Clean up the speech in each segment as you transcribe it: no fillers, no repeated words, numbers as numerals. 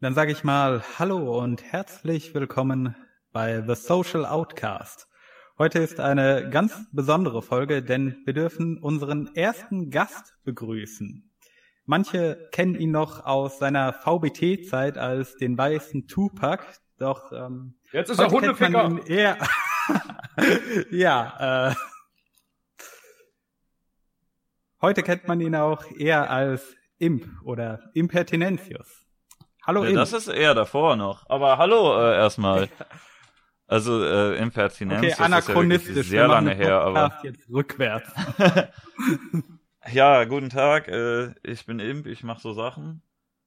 Dann sage ich mal Hallo und herzlich willkommen bei The Social Outcast. Heute ist eine ganz besondere Folge, denn wir dürfen unseren ersten Gast begrüßen. Manche kennen ihn noch aus seiner VBT-Zeit als den weißen Tupac, doch jetzt ist er Hundeficker. Heute kennt man ihn auch eher als Imp oder Impertinentius. Hallo Imp. Das ist eher davor noch. Aber hallo erstmal. Also Impertinentius okay, anachronistisch, ist ja sehr lange her. Aber jetzt rückwärts. Ja, guten Tag. Ich bin Imp, ich mache so Sachen.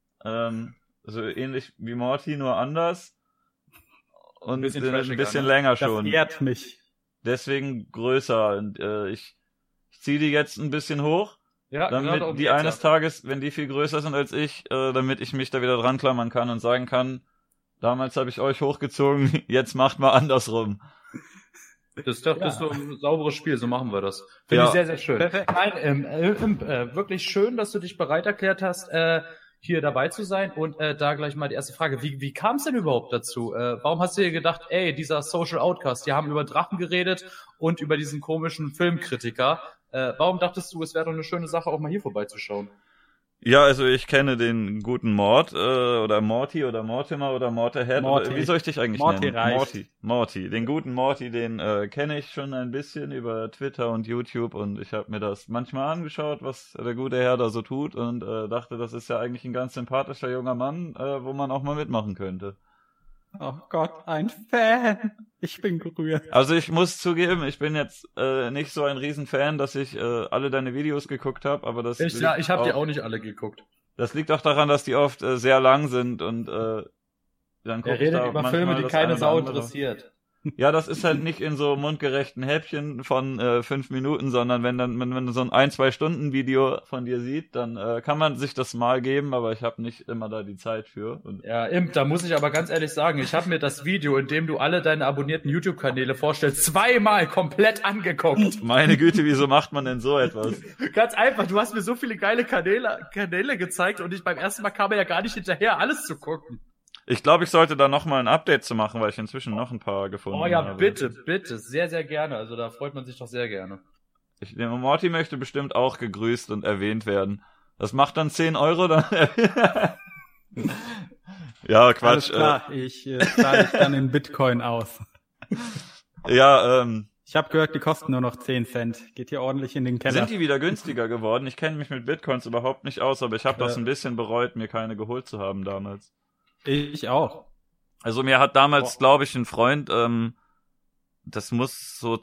So ähnlich wie Morty, nur anders. Und ein bisschen länger schon. Das ehrt mich. Deswegen größer. Und ich ziehe die jetzt ein bisschen hoch. Ja, damit die eines Tages, wenn die viel größer sind als ich, damit ich mich da wieder dran klammern kann und sagen kann, damals habe ich euch hochgezogen, jetzt macht mal andersrum. Das ist doch ein sauberes Spiel, so machen wir das. Finde ich sehr, sehr schön. Nein, wirklich schön, dass du dich bereit erklärt hast, hier dabei zu sein. Und da gleich mal die erste Frage. Wie kam es denn überhaupt dazu? Warum hast du dir gedacht, dieser Social Outcast, die haben über Drachen geredet und über diesen komischen Filmkritiker. Warum dachtest du, es wäre doch eine schöne Sache, auch mal hier vorbeizuschauen? Ja, also ich kenne den guten Mord, oder Morty oder Mortimer oder Morterhead. Wie soll ich dich eigentlich nennen? Morty. Den guten Morty, den kenne ich schon ein bisschen über Twitter und YouTube und ich habe mir das manchmal angeschaut, was der gute Herr da so tut und dachte, das ist ja eigentlich ein ganz sympathischer junger Mann, wo man auch mal mitmachen könnte. Oh Gott, ein Fan. Ich bin gerührt. Also ich muss zugeben, ich bin jetzt nicht so ein Riesenfan, dass ich alle deine Videos geguckt habe, aber das ich habe die auch nicht alle geguckt. Das liegt auch daran, dass die oft sehr lang sind und dann gucke ich da über Filme, die keine Sau interessiert. Ja, das ist halt nicht in so mundgerechten Häppchen von 5 Minuten, sondern wenn man so ein 1-2 Stunden Video von dir sieht, dann kann man sich das mal geben, aber ich habe nicht immer da die Zeit für. Und ja, Imp, da muss ich aber ganz ehrlich sagen, ich habe mir das Video, in dem du alle deine abonnierten YouTube-Kanäle vorstellst, 2-mal komplett angeguckt. Meine Güte, wieso macht man denn so etwas? Ganz einfach, du hast mir so viele geile Kanäle gezeigt und beim ersten Mal kam er ja gar nicht hinterher, alles zu gucken. Ich glaube, ich sollte da nochmal ein Update zu machen, weil ich inzwischen noch ein paar gefunden habe. Oh ja, bitte, sehr, sehr gerne. Also da freut man sich doch sehr gerne. Morty möchte bestimmt auch gegrüßt und erwähnt werden. Das macht dann 10 Euro dann. Ja, Quatsch. Alles klar, ich zahle dich dann in Bitcoin aus. Ja, ich habe gehört, die kosten nur noch 10 Cent. Geht hier ordentlich in den Keller. Sind die wieder günstiger geworden? Ich kenne mich mit Bitcoins überhaupt nicht aus, aber ich habe das ein bisschen bereut, mir keine geholt zu haben damals. Ich auch. Also mir hat damals, glaube ich, ein Freund, das muss so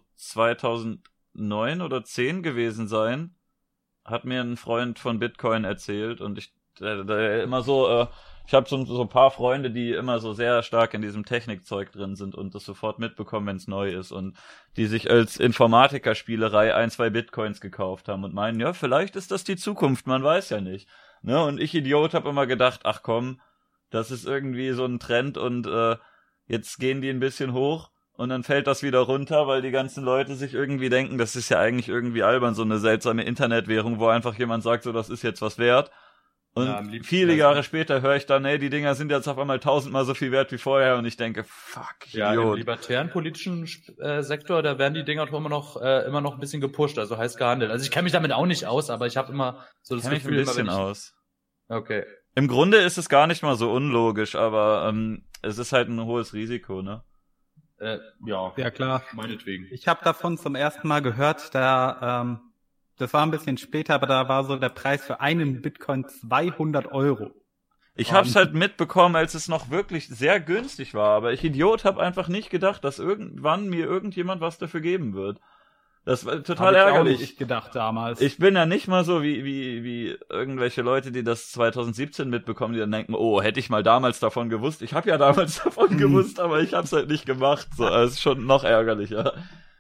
2009 oder 10 gewesen sein, hat mir ein Freund von Bitcoin erzählt und ich immer so, ich habe so ein paar Freunde, die immer so sehr stark in diesem Technikzeug drin sind und das sofort mitbekommen, wenn es neu ist und die sich als Informatikerspielerei 1-2 Bitcoins gekauft haben und meinen, ja, vielleicht ist das die Zukunft, man weiß ja nicht. Ne? Und ich Idiot habe immer gedacht, ach komm, das ist irgendwie so ein Trend und jetzt gehen die ein bisschen hoch und dann fällt das wieder runter, weil die ganzen Leute sich irgendwie denken, das ist ja eigentlich irgendwie albern, so eine seltsame Internetwährung, wo einfach jemand sagt, so das ist jetzt was wert. Und ja, viele Jahre später höre ich dann, die Dinger sind jetzt auf einmal 1000-mal so viel wert wie vorher und ich denke, fuck, ja, im libertären politischen Sektor, da werden die Dinger doch immer noch ein bisschen gepusht, also heiß gehandelt. Also ich kenne mich damit auch nicht aus, aber ich habe immer so das Gefühl, ein bisschen aus. Okay. Im Grunde ist es gar nicht mal so unlogisch, aber es ist halt ein hohes Risiko, ne? Ja, klar. Meinetwegen. Ich habe davon zum ersten Mal gehört, das war ein bisschen später, aber da war so der Preis für einen Bitcoin 200 Euro. Ich hab's halt mitbekommen, als es noch wirklich sehr günstig war, aber ich Idiot habe einfach nicht gedacht, dass irgendwann mir irgendjemand was dafür geben wird. Das war total ärgerlich. Hab ich gedacht damals. Ich bin ja nicht mal so wie irgendwelche Leute, die das 2017 mitbekommen, die dann denken, oh, hätte ich mal damals davon gewusst. Ich habe ja damals davon gewusst, aber ich hab's halt nicht gemacht. So, das ist schon noch ärgerlicher.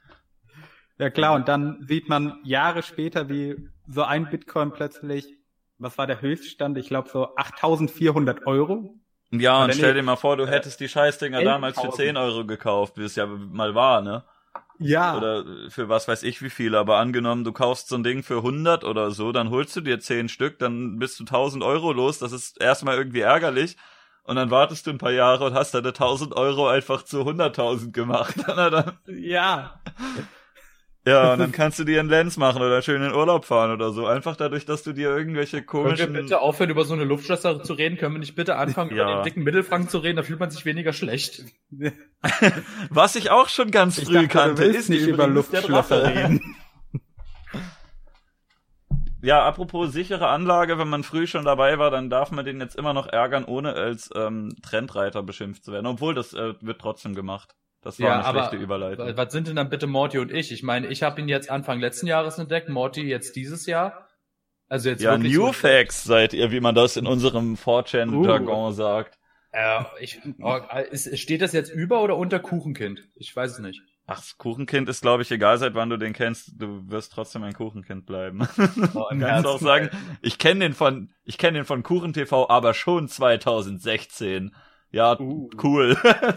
Ja klar, und dann sieht man Jahre später, wie so ein Bitcoin plötzlich, was war der Höchststand? Ich glaube so 8.400 Euro. Ja, und stell dir mal vor, du hättest die Scheißdinger damals für 10 Euro gekauft, wie es ja mal war, ne? Ja. Oder für was weiß ich wie viel, aber angenommen, du kaufst so ein Ding für 100 oder so, dann holst du dir 10 Stück, dann bist du 1.000 Euro los, das ist erstmal irgendwie ärgerlich und dann wartest du ein paar Jahre und hast deine 1.000 Euro einfach zu 100.000 gemacht. Ja. Ja, und dann kannst du dir einen Lens machen oder schön in den Urlaub fahren oder so. Einfach dadurch, dass du dir irgendwelche komischen... Können wir bitte aufhören, über so eine Luftschlösser zu reden? Können wir nicht bitte anfangen, über den dicken Mittelfranken zu reden? Da fühlt man sich weniger schlecht. Was ich auch schon ganz früh kannte, ist nicht über Luftschlösser reden. Ja, apropos sichere Anlage, wenn man früh schon dabei war, dann darf man den jetzt immer noch ärgern, ohne als Trendreiter beschimpft zu werden. Obwohl, das wird trotzdem gemacht. Das war eine schlechte Überleitung. Was sind denn dann bitte Morty und ich? Ich meine, ich habe ihn jetzt Anfang letzten Jahres entdeckt, Morty jetzt dieses Jahr. Also jetzt ja, New Facts seid ihr, wie man das in unserem 4chan-Jargon sagt. Steht das jetzt über oder unter Kuchenkind? Ich weiß es nicht. Ach, das Kuchenkind ist, glaube ich, egal, seit wann du den kennst, du wirst trotzdem ein Kuchenkind bleiben. Kannst auch sagen, ich kenne den von KuchenTV, aber schon 2016. Ja, cool.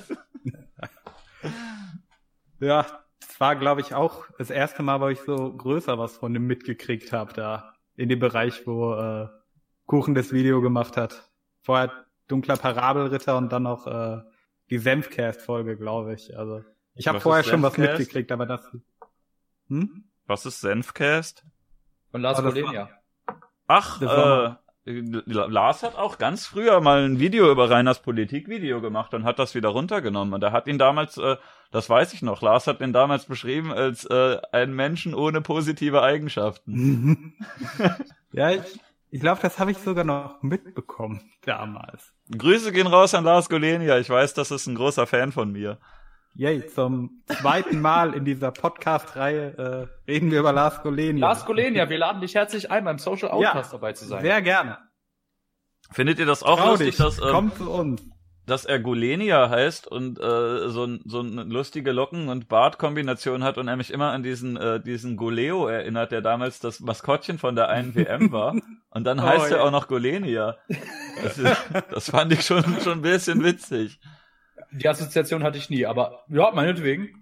Ja, das war, glaube ich, auch das erste Mal, wo ich so größer was von dem mitgekriegt habe, da in dem Bereich, wo Kuchen das Video gemacht hat. Vorher Dunkler Parabelritter und dann noch die Senfcast-Folge, glaube ich. Also ich habe vorher schon was mitgekriegt, aber das... Was ist Senfcast? Von Lars Golenia. Ach, Lars hat auch ganz früher mal ein Video über Reiners Politikvideo gemacht und hat das wieder runtergenommen. Und er hat ihn damals, das weiß ich noch, Lars hat ihn damals beschrieben als einen Menschen ohne positive Eigenschaften. Ja, ich glaube, das habe ich sogar noch mitbekommen damals. Grüße gehen raus an Lars Golenia. Ich weiß, das ist ein großer Fan von mir. Yay, zum zweiten Mal in dieser Podcast-Reihe reden wir über Lars Golenia. Lars Golenia, wir laden dich herzlich ein, beim Social Outcast dabei zu sein. Sehr gerne. Findet ihr das auch lustig, komm zu uns. Dass er Golenia heißt und so eine lustige Locken- und Bart-Kombination hat und er mich immer an diesen Goleo erinnert, der damals das Maskottchen von der einen WM war. Und dann heißt er auch noch Golenia. Das fand ich schon ein bisschen witzig. Die Assoziation hatte ich nie, aber ja, meinetwegen.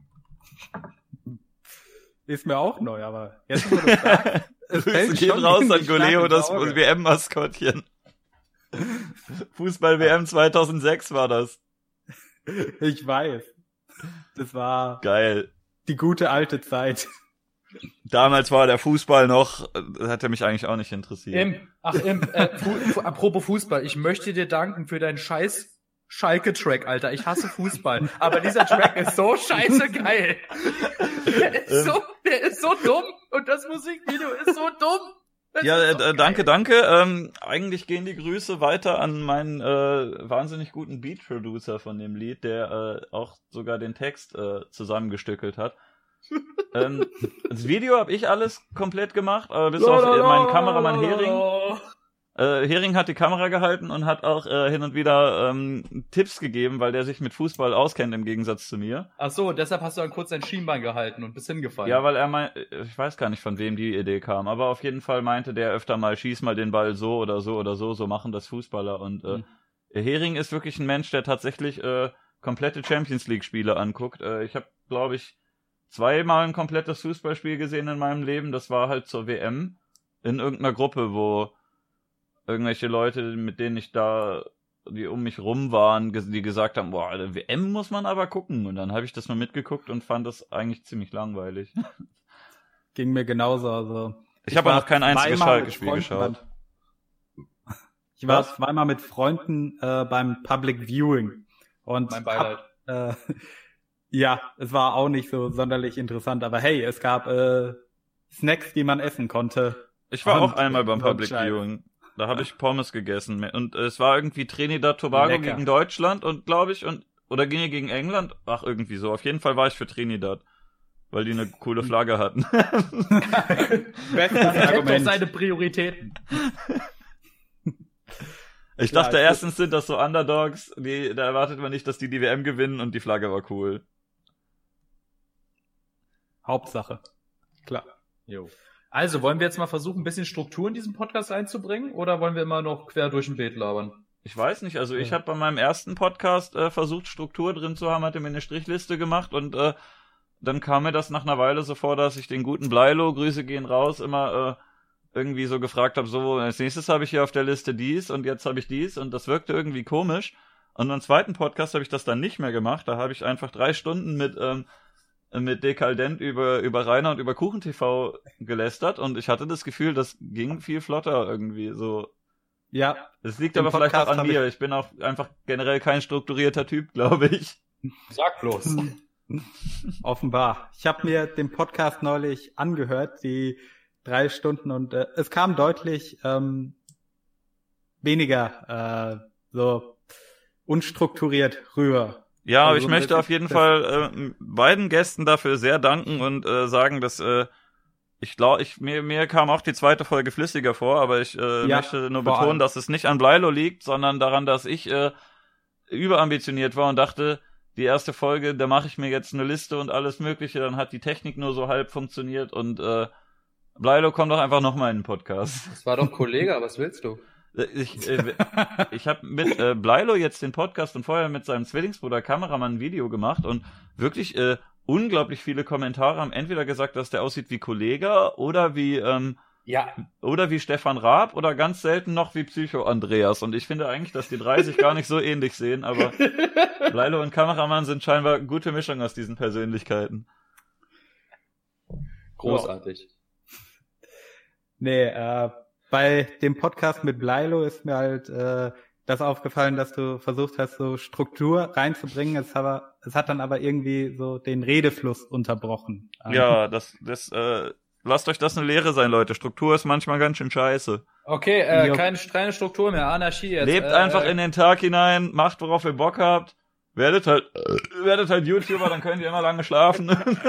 Ist mir auch neu, aber jetzt, wo du sagst, Grüße gehen raus an Goleo, das WM-Maskottchen. Fußball-WM 2006 war das. Ich weiß. Das war geil. Die gute alte Zeit. Damals war der Fußball noch, hat er mich eigentlich auch nicht interessiert. Apropos Fußball, ich möchte dir danken für deinen scheiß Schalke-Track, Alter. Ich hasse Fußball. Aber dieser Track ist so scheiße geil. Der ist so dumm. Und das Musikvideo ist so dumm. Danke. Eigentlich gehen die Grüße weiter an meinen wahnsinnig guten Beat-Producer von dem Lied, der auch sogar den Text zusammengestückelt hat. Das Video habe ich alles komplett gemacht, aber bis auf meinen Kameramann Hering. Hering hat die Kamera gehalten und hat auch hin und wieder Tipps gegeben, weil der sich mit Fußball auskennt im Gegensatz zu mir. Ach so, deshalb hast du dann kurz dein Schienbein gehalten und bist hingefallen. Ja, weil ich weiß gar nicht, von wem die Idee kam, aber auf jeden Fall meinte der öfter mal, schieß mal den Ball so oder so oder so machen das Fußballer. Und Hering ist wirklich ein Mensch, der tatsächlich komplette Champions League Spiele anguckt. Ich habe, glaube ich, 2-mal ein komplettes Fußballspiel gesehen in meinem Leben. Das war halt zur WM in irgendeiner Gruppe, wo irgendwelche Leute, mit denen ich da, die um mich rum waren, die gesagt haben, boah, eine WM muss man aber gucken. Und dann habe ich das mal mitgeguckt und fand das eigentlich ziemlich langweilig. Ging mir genauso. Also ich habe noch kein einziges Schalke-Spiel geschaut. Ich war zweimal mit Freunden beim Public Viewing. Und mein Beileid. Ja, es war auch nicht so sonderlich interessant. Aber hey, es gab Snacks, die man essen konnte. Ich war auch einmal beim Public Viewing. Da habe ich Pommes gegessen. Und es war irgendwie Trinidad Tobago gegen Deutschland und glaube ich, oder ging gegen England? Ach, irgendwie so. Auf jeden Fall war ich für Trinidad. Weil die eine coole Flagge hatten. Bestes Argument. Doch seine Prioritäten. Ich dachte, erstens sind das so Underdogs, da erwartet man nicht, dass die WM gewinnen und die Flagge war cool. Hauptsache. Klar. Jo. Also, wollen wir jetzt mal versuchen, ein bisschen Struktur in diesen Podcast einzubringen oder wollen wir immer noch quer durch den Beet labern? Ich weiß nicht, also ich habe bei meinem ersten Podcast versucht, Struktur drin zu haben, hatte mir eine Strichliste gemacht und dann kam mir das nach einer Weile so vor, dass ich den guten Bleilo, Grüße gehen raus, immer irgendwie so gefragt habe, so als nächstes habe ich hier auf der Liste dies und jetzt habe ich dies und das wirkte irgendwie komisch. Und beim zweiten Podcast habe ich das dann nicht mehr gemacht. Da habe ich einfach 3 Stunden mit Dekadent über Rainer und über KuchenTV gelästert und ich hatte das Gefühl, das ging viel flotter irgendwie so. Ja. Das liegt aber vielleicht auch an mir. Ich bin auch einfach generell kein strukturierter Typ, glaube ich. Sag bloß. Offenbar. Ich habe mir den Podcast neulich angehört, die 3 Stunden, und es kam deutlich weniger so unstrukturiert rüber. Ja, aber ich möchte auf jeden Fall beiden Gästen dafür sehr danken und sagen, dass ich glaube, mir kam auch die zweite Folge flüssiger vor, aber ich möchte nur betonen, dass es nicht an Bleilo liegt, sondern daran, dass ich überambitioniert war und dachte, die erste Folge, da mache ich mir jetzt eine Liste und alles Mögliche, dann hat die Technik nur so halb funktioniert und Bleilo, komm doch einfach nochmal in den Podcast. Das war doch Kollege, was willst du? Ich habe mit Bleilo jetzt den Podcast und vorher mit seinem Zwillingsbruder Kameramann ein Video gemacht und wirklich unglaublich viele Kommentare haben entweder gesagt, dass der aussieht wie Kollege oder wie oder wie Stefan Raab oder ganz selten noch wie Psycho Andreas. Und ich finde eigentlich, dass die 3 sich gar nicht so ähnlich sehen, aber Bleilo und Kameramann sind scheinbar eine gute Mischung aus diesen Persönlichkeiten. Großartig. Nee, bei dem Podcast mit Bleilo ist mir halt das aufgefallen, dass du versucht hast, so Struktur reinzubringen. Es hat dann aber irgendwie so den Redefluss unterbrochen. Ja, lasst euch das eine Lehre sein, Leute. Struktur ist manchmal ganz schön scheiße. Okay, keine Struktur mehr, Anarchie jetzt. Lebt einfach in den Tag hinein, macht, worauf ihr Bock habt. Werdet halt YouTuber, dann könnt ihr immer lange schlafen.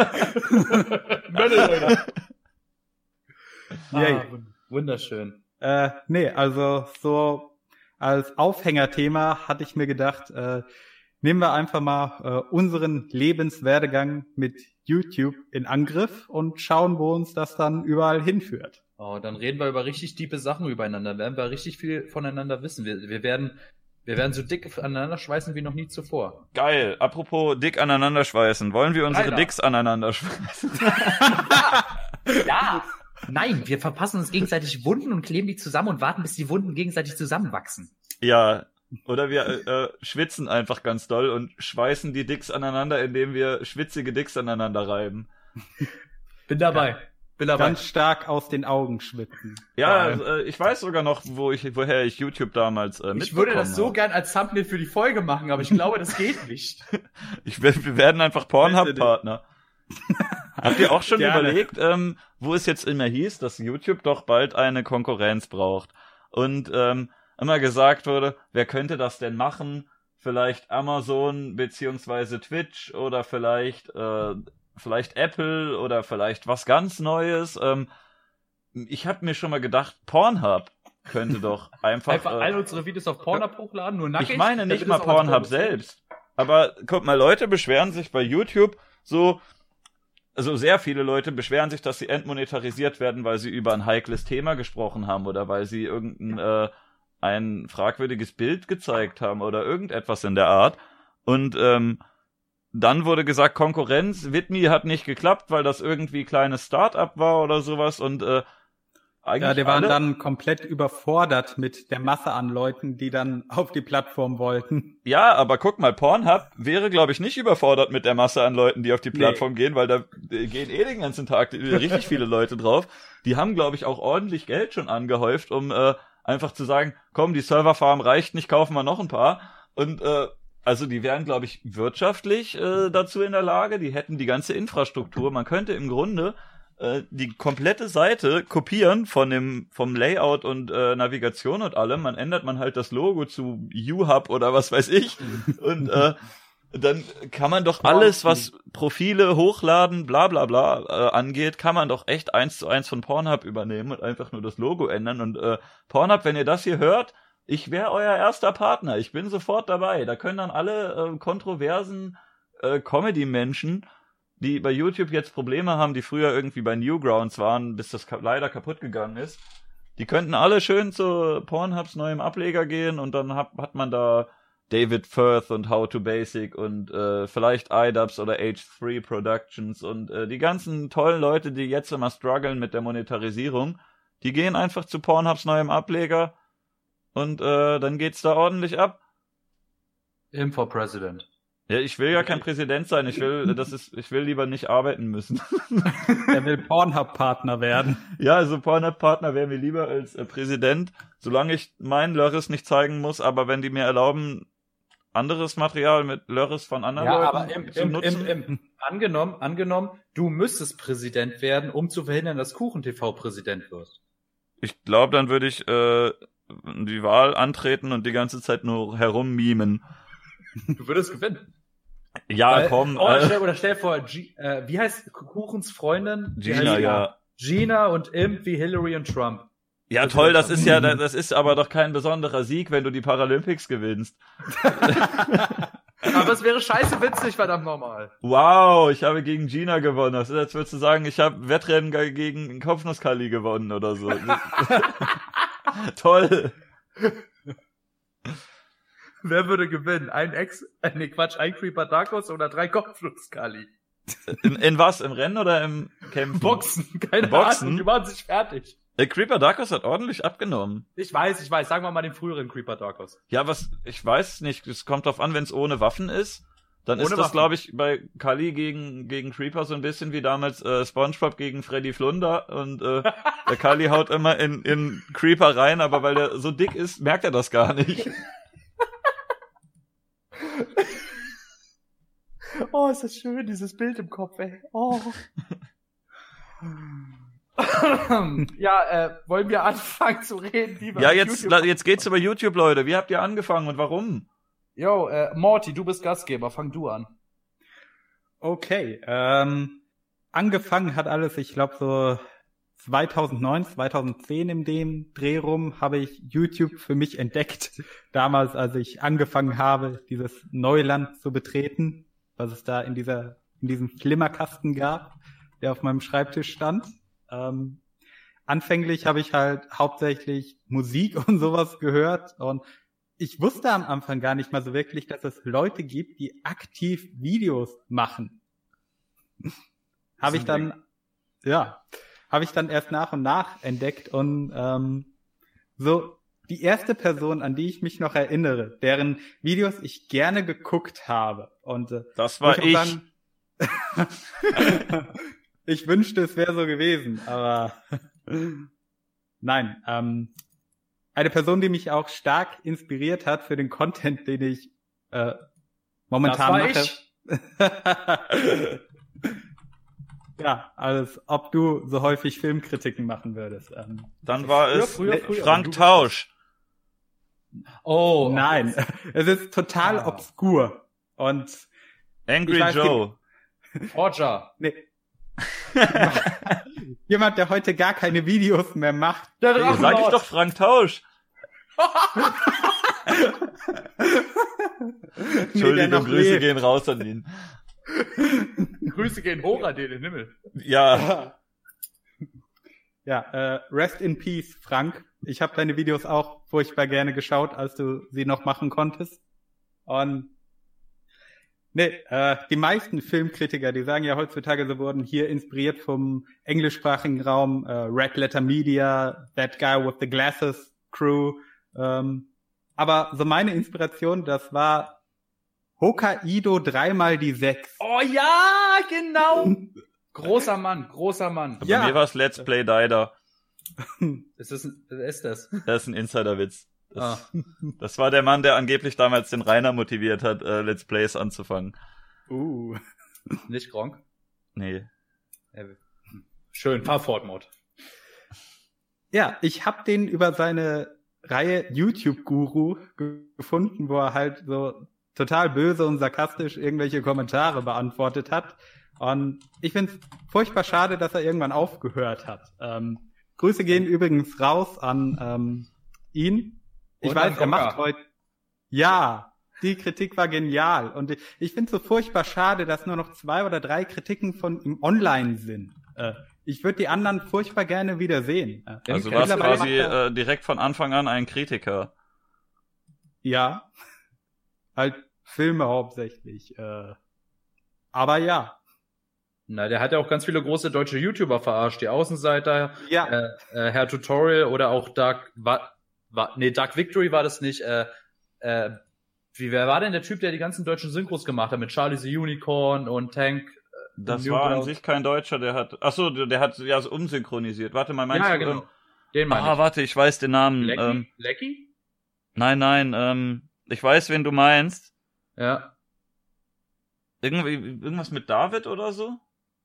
Wunderschön. Nee, also so als Aufhängerthema hatte ich mir gedacht, nehmen wir einfach mal unseren Lebenswerdegang mit YouTube in Angriff und schauen, wo uns das dann überall hinführt. Oh, dann reden wir über richtig tiefe Sachen übereinander, werden wir richtig viel voneinander wissen. Wir werden so dick aneinander schweißen wie noch nie zuvor. Geil. Apropos dick aneinander schweißen. Wollen wir unsere Dicks aneinander schweißen? Ja. Nein, wir verpassen uns gegenseitig Wunden und kleben die zusammen und warten, bis die Wunden gegenseitig zusammenwachsen. Ja. Oder wir schwitzen einfach ganz doll und schweißen die Dicks aneinander, indem wir schwitzige Dicks aneinander reiben. Bin dabei. Ganz stark aus den Augen schwitzen. Ja, ich weiß sogar noch, woher ich YouTube damals mitbekommen habe. Ich würde das so gern als Thumbnail für die Folge machen, aber ich glaube, das geht nicht. Wir werden einfach Pornhub-Partner. Habt ihr auch schon überlegt, wo es jetzt immer hieß, dass YouTube doch bald eine Konkurrenz braucht? Und immer gesagt wurde, wer könnte das denn machen? Vielleicht Amazon beziehungsweise Twitch oder vielleicht Apple oder vielleicht was ganz Neues. Ich habe mir schon mal gedacht, Pornhub könnte doch einfach all unsere Videos auf Pornhub hochladen, nur nackig. Ich meine nicht mal Pornhub selbst. Aber guck mal, Leute beschweren sich bei YouTube also sehr viele Leute beschweren sich, dass sie entmonetarisiert werden, weil sie über ein heikles Thema gesprochen haben oder weil sie ein fragwürdiges Bild gezeigt haben oder irgendetwas in der Art. Und dann wurde gesagt, Konkurrenz, Vidme hat nicht geklappt, weil das irgendwie kleines Start-up war oder sowas und eigentlich die waren dann komplett überfordert mit der Masse an Leuten, die dann auf die Plattform wollten. Ja, aber guck mal, Pornhub wäre, glaube ich, nicht überfordert mit der Masse an Leuten, die auf die Plattform gehen, weil da gehen den ganzen Tag richtig viele Leute drauf. Die haben, glaube ich, auch ordentlich Geld schon angehäuft, um einfach zu sagen, komm, die Serverfarm reicht nicht, kaufen wir noch ein paar. Und also die wären, glaube ich, wirtschaftlich dazu in der Lage, die hätten die ganze Infrastruktur. Man könnte im Grunde die komplette Seite kopieren vom Layout und Navigation und allem. Man ändert halt das Logo zu YouHub oder was weiß ich. Und dann kann man doch alles, was Profile hochladen, bla bla bla angeht, kann man doch echt 1:1 von Pornhub übernehmen und einfach nur das Logo ändern. Und Pornhub, wenn ihr das hier hört, ich wäre euer erster Partner. Ich bin sofort dabei. Da können dann alle kontroversen Comedy-Menschen, die bei YouTube jetzt Probleme haben, die früher irgendwie bei Newgrounds waren, bis das leider kaputt gegangen ist, die könnten alle schön zu Pornhubs neuem Ableger gehen und dann hat man da David Firth und How to Basic und vielleicht iDubbbz oder H3 Productions und die ganzen tollen Leute, die jetzt immer strugglen mit der Monetarisierung, die gehen einfach zu Pornhubs neuem Ableger und dann geht's da ordentlich ab. Him for President. Ja, ich will ja kein Präsident sein. Ich will lieber nicht arbeiten müssen. Er will Pornhub-Partner werden. Ja, also Pornhub-Partner wäre mir lieber als Präsident, solange ich meinen Lörres nicht zeigen muss. Aber wenn die mir erlauben, anderes Material mit Lörres von anderen Leuten zu nutzen. Angenommen, du müsstest Präsident werden, um zu verhindern, dass KuchenTV Präsident wird. Ich glaube, dann würde ich die Wahl antreten und die ganze Zeit nur herummimen. Du würdest gewinnen. Ja, komm. Stell vor, wie heißt Kuchens Freundin? Gina, ja. Gina und Imp wie Hillary und Trump. Ja, toll, das ist aber doch kein besonderer Sieg, wenn du die Paralympics gewinnst. Aber es wäre scheiße witzig, verdammt nochmal. Wow, ich habe gegen Gina gewonnen. Das ist, als würdest du sagen, ich habe Wettrennen gegen Kopfnusskali gewonnen oder so. Toll. Wer würde gewinnen? Ein Creeper Darkus oder 3 Kopfnusskali? In was? Im Rennen oder im Kämpfen? Boxen, keine Ahnung, die machen sich fertig. Der Creeper Darkus hat ordentlich abgenommen. Ich weiß. Sagen wir mal den früheren Creeper Darkus. Ja, ich weiß nicht. Es kommt drauf an, wenn es ohne Waffen ist. Dann ist das, glaube ich, bei Kali gegen Creeper so ein bisschen wie damals SpongeBob gegen Freddy Flunder. Und der Kali haut immer in Creeper rein, aber weil der so dick ist, merkt er das gar nicht. Oh, ist das schön, dieses Bild im Kopf, ey. Oh. Ja, wollen wir anfangen zu reden? Ja, jetzt geht's über YouTube, Leute. Wie habt ihr angefangen und warum? Jo, Morty, du bist Gastgeber, fang du an. Okay, angefangen hat alles, ich glaube so 2009, 2010 in dem Dreh rum habe ich YouTube für mich entdeckt. Damals, als ich angefangen habe, dieses Neuland zu betreten, was es da in diesem Flimmerkasten gab, der auf meinem Schreibtisch stand. Anfänglich habe ich halt hauptsächlich Musik und sowas gehört und ich wusste am Anfang gar nicht mal so wirklich, dass es Leute gibt, die aktiv Videos machen. Habe ich dann erst nach und nach entdeckt und so die erste Person, an die ich mich noch erinnere, deren Videos ich gerne geguckt habe. Und das war ich. Sagen, ich wünschte, es wäre so gewesen, aber nein. Eine Person, die mich auch stark inspiriert hat für den Content, den ich momentan mache. Ja, als ob du so häufig Filmkritiken machen würdest. Dann war es Frank Tausch. Oh, nein, es ist total obskur und Angry Joe. Roger. Nee. Jemand, der heute gar keine Videos mehr macht. Sag ich doch Frank Tausch. Entschuldigung, Grüße gehen raus an ihn. Grüße gehen hoch an den Himmel. Ja. Ja, rest in peace, Frank. Ich habe deine Videos auch furchtbar gerne geschaut, als du sie noch machen konntest. Und die meisten Filmkritiker, die sagen ja heutzutage, sie wurden hier inspiriert vom englischsprachigen Raum, Red Letter Media, That Guy with the Glasses Crew. Aber so meine Inspiration, das war Hokkaido 3x6. Oh ja, genau. Großer Mann. Bei mir war es Let's Play Dider. Wer ist das? Das ist ein Insiderwitz. Das war der Mann, der angeblich damals den Rainer motiviert hat, Let's Plays anzufangen. Nicht Gronk? Nee. Schön, Fahrfortmod. Ja, ich habe den über seine Reihe YouTube Guru gefunden, wo er halt so total böse und sarkastisch irgendwelche Kommentare beantwortet hat. Und ich finde es furchtbar schade, dass er irgendwann aufgehört hat. Grüße gehen übrigens raus an ihn. Ich weiß, er macht heute... Ja, die Kritik war genial. Und ich finde es so furchtbar schade, dass nur noch 2 oder 3 Kritiken von ihm online sind. Ich würde die anderen furchtbar gerne wieder sehen. Also du warst quasi direkt von Anfang an ein Kritiker. Ja, halt Filme hauptsächlich. Aber ja. Na, der hat ja auch ganz viele große deutsche YouTuber verarscht. Die Außenseiter, ja. Herr Tutorial oder auch Dark Victory war das nicht. wer war denn der Typ, der die ganzen deutschen Synchros gemacht hat mit Charlie the Unicorn und Tank? Das war an sich kein Deutscher, der hat ja so umsynchronisiert. Warte mal, meinst du? Genau. Den meine ich. Warte, ich weiß den Namen. Lecky? Nein, ich weiß, wen du meinst. Ja. Irgendwas mit David oder so?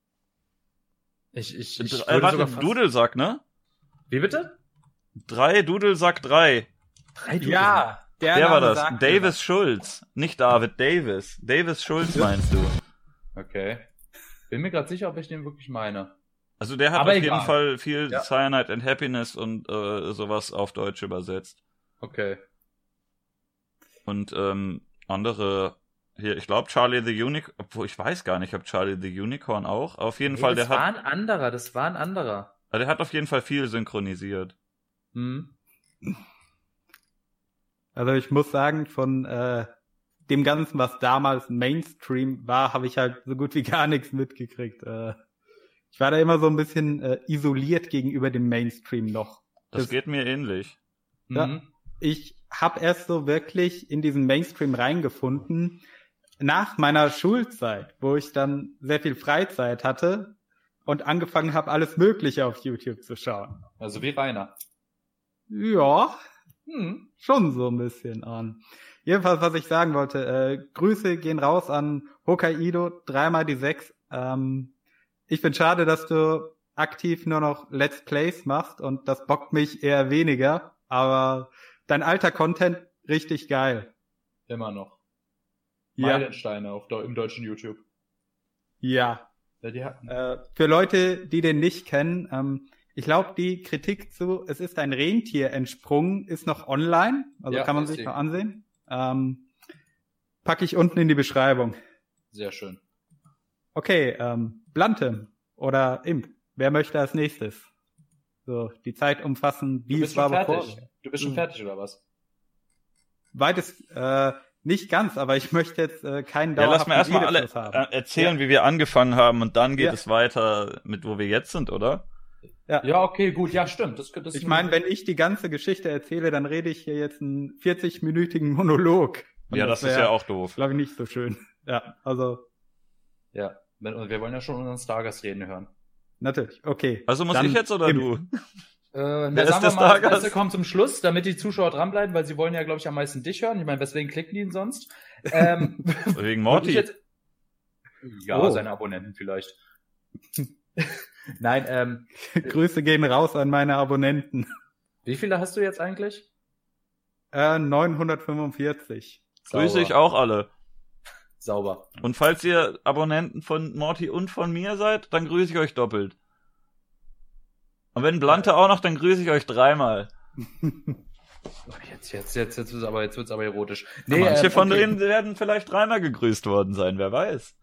Warte, Dudelsack, ne? Wie bitte? Dudelsack 3. Ja, der war das. Davis Schulz. Nicht David, Davis. Davis Schulz meinst du. Okay. Bin mir gerade sicher, ob ich den wirklich meine. Also der hat jeden Fall viel Cyanide and Happiness und sowas auf Deutsch übersetzt. Okay. Und andere hier, ich glaube Charlie the Unicorn, obwohl ich weiß gar nicht, ob Charlie the Unicorn auch. Auf jeden Fall, das war ein anderer. Also der hat auf jeden Fall viel synchronisiert. Also ich muss sagen, von dem Ganzen, was damals Mainstream war, habe ich halt so gut wie gar nichts mitgekriegt. Ich war da immer so ein bisschen isoliert gegenüber dem Mainstream noch. Das geht mir ähnlich. Ja, ich habe erst so wirklich in diesen Mainstream reingefunden nach meiner Schulzeit, wo ich dann sehr viel Freizeit hatte und angefangen habe, alles Mögliche auf YouTube zu schauen. Also wie Rainer. Ja, schon so ein bisschen an. Jedenfalls, was ich sagen wollte, Grüße gehen raus an Hokkaido, 3x die 6. Ich finde schade, dass du aktiv nur noch Let's Plays machst und das bockt mich eher weniger, aber dein alter Content richtig geil. Immer noch. Ja. Meilensteine im deutschen YouTube. Ja. Für Leute, die den nicht kennen, ich glaube, die Kritik zu Es ist ein Rentier entsprungen ist noch online, also kann man sich noch ansehen. Packe ich unten in die Beschreibung. Sehr schön. Okay, Blante oder Imp, wer möchte als nächstes? So, die Zeit umfassen, wie es war bevor. Du bist schon fertig, oder was? Beides, nicht ganz, aber ich möchte jetzt keinen dauerhaften lass mal erstmal alle erzählen, wie wir angefangen haben und dann geht es weiter mit, wo wir jetzt sind, oder? Ja, okay, gut, ja, stimmt. Das ich meine, wenn ich die ganze Geschichte erzähle, dann rede ich hier jetzt einen 40-minütigen Monolog. Und das ist ja auch doof. Glaube ich nicht so schön. Ja, also. Ja, und wir wollen ja schon unseren Stargast reden hören. Natürlich, okay. Also muss ich jetzt oder du? Sagen wir mal, das Beste kommt zum Schluss, damit die Zuschauer dranbleiben, weil sie wollen ja, glaube ich, am meisten dich hören. Ich meine, weswegen klicken die ihn sonst? Wegen Morty. Seine Abonnenten vielleicht. Nein, Grüße gehen raus an meine Abonnenten. Wie viele hast du jetzt eigentlich? 945. Grüße ich auch alle. Sauber. Und falls ihr Abonnenten von Morty und von mir seid, dann grüße ich euch doppelt. Und wenn Blante auch noch, dann grüße ich euch 3-mal. Jetzt wird's aber erotisch. Nee, manche von denen werden vielleicht 3-mal gegrüßt worden sein, wer weiß.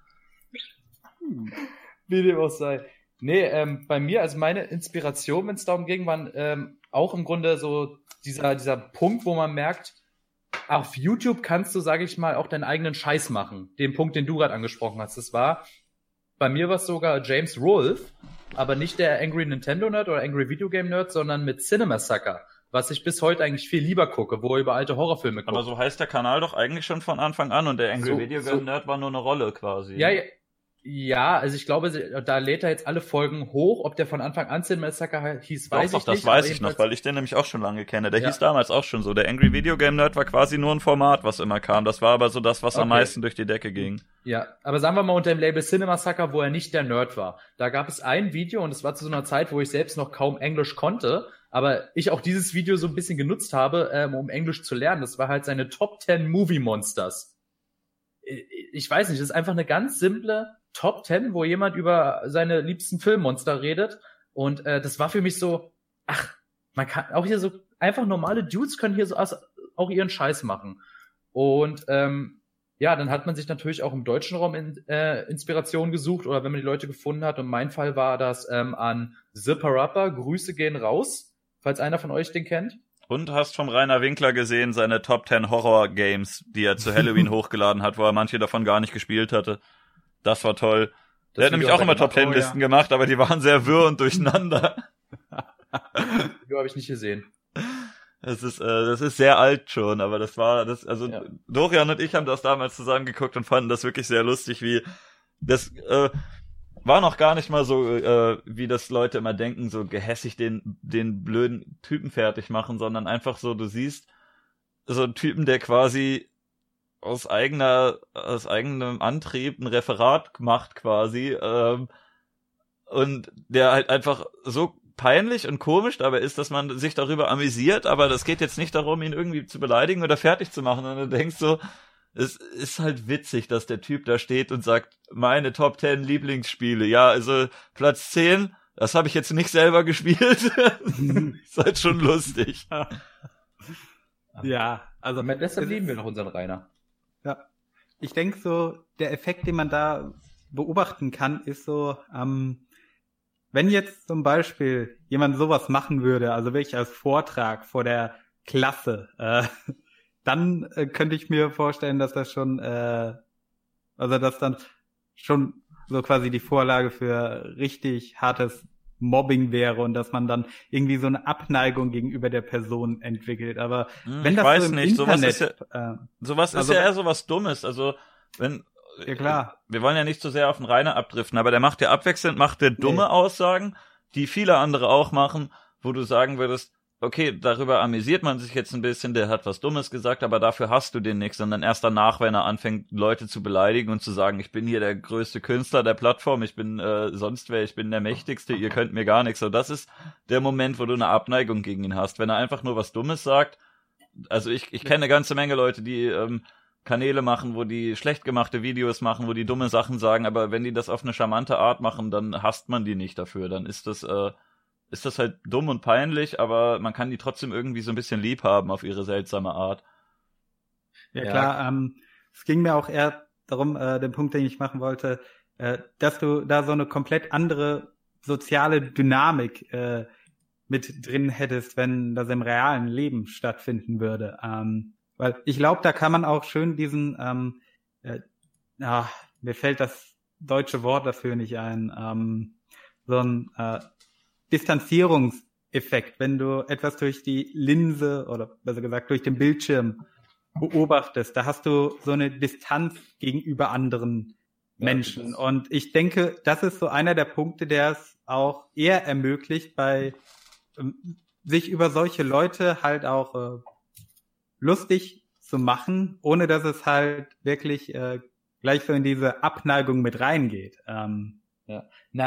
Wie dem auch sei. Nee, bei mir, also meine Inspiration, wenn es darum ging, waren auch im Grunde so dieser Punkt, wo man merkt, auf YouTube kannst du, sage ich mal, auch deinen eigenen Scheiß machen. Den Punkt, den du gerade angesprochen hast. Bei mir war es sogar James Rolfe, aber nicht der Angry Nintendo Nerd oder Angry Video Game Nerd, sondern mit Cinema Sucker, was ich bis heute eigentlich viel lieber gucke, wo er über alte Horrorfilme guckt. Aber so heißt der Kanal doch eigentlich schon von Anfang an und der Angry Video Game Nerd war nur eine Rolle quasi. Ja, also ich glaube, da lädt er jetzt alle Folgen hoch. Ob der von Anfang an Cinema Sucker hieß, weiß ich nicht. Das weiß ich noch, weil ich den nämlich auch schon lange kenne. Der hieß damals auch schon so. Der Angry Video Game Nerd war quasi nur ein Format, was immer kam. Das war aber so das, was am meisten durch die Decke ging. Ja, aber sagen wir mal unter dem Label Cinema Sucker, wo er nicht der Nerd war. Da gab es ein Video und es war zu so einer Zeit, wo ich selbst noch kaum Englisch konnte, aber ich auch dieses Video so ein bisschen genutzt habe, um Englisch zu lernen. Das war halt seine Top 10 Movie Monsters. Ich weiß nicht, das ist einfach eine ganz simple Top 10, wo jemand über seine liebsten Filmmonster redet. Und das war für mich so, man kann auch hier so, einfach normale Dudes können hier so auch ihren Scheiß machen. Und dann hat man sich natürlich auch im deutschen Raum Inspiration gesucht oder wenn man die Leute gefunden hat. Und mein Fall war das an The Parappa. Grüße gehen raus, falls einer von euch den kennt. Und hast vom Rainer Winkler gesehen, seine Top 10 Horror-Games, die er zu Halloween hochgeladen hat, wo er manche davon gar nicht gespielt hatte. Das war toll. Der hat nämlich auch immer Top 10 Listen gemacht, aber die waren sehr wirr und durcheinander. Die habe ich nicht gesehen. Das ist sehr alt schon, aber Dorian und ich haben das damals zusammen geguckt und fanden das wirklich sehr lustig, wie das war noch gar nicht mal so, wie das Leute immer denken, so gehässig den blöden Typen fertig machen, sondern einfach so, du siehst so einen Typen, der quasi aus eigenem Antrieb ein Referat macht quasi, und der halt einfach so peinlich und komisch dabei ist, dass man sich darüber amüsiert, aber das geht jetzt nicht darum, ihn irgendwie zu beleidigen oder fertig zu machen, und du denkst so, es ist halt witzig, dass der Typ da steht und sagt, meine Top 10 Lieblingsspiele, ja, also Platz 10, das habe ich jetzt nicht selber gespielt, ist halt schon lustig. Ja, also deshalb lieben wir noch unseren Rainer. Ja, ich denke so, der Effekt, den man da beobachten kann, ist so, wenn jetzt zum Beispiel jemand sowas machen würde, also wirklich als Vortrag vor der Klasse, dann könnte ich mir vorstellen, dass das schon, dass dann schon so quasi die Vorlage für richtig hartes Mobbing wäre und dass man dann irgendwie so eine Abneigung gegenüber der Person entwickelt. Aber wenn das so im Internet, sowas ist ja eher sowas Dummes. Also wenn ja klar, wir wollen ja nicht so sehr auf den Rainer abdriften, aber der macht ja abwechselnd dumme Aussagen, die viele andere auch machen, wo du sagen würdest, okay, darüber amüsiert man sich jetzt ein bisschen, der hat was Dummes gesagt, aber dafür hast du den nicht, sondern erst danach, wenn er anfängt, Leute zu beleidigen und zu sagen, ich bin hier der größte Künstler der Plattform, ich bin sonst wer, ich bin der Mächtigste, ihr könnt mir gar nichts. So, das ist der Moment, wo du eine Abneigung gegen ihn hast. Wenn er einfach nur was Dummes sagt, also ich kenne eine ganze Menge Leute, die Kanäle machen, wo die schlecht gemachte Videos machen, wo die dumme Sachen sagen, aber wenn die das auf eine charmante Art machen, dann hasst man die nicht dafür, dann ist das halt dumm und peinlich, aber man kann die trotzdem irgendwie so ein bisschen lieb haben auf ihre seltsame Art. Ja klar, es ging mir auch eher darum, den Punkt, den ich machen wollte, dass du da so eine komplett andere soziale Dynamik mit drin hättest, wenn das im realen Leben stattfinden würde. Weil ich glaube, da kann man auch schön diesen, mir fällt das deutsche Wort dafür nicht ein, so ein Distanzierungseffekt, wenn du etwas durch die Linse oder besser gesagt durch den Bildschirm beobachtest, da hast du so eine Distanz gegenüber anderen Menschen. Und ich denke, das ist so einer der Punkte, der es auch eher ermöglicht, bei sich über solche Leute halt auch lustig zu machen, ohne dass es halt wirklich gleich so in diese Abneigung mit reingeht. Ja.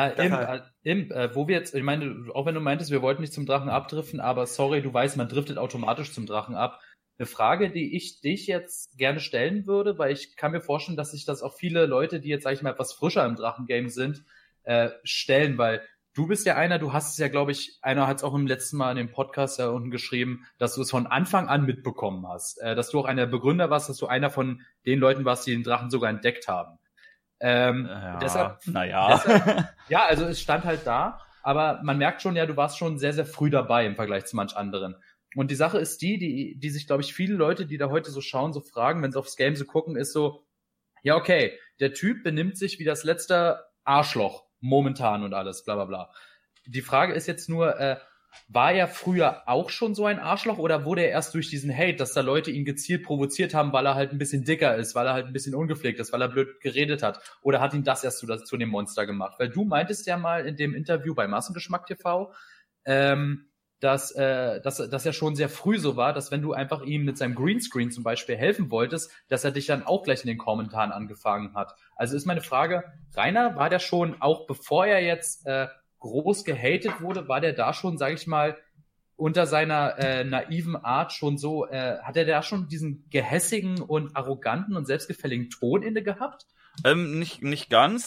Wo wir jetzt, ich meine, auch wenn du meintest, wir wollten nicht zum Drachen abdriften, aber sorry, du weißt, man driftet automatisch zum Drachen ab. Eine Frage, die ich dich jetzt gerne stellen würde, weil ich kann mir vorstellen, dass sich das auch viele Leute, die jetzt, sag ich mal, etwas frischer im Drachengame sind, stellen, weil du bist ja einer, du hast es ja, glaube ich, einer hat es auch im letzten Mal in dem Podcast da unten geschrieben, dass du es von Anfang an mitbekommen hast, dass du auch einer der Begründer warst, dass du einer von den Leuten warst, die den Drachen sogar entdeckt haben. Deshalb, ja, also es stand halt da, aber man merkt schon, ja, du warst schon sehr, sehr früh dabei im Vergleich zu manch anderen. Und die Sache ist die sich, glaube ich, viele Leute, die da heute so schauen, so fragen, wenn sie aufs Game so gucken, ist so, ja, okay, der Typ benimmt sich wie das letzte Arschloch momentan und alles, bla bla bla. Die Frage ist jetzt nur, war er früher auch schon so ein Arschloch oder wurde er erst durch diesen Hate, dass da Leute ihn gezielt provoziert haben, weil er halt ein bisschen dicker ist, weil er halt ein bisschen ungepflegt ist, weil er blöd geredet hat? Oder hat ihn das erst zu dem Monster gemacht? Weil du meintest ja mal in dem Interview bei Massengeschmack TV, dass er schon sehr früh so war, dass wenn du einfach ihm mit seinem Greenscreen zum Beispiel helfen wolltest, dass er dich dann auch gleich in den Kommentaren angefangen hat. Also ist meine Frage, Rainer, war der schon, auch bevor er jetzt groß gehatet wurde, war der da schon, sage ich mal, unter seiner naiven Art schon so, hat er da schon diesen gehässigen und arroganten und selbstgefälligen Ton inne gehabt? Nicht ganz,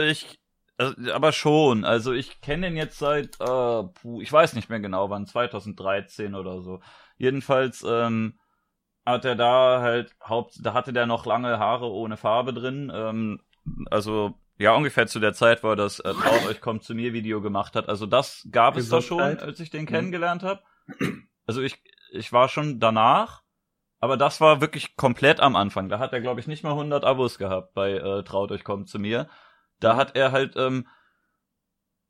aber schon. Also ich kenne ihn jetzt seit, ich weiß nicht mehr genau wann, 2013 oder so. Jedenfalls hat er da halt da hatte der noch lange Haare ohne Farbe drin. Also ja, ungefähr zu der Zeit, wo er das Traut euch kommt zu mir Video gemacht hat. Also das gab es da schon, als ich den kennengelernt habe. Also ich war schon danach, aber das war wirklich komplett am Anfang. Da hat er, glaube ich, nicht mal 100 Abos gehabt bei Traut euch kommt zu mir. Da hat er halt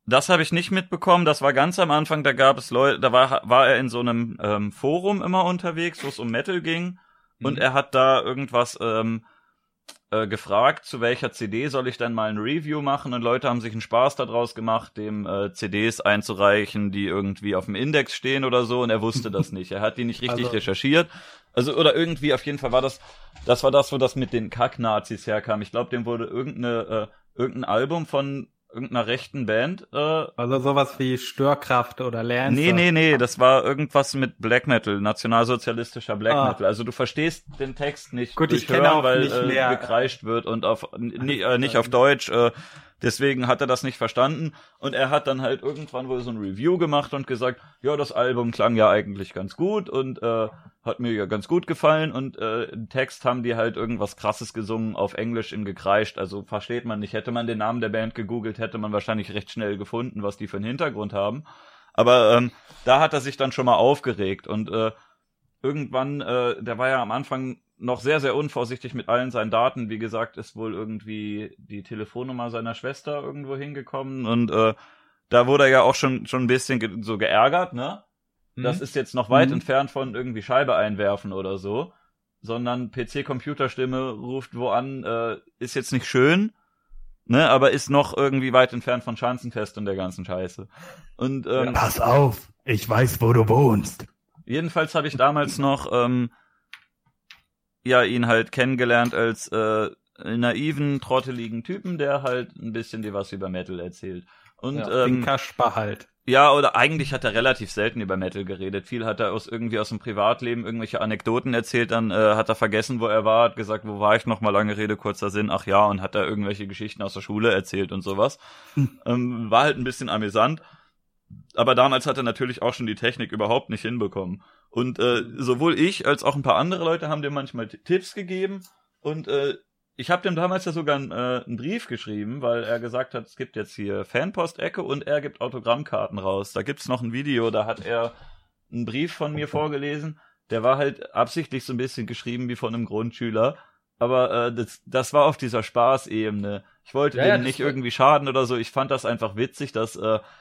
Das habe ich nicht mitbekommen. Das war ganz am Anfang. Da gab es Leute, da war er in so einem Forum immer unterwegs, wo es um Metal ging. Und er hat da irgendwas gefragt, zu welcher CD soll ich denn mal ein Review machen. Und Leute haben sich einen Spaß daraus gemacht, dem CDs einzureichen, die irgendwie auf dem Index stehen oder so. Und er wusste das nicht. Er hat die nicht richtig recherchiert. Also, oder irgendwie, auf jeden Fall war das war das, wo das mit den Kack-Nazis herkam. Ich glaube, dem wurde irgendein Album von irgendeiner rechten Band. Also sowas wie Störkraft oder Lancer. Nee, das war irgendwas mit Black Metal, nationalsozialistischer Black Metal. Also du verstehst den Text nicht gut, durch ich kenne Hören, auch weil nicht mehr. gekreischt wird und nicht auf Deutsch. Deswegen hat er das nicht verstanden. Und er hat dann halt irgendwann wohl so ein Review gemacht und gesagt, ja, das Album klang ja eigentlich ganz gut und hat mir ja ganz gut gefallen. Und im Text haben die halt irgendwas Krasses gesungen, auf Englisch in gekreischt. Also versteht man nicht. Hätte man den Namen der Band gegoogelt, hätte man wahrscheinlich recht schnell gefunden, was die für einen Hintergrund haben. Aber da hat er sich dann schon mal aufgeregt. Und irgendwann, der war ja am Anfang noch sehr, sehr unvorsichtig mit allen seinen Daten. Wie gesagt, ist wohl irgendwie die Telefonnummer seiner Schwester irgendwo hingekommen. Und da wurde er ja auch schon ein bisschen so geärgert, ne? Das ist jetzt noch weit entfernt von irgendwie Scheibe einwerfen oder so. Sondern PC-Computerstimme ruft wo an, ist jetzt nicht schön, ne? Aber ist noch irgendwie weit entfernt von Schanzenfest und der ganzen Scheiße. Und pass auf, ich weiß, wo du wohnst. Jedenfalls habe ich damals noch ihn halt kennengelernt als naiven, trotteligen Typen, der halt ein bisschen dir was über Metal erzählt. Und den Kasper halt. Ja, oder eigentlich hat er relativ selten über Metal geredet. Viel hat er aus dem Privatleben irgendwelche Anekdoten erzählt, dann hat er vergessen, wo er war, hat gesagt, wo war ich noch, mal lange Rede, kurzer Sinn, ach ja, und hat da irgendwelche Geschichten aus der Schule erzählt und sowas. War halt ein bisschen amüsant. Aber damals hat er natürlich auch schon die Technik überhaupt nicht hinbekommen. Und sowohl ich als auch ein paar andere Leute haben dir manchmal Tipps gegeben. Und ich habe dem damals ja sogar einen Brief geschrieben, weil er gesagt hat, es gibt jetzt hier Fanpost-Ecke und er gibt Autogrammkarten raus. Da gibt's noch ein Video, da hat er einen Brief von mir vorgelesen. Der war halt absichtlich so ein bisschen geschrieben wie von einem Grundschüler. Aber das war auf dieser Spaßebene. Ich wollte dem nicht irgendwie schaden oder so. Ich fand das einfach witzig, dass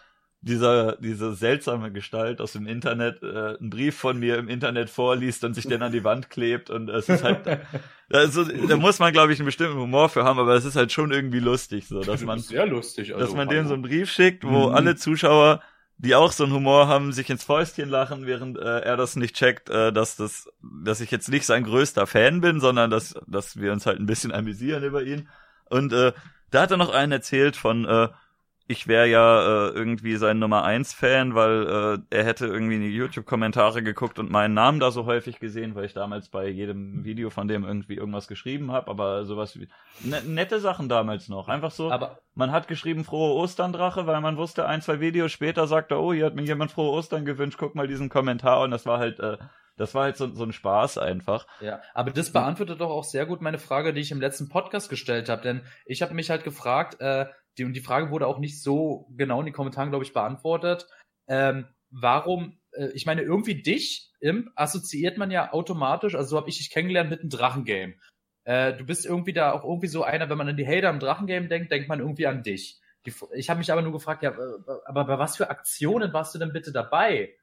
diese seltsame Gestalt aus dem Internet einen Brief von mir im Internet vorliest und sich den an die Wand klebt und es ist halt also, da muss man, glaube ich, einen bestimmten Humor für haben, aber es ist halt schon irgendwie lustig, so dass man sehr lustig, also, dass man dem so einen Brief schickt, wo alle Zuschauer, die auch so einen Humor haben, sich ins Fäustchen lachen, während er das nicht checkt, dass ich jetzt nicht sein größter Fan bin, sondern dass wir uns halt ein bisschen amüsieren über ihn. Und da hat er noch einen erzählt von ich wäre ja irgendwie sein Nummer 1 Fan, weil er hätte irgendwie in die YouTube-Kommentare geguckt und meinen Namen da so häufig gesehen, weil ich damals bei jedem Video von dem irgendwie irgendwas geschrieben habe, aber sowas wie nette Sachen damals noch. Einfach so, aber man hat geschrieben frohe Ostern, Drache, weil man wusste, 1-2 Videos später sagt er, oh, hier hat mir jemand frohe Ostern gewünscht, guck mal diesen Kommentar, und das war halt so ein Spaß einfach. Ja, aber das beantwortet doch auch sehr gut meine Frage, die ich im letzten Podcast gestellt habe, denn ich habe mich halt gefragt, die Frage wurde auch nicht so genau in den Kommentaren, glaube ich, beantwortet. Warum, ich meine, irgendwie dich, Imp, assoziiert man ja automatisch, also so habe ich dich kennengelernt, mit einem Drachengame. Du bist irgendwie da auch irgendwie so einer, wenn man an die Hater im Drachengame denkt man irgendwie an dich. Ich habe mich aber nur gefragt, ja, aber bei was für Aktionen warst du denn bitte dabei?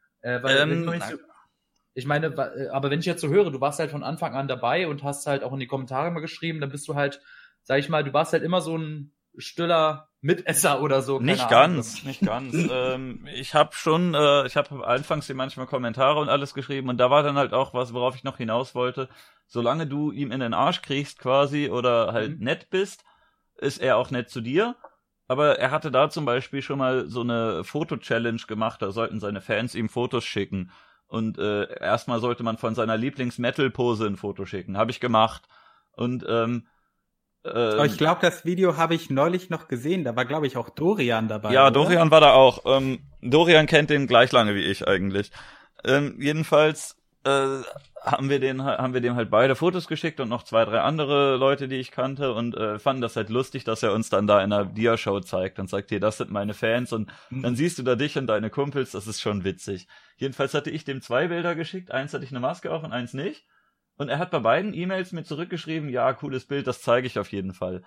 Ich meine, aber wenn ich jetzt so höre, du warst halt von Anfang an dabei und hast halt auch in die Kommentare mal geschrieben, dann bist du halt, sag ich mal, du warst halt immer so ein stiller Mitesser oder so. Nicht ganz. Ich habe anfangs dir manchmal Kommentare und alles geschrieben und da war dann halt auch was, worauf ich noch hinaus wollte. Solange du ihm in den Arsch kriegst quasi oder halt nett bist, ist er auch nett zu dir. Aber er hatte da zum Beispiel schon mal so eine Foto-Challenge gemacht, da sollten seine Fans ihm Fotos schicken. Und erstmal sollte man von seiner Lieblings-Metal-Pose ein Foto schicken. Habe ich gemacht. Und aber ich glaube, das Video habe ich neulich noch gesehen. Da war, glaube ich, auch Dorian dabei. Ja, oder? Dorian war da auch. Dorian kennt den gleich lange wie ich eigentlich. Jedenfalls haben wir dem halt beide Fotos geschickt und noch 2, 3 andere Leute, die ich kannte, und fanden das halt lustig, dass er uns dann da in einer Dia-Show zeigt und sagt, hier, das sind meine Fans, und dann siehst du da dich und deine Kumpels, das ist schon witzig. Jedenfalls hatte ich dem 2 Bilder geschickt, eins hatte ich eine Maske auf und eins nicht. Und er hat bei beiden E-Mails mir zurückgeschrieben, ja, cooles Bild, das zeige ich auf jeden Fall.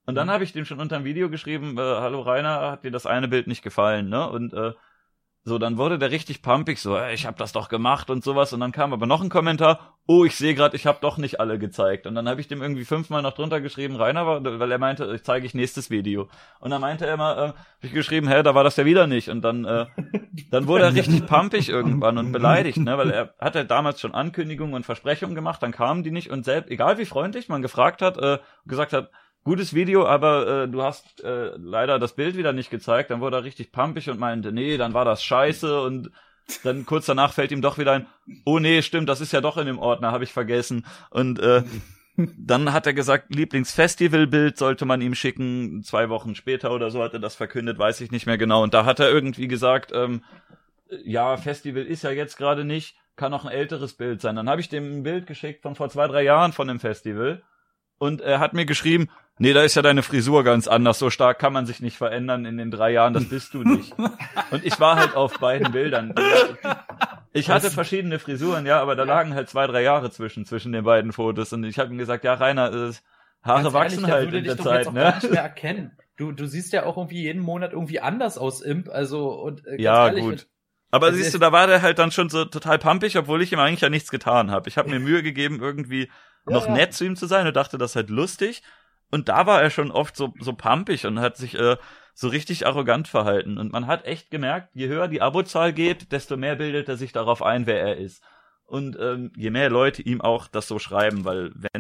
Und dann habe ich dem schon unter dem Video geschrieben, hallo Rainer, hat dir das eine Bild nicht gefallen, ne? Und so, dann wurde der richtig pumpig, so, ich habe das doch gemacht und sowas. Und dann kam aber noch ein Kommentar, ich sehe gerade, ich habe doch nicht alle gezeigt. Und dann habe ich dem irgendwie 5-mal noch drunter geschrieben, Rainer, weil er meinte, ich zeige ich nächstes Video. Und dann meinte er immer, habe ich geschrieben, da war das ja wieder nicht. Und dann wurde er richtig pumpig irgendwann und beleidigt, ne, weil er hatte damals schon Ankündigungen und Versprechungen gemacht, dann kamen die nicht und selbst, egal wie freundlich man gefragt hat, gesagt hat, gutes Video, aber du hast leider das Bild wieder nicht gezeigt. Dann wurde er richtig pumpig und meinte, nee, dann war das scheiße. Und dann kurz danach fällt ihm doch wieder ein, oh nee, stimmt, das ist ja doch in dem Ordner, habe ich vergessen. Und dann hat er gesagt, Lieblingsfestivalbild sollte man ihm schicken. 2 Wochen später oder so hat er das verkündet, weiß ich nicht mehr genau. Und da hat er irgendwie gesagt, ja, Festival ist ja jetzt gerade nicht, kann auch ein älteres Bild sein. Dann habe ich dem ein Bild geschickt von vor 2-3 Jahren von dem Festival. Und er hat mir geschrieben, nee, da ist ja deine Frisur ganz anders, so stark kann man sich nicht verändern in den 3 Jahren, das bist du nicht. Und ich war halt auf beiden Bildern. Ich hatte verschiedene Frisuren, ja, aber da lagen halt 2-3 Jahre zwischen den beiden Fotos. Und ich habe ihm gesagt, ja, Rainer, Haare wachsen halt in der Zeit, ne? Gar nicht mehr erkennen. Du siehst ja auch irgendwie jeden Monat irgendwie anders aus, Imp, also, und ja, ehrlich, gut. Aber siehst du, da war der halt dann schon so total pumpig, obwohl ich ihm eigentlich ja nichts getan habe. Ich habe mir Mühe gegeben, irgendwie noch nett zu ihm zu sein und dachte, das ist halt lustig. Und da war er schon oft so pumpig und hat sich so richtig arrogant verhalten. Und man hat echt gemerkt, je höher die Abozahl geht, desto mehr bildet er sich darauf ein, wer er ist. Und je mehr Leute ihm auch das so schreiben, weil wenn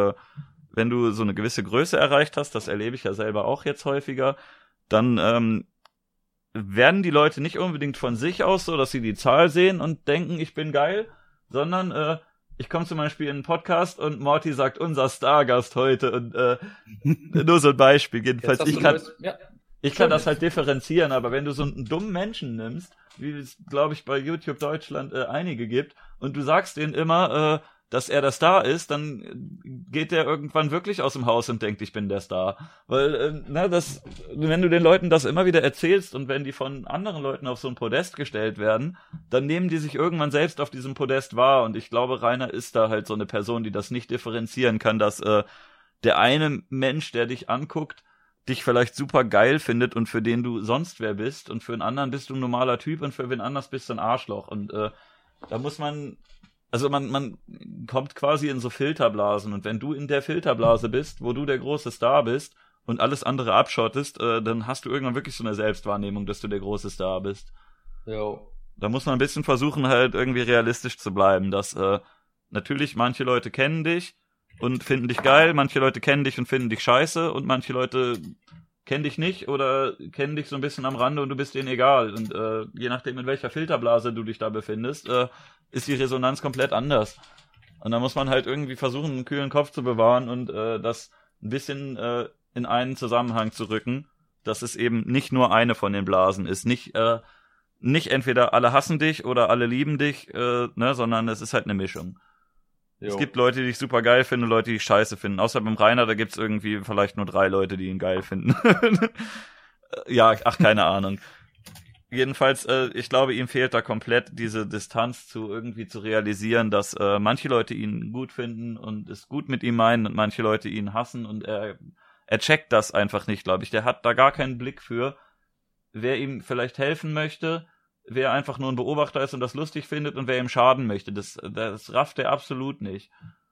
du so eine gewisse Größe erreicht hast, das erlebe ich ja selber auch jetzt häufiger, dann werden die Leute nicht unbedingt von sich aus so, dass sie die Zahl sehen und denken, ich bin geil, sondern ich komme zum Beispiel in einen Podcast und Morty sagt, unser Stargast heute und nur so ein Beispiel. Jedenfalls, ich kann das halt differenzieren, aber wenn du so einen dummen Menschen nimmst, wie es, glaube ich, bei YouTube Deutschland einige gibt, und du sagst denen immer, dass er der Star ist, dann geht der irgendwann wirklich aus dem Haus und denkt, ich bin der Star. Weil, wenn du den Leuten das immer wieder erzählst und wenn die von anderen Leuten auf so ein Podest gestellt werden, dann nehmen die sich irgendwann selbst auf diesem Podest wahr. Und ich glaube, Rainer ist da halt so eine Person, die das nicht differenzieren kann, dass der eine Mensch, der dich anguckt, dich vielleicht super geil findet und für den du sonst wer bist und für einen anderen bist du ein normaler Typ und für wen anders bist du ein Arschloch. Und da muss man... Also man kommt quasi in so Filterblasen und wenn du in der Filterblase bist, wo du der große Star bist und alles andere abschottest, dann hast du irgendwann wirklich so eine Selbstwahrnehmung, dass du der große Star bist. Jo. Da muss man ein bisschen versuchen, halt irgendwie realistisch zu bleiben, dass natürlich manche Leute kennen dich und finden dich geil, manche Leute kennen dich und finden dich scheiße und manche Leute kennen dich nicht oder kennen dich so ein bisschen am Rande und du bist denen egal. Und je nachdem, in welcher Filterblase du dich da befindest, ist die Resonanz komplett anders. Und da muss man halt irgendwie versuchen, einen kühlen Kopf zu bewahren und das ein bisschen in einen Zusammenhang zu rücken, dass es eben nicht nur eine von den Blasen ist. Nicht entweder alle hassen dich oder alle lieben dich, sondern es ist halt eine Mischung. Jo. Es gibt Leute, die dich super geil finden und Leute, die dich scheiße finden. Außer beim Rainer, da gibt's irgendwie vielleicht nur 3 Leute, die ihn geil finden. Ja, keine Ahnung. Jedenfalls, ich glaube, ihm fehlt da komplett diese Distanz zu irgendwie zu realisieren, dass manche Leute ihn gut finden und es gut mit ihm meinen und manche Leute ihn hassen und er checkt das einfach nicht, glaube ich. Der hat da gar keinen Blick für, wer ihm vielleicht helfen möchte, wer einfach nur ein Beobachter ist und das lustig findet und wer ihm schaden möchte. Das rafft er absolut nicht.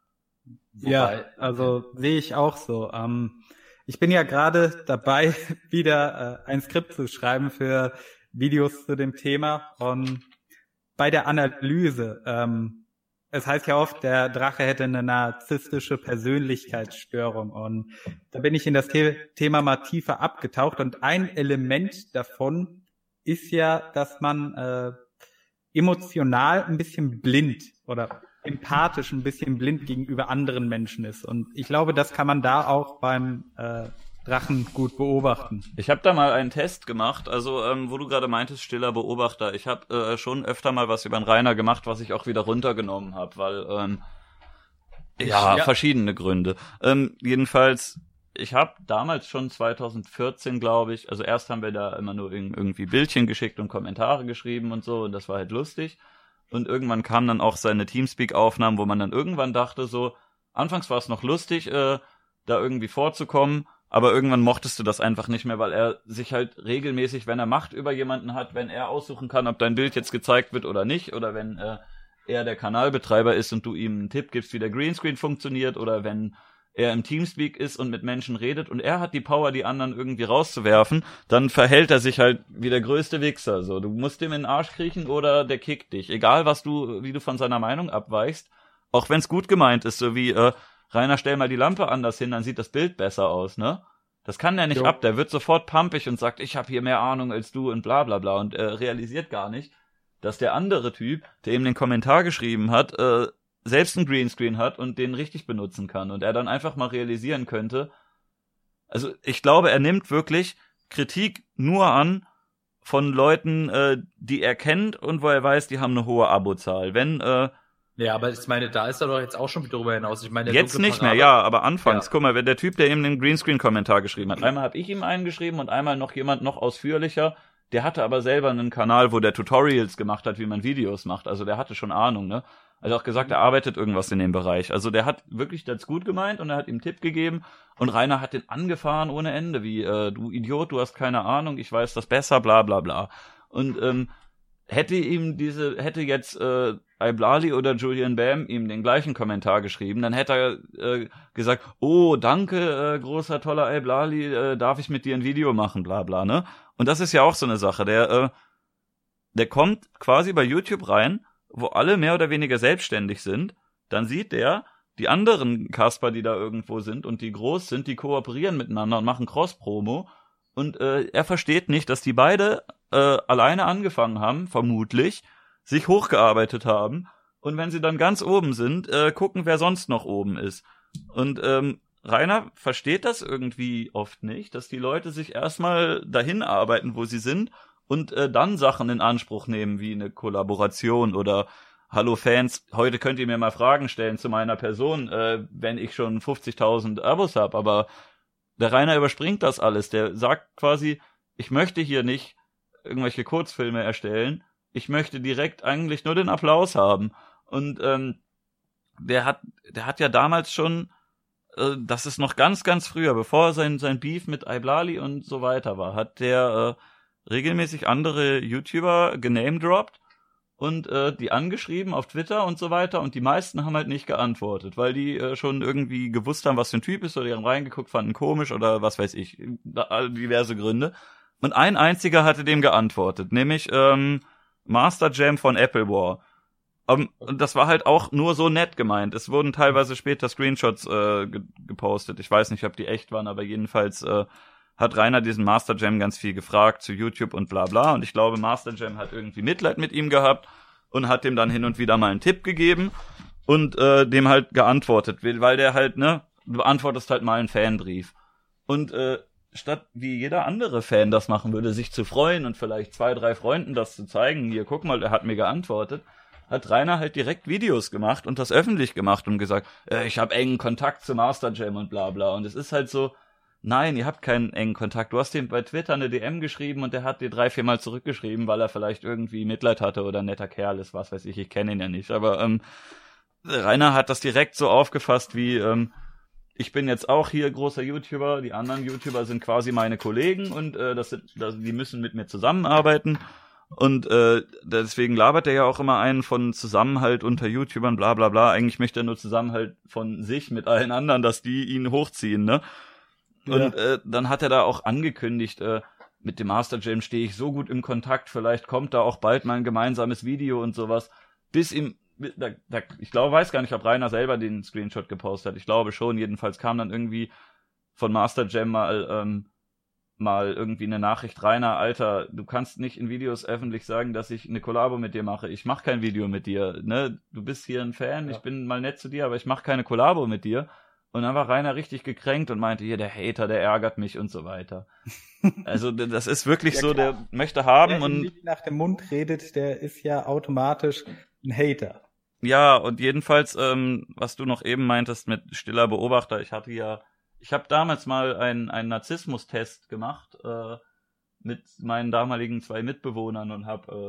Ja, also sehe ich auch so. Ich bin ja gerade dabei, wieder ein Skript zu schreiben für Videos zu dem Thema. Und bei der Analyse, es heißt ja oft, der Drache hätte eine narzisstische Persönlichkeitsstörung. Und da bin ich in das Thema mal tiefer abgetaucht. Und ein Element davon ist ja, dass man emotional ein bisschen blind oder empathisch ein bisschen blind gegenüber anderen Menschen ist. Und ich glaube, das kann man da auch beim Drachen gut beobachten. Ich habe da mal einen Test gemacht, also wo du gerade meintest, stiller Beobachter. Ich habe schon öfter mal was über den Rainer gemacht, was ich auch wieder runtergenommen habe, weil verschiedene Gründe. Jedenfalls, ich habe damals schon 2014, glaube ich, also erst haben wir da immer nur irgendwie Bildchen geschickt und Kommentare geschrieben und so und das war halt lustig. Und irgendwann kamen dann auch seine Teamspeak-Aufnahmen, wo man dann irgendwann dachte so, anfangs war es noch lustig, da irgendwie vorzukommen, aber irgendwann mochtest du das einfach nicht mehr, weil er sich halt regelmäßig, wenn er Macht über jemanden hat, wenn er aussuchen kann, ob dein Bild jetzt gezeigt wird oder nicht, oder wenn er der Kanalbetreiber ist und du ihm einen Tipp gibst, wie der Greenscreen funktioniert, oder wenn er im Teamspeak ist und mit Menschen redet und er hat die Power, die anderen irgendwie rauszuwerfen, dann verhält er sich halt wie der größte Wichser. So, du musst ihm in den Arsch kriechen oder der kickt dich. Egal wie du von seiner Meinung abweichst, auch wenn es gut gemeint ist, so wie Rainer, stell mal die Lampe anders hin, dann sieht das Bild besser aus, ne? Das kann der nicht ab, der wird sofort pumpig und sagt, ich habe hier mehr Ahnung als du und bla bla bla und realisiert gar nicht, dass der andere Typ, der ihm den Kommentar geschrieben hat, selbst einen Greenscreen hat und den richtig benutzen kann und er dann einfach mal realisieren könnte, also ich glaube, er nimmt wirklich Kritik nur an von Leuten, die er kennt und wo er weiß, die haben eine hohe Abozahl. Wenn ja, aber ich meine, da ist er doch jetzt auch schon darüber hinaus. Ich meine, jetzt nicht mehr, ja, aber anfangs, guck mal, wenn der Typ, der ihm den Greenscreen-Kommentar geschrieben hat, einmal habe ich ihm einen geschrieben und einmal noch jemand noch ausführlicher, der hatte aber selber einen Kanal, wo der Tutorials gemacht hat, wie man Videos macht, also der hatte schon Ahnung, ne? Also auch gesagt, er arbeitet irgendwas in dem Bereich. Also der hat wirklich das gut gemeint und er hat ihm einen Tipp gegeben und Rainer hat den angefahren ohne Ende, wie, du Idiot, du hast keine Ahnung, ich weiß das besser, bla bla bla. Und hätte jetzt Iblali oder Julian Bam ihm den gleichen Kommentar geschrieben, dann hätte er gesagt, oh, danke, großer, toller Iblali, darf ich mit dir ein Video machen, bla bla, ne? Und das ist ja auch so eine Sache, der kommt quasi bei YouTube rein, wo alle mehr oder weniger selbstständig sind, dann sieht der, die anderen Kasper, die da irgendwo sind und die groß sind, die kooperieren miteinander und machen Cross-Promo und er versteht nicht, dass die beide alleine angefangen haben, vermutlich, sich hochgearbeitet haben und wenn sie dann ganz oben sind, gucken, wer sonst noch oben ist. Und Rainer versteht das irgendwie oft nicht, dass die Leute sich erstmal dahin arbeiten, wo sie sind und dann Sachen in Anspruch nehmen, wie eine Kollaboration oder hallo Fans, heute könnt ihr mir mal Fragen stellen zu meiner Person, wenn ich schon 50.000 Abos habe, aber der Rainer überspringt das alles, der sagt quasi, ich möchte hier nicht irgendwelche Kurzfilme erstellen, ich möchte direkt eigentlich nur den Applaus haben. Und der hat ja damals schon, das ist noch ganz, ganz früher, bevor sein Beef mit Iblali und so weiter war, hat der regelmäßig andere YouTuber genamedroppt und die angeschrieben auf Twitter und so weiter und die meisten haben halt nicht geantwortet, weil die schon irgendwie gewusst haben, was für ein Typ ist oder die haben reingeguckt, fanden komisch oder was weiß ich, diverse Gründe. Und ein einziger hatte dem geantwortet, nämlich Master Jam von Apple War. Und das war halt auch nur so nett gemeint. Es wurden teilweise später Screenshots gepostet. Ich weiß nicht, ob die echt waren, aber jedenfalls hat Rainer diesen Master Jam ganz viel gefragt zu YouTube und bla bla. Und ich glaube, Master Jam hat irgendwie Mitleid mit ihm gehabt und hat dem dann hin und wieder mal einen Tipp gegeben und dem halt geantwortet, weil der halt, ne, du beantwortest halt mal einen Fanbrief. Und statt wie jeder andere Fan das machen würde, sich zu freuen und vielleicht 2, 3 Freunden das zu zeigen, hier, guck mal, der hat mir geantwortet, hat Rainer halt direkt Videos gemacht und das öffentlich gemacht und gesagt, ich habe engen Kontakt zu Master Jam und bla bla. Und es ist halt so, nein, ihr habt keinen engen Kontakt. Du hast ihm bei Twitter eine DM geschrieben und der hat dir 3, 4 Mal zurückgeschrieben, weil er vielleicht irgendwie Mitleid hatte oder ein netter Kerl ist, was weiß ich kenne ihn ja nicht. Aber Rainer hat das direkt so aufgefasst wie, ich bin jetzt auch hier großer YouTuber, die anderen YouTuber sind quasi meine Kollegen und die müssen mit mir zusammenarbeiten. Und deswegen labert er ja auch immer einen von Zusammenhalt unter YouTubern, bla bla bla. Eigentlich möchte er nur Zusammenhalt von sich mit allen anderen, dass die ihn hochziehen, ne? Und dann hat er da auch angekündigt, mit dem Master Jam stehe ich so gut im Kontakt, vielleicht kommt da auch bald mal ein gemeinsames Video und sowas. Bis ihm, ich glaube, weiß gar nicht, ob Rainer selber den Screenshot gepostet hat. Ich glaube schon, jedenfalls kam dann irgendwie von Master Jam mal irgendwie eine Nachricht, Rainer, Alter, du kannst nicht in Videos öffentlich sagen, dass ich eine Kollabo mit dir mache. Ich mache kein Video mit dir, ne? Du bist hier ein Fan, ich bin mal nett zu dir, aber ich mache keine Kollabo mit dir. Und dann war Rainer richtig gekränkt und meinte, hier, der Hater, der ärgert mich und so weiter. Also das ist wirklich ja, so, klar. Der möchte haben der und nicht nach dem Mund redet, der ist ja automatisch ein Hater. Ja, und jedenfalls, was du noch eben meintest mit stiller Beobachter, ich habe damals mal einen Narzissmus-Test gemacht mit meinen damaligen 2 Mitbewohnern und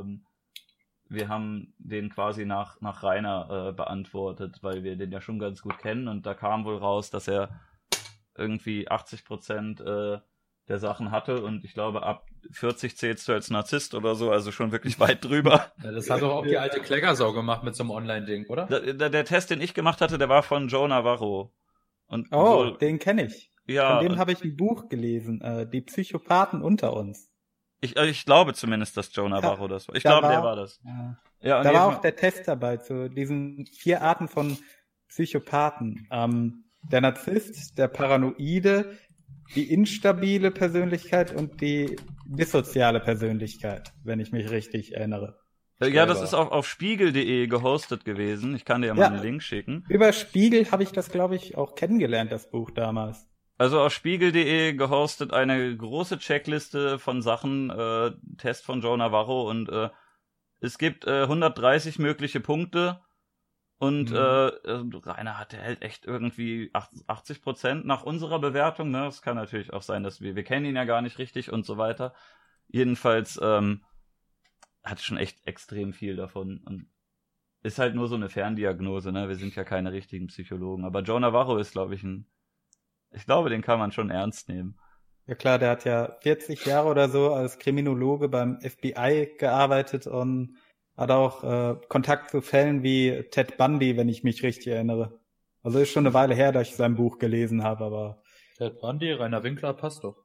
wir haben den quasi nach Rainer beantwortet, weil wir den ja schon ganz gut kennen und da kam wohl raus, dass er irgendwie 80% der Sachen hatte und ich glaube, ab 40 zählst du als Narzisst oder so, also schon wirklich weit drüber. Ja, das hat doch auch die alte Kleckersau gemacht mit so einem Online-Ding, oder? Der Test, den ich gemacht hatte, der war von Joe Navarro. Und so, den kenne ich. Ja. Von dem habe ich ein Buch gelesen, Die Psychopathen unter uns. Ich glaube zumindest, dass Joe Navarro das war. Ich glaube, der war das. Ja, da war auch der Test dabei zu diesen 4 Arten von Psychopathen. Der Narzisst, der Paranoide, die instabile Persönlichkeit und die dissoziale Persönlichkeit, wenn ich mich richtig erinnere. Ja, das ist auch auf spiegel.de gehostet gewesen. Ich kann dir mal einen Link schicken. Über Spiegel habe ich das, glaube ich, auch kennengelernt, das Buch damals. Also auf spiegel.de gehostet eine große Checkliste von Sachen, Test von Joe Navarro und es gibt 130 mögliche Punkte und Rainer hatte halt echt irgendwie 80% nach unserer Bewertung, ne? Es kann natürlich auch sein, dass wir kennen ihn ja gar nicht richtig und so weiter. Jedenfalls hat schon echt extrem viel davon und ist halt nur so eine Ferndiagnose, ne? Wir sind ja keine richtigen Psychologen, aber Joe Navarro ist, glaube ich glaube, den kann man schon ernst nehmen. Ja klar, der hat ja 40 Jahre oder so als Kriminologe beim FBI gearbeitet und hat auch Kontakt zu Fällen wie Ted Bundy, wenn ich mich richtig erinnere. Also ist schon eine Weile her, dass ich sein Buch gelesen habe, aber... Ted Bundy, Rainer Winkler, passt doch.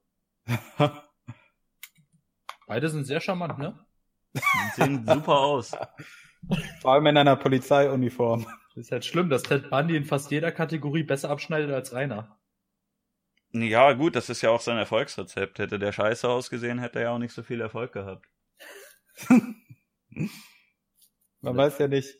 Beide sind sehr charmant, ne? Die sehen super aus. Vor allem in einer Polizeiuniform. Das ist halt schlimm, dass Ted Bundy in fast jeder Kategorie besser abschneidet als Rainer. Ja, gut, das ist ja auch sein Erfolgsrezept. Hätte der scheiße ausgesehen, hätte er ja auch nicht so viel Erfolg gehabt. Man weiß ja nicht.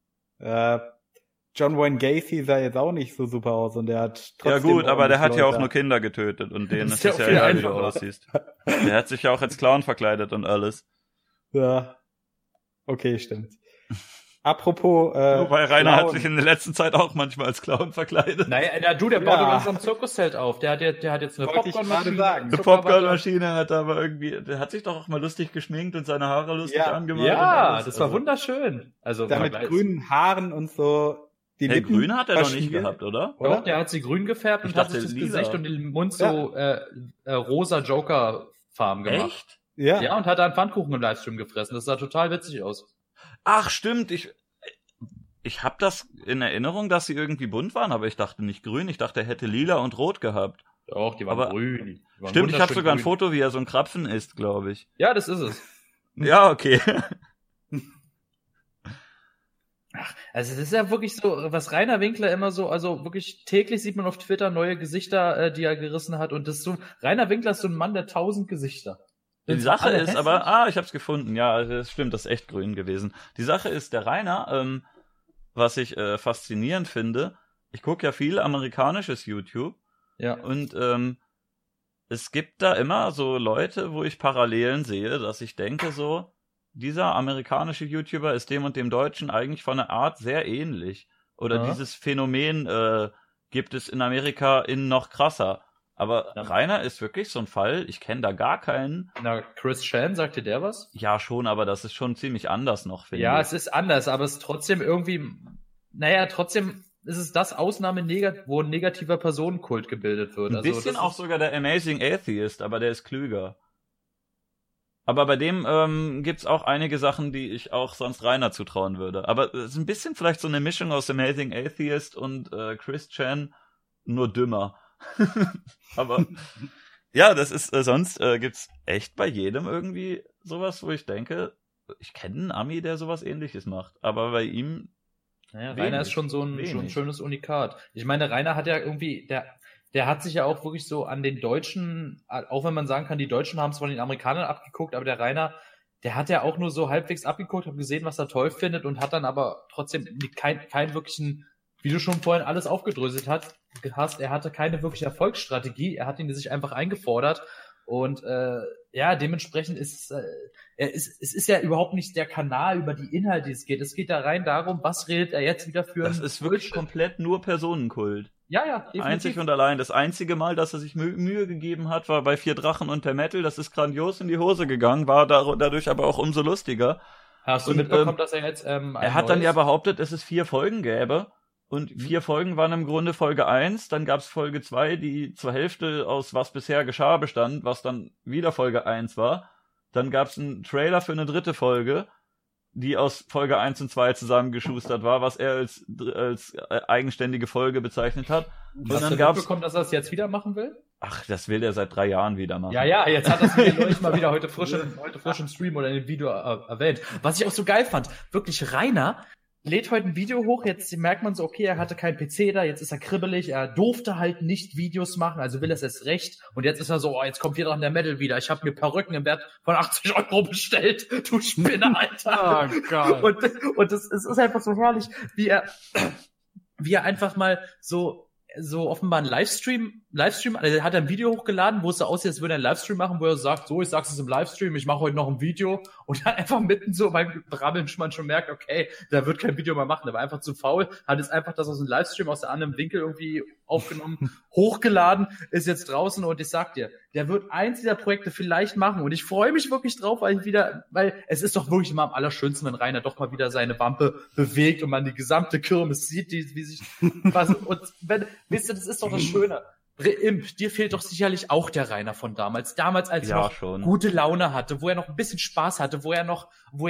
John Wayne Gacy sah jetzt auch nicht so super aus und der hat trotzdem... Ja gut, aber der hat ja auch nur Kinder getötet und denen ist es ja egal, wie du aussiehst. Der hat sich ja auch als Clown verkleidet und alles. Ja. Okay, stimmt. Apropos, wobei Rainer hat sich in der letzten Zeit auch manchmal als Clown verkleidet. Naja, der baut doch langsam Zirkuszelt auf. Der hat jetzt eine Popcornmaschine. Eine Popcornmaschine hat aber irgendwie, der hat sich doch auch mal lustig geschminkt und seine Haare lustig angemalt. Ja, das war wunderschön. Also da mit grünen Haaren und so. Die Lippen grün hat er doch nicht gehabt, oder? Doch, der hat sie grün gefärbt und hat sich das Gesicht und den Mund so rosa Joker-Farben gemacht. Echt? Ja. Ja, und hat da einen Pfannkuchen im Livestream gefressen. Das sah total witzig aus. Ach, stimmt. Ich habe das in Erinnerung, dass sie irgendwie bunt waren, aber ich dachte nicht grün. Ich dachte, er hätte lila und rot gehabt. Doch, die waren grün. Die waren stimmt, ich habe sogar ein Foto, wie er so ein Krapfen isst, glaube ich. Ja, das ist es. Ja, okay. Ach, also das ist ja wirklich so, was Rainer Winkler immer so, also wirklich täglich sieht man auf Twitter neue Gesichter, die er gerissen hat. Und das ist so, Rainer Winkler ist so ein Mann der 1000 Gesichter. Die Sache ist aber, ich hab's gefunden, ja, das stimmt, das ist echt grün gewesen. Die Sache ist, der Rainer, was ich faszinierend finde, ich gucke ja viel amerikanisches YouTube. Ja. Und es gibt da immer so Leute, wo ich Parallelen sehe, dass ich denke so, dieser amerikanische YouTuber ist dem und dem Deutschen eigentlich von der Art sehr ähnlich. Oder dieses Phänomen gibt es in Amerika in noch krasser. Aber Rainer ist wirklich so ein Fall, ich kenne da gar keinen. Na, Chris Chan, sagte der was? Ja, schon, aber das ist schon ziemlich anders noch, finde ich. Ja, es ist anders, aber es ist trotzdem irgendwie, trotzdem ist es das Ausnahme, wo ein negativer Personenkult gebildet wird. Ein bisschen auch sogar der Amazing Atheist, aber der ist klüger. Aber bei dem gibt's auch einige Sachen, die ich auch sonst Rainer zutrauen würde. Aber es ist ein bisschen vielleicht so eine Mischung aus Amazing Atheist und Chris Chan, nur dümmer. Aber ja, das ist sonst gibt's echt bei jedem irgendwie sowas, wo ich denke, ich kenne einen Ami, der sowas Ähnliches macht. Aber bei ihm Rainer ist schon so ein schönes Unikat. Ich meine, Rainer hat ja irgendwie, der hat sich ja auch wirklich so an den Deutschen, auch wenn man sagen kann, die Deutschen haben es von den Amerikanern abgeguckt, aber der Rainer, der hat ja auch nur so halbwegs abgeguckt, hat gesehen, was er toll findet und hat dann aber trotzdem keinen wirklichen, wie du schon vorhin alles aufgedröselt hast, er hatte keine wirkliche Erfolgsstrategie, er hat ihn sich einfach eingefordert und dementsprechend ist es ist ja überhaupt nicht der Kanal, über die Inhalte es geht. Es geht da rein darum, was redet er jetzt wieder für Das ist wirklich komplett nur Personenkult. Ja, definitiv. Einzig und allein. Das einzige Mal, dass er sich Mühe gegeben hat, war bei 4 Drachen und der Metal. Das ist grandios in die Hose gegangen, war dadurch aber auch umso lustiger. Hast du mitbekommen, dass er jetzt er hat dann ja behauptet, dass es 4 Folgen gäbe. Und 4 Folgen waren im Grunde Folge 1, dann gab's Folge 2, die zur Hälfte aus Was bisher geschah bestand, was dann wieder Folge 1 war. Dann gab's einen Trailer für eine 3. Folge, die aus Folge 1 und 2 zusammengeschustert war, was er als eigenständige Folge bezeichnet hat. Und dann gab's bekommen, dass er es jetzt wieder machen will? Ach, das will er seit 3 Jahren wieder machen. Ja, jetzt hat das mir neulich mal wieder heute frisch im Stream oder in dem Video erwähnt. Was ich auch so geil fand, wirklich Rainer lädt heute ein Video hoch, jetzt merkt man so, okay, er hatte keinen PC da, jetzt ist er kribbelig, er durfte halt nicht Videos machen, also will er es erst recht. Und jetzt ist er so, jetzt kommt wieder dran der Metal wieder. Ich habe mir Perücken im Wert von 80 € bestellt. Du Spinne, Alter. Oh Gott. Und es ist einfach so herrlich, wie er einfach mal so offenbar einen Livestream, also er hat ein Video hochgeladen, wo es so aussieht, als würde er einen Livestream machen, wo er sagt, so, ich sag's es im Livestream, ich mache heute noch ein Video, und dann einfach mitten so beim Brabbeln man schon merkt, okay, da wird kein Video mehr machen, der war einfach zu faul, hat jetzt einfach das aus dem Livestream aus der anderen Winkel irgendwie aufgenommen, hochgeladen, ist jetzt draußen, und ich sag dir, der wird eins dieser Projekte vielleicht machen, und ich freue mich wirklich drauf, weil es ist doch wirklich immer am allerschönsten, wenn Rainer doch mal wieder seine Wampe bewegt und man die gesamte Kirmes sieht, wie sich was, und wisst ihr, das ist doch das Schöne. Imp, dir fehlt doch sicherlich auch der Rainer von damals, als er noch gute Laune hatte, wo er noch ein bisschen Spaß hatte, wo er noch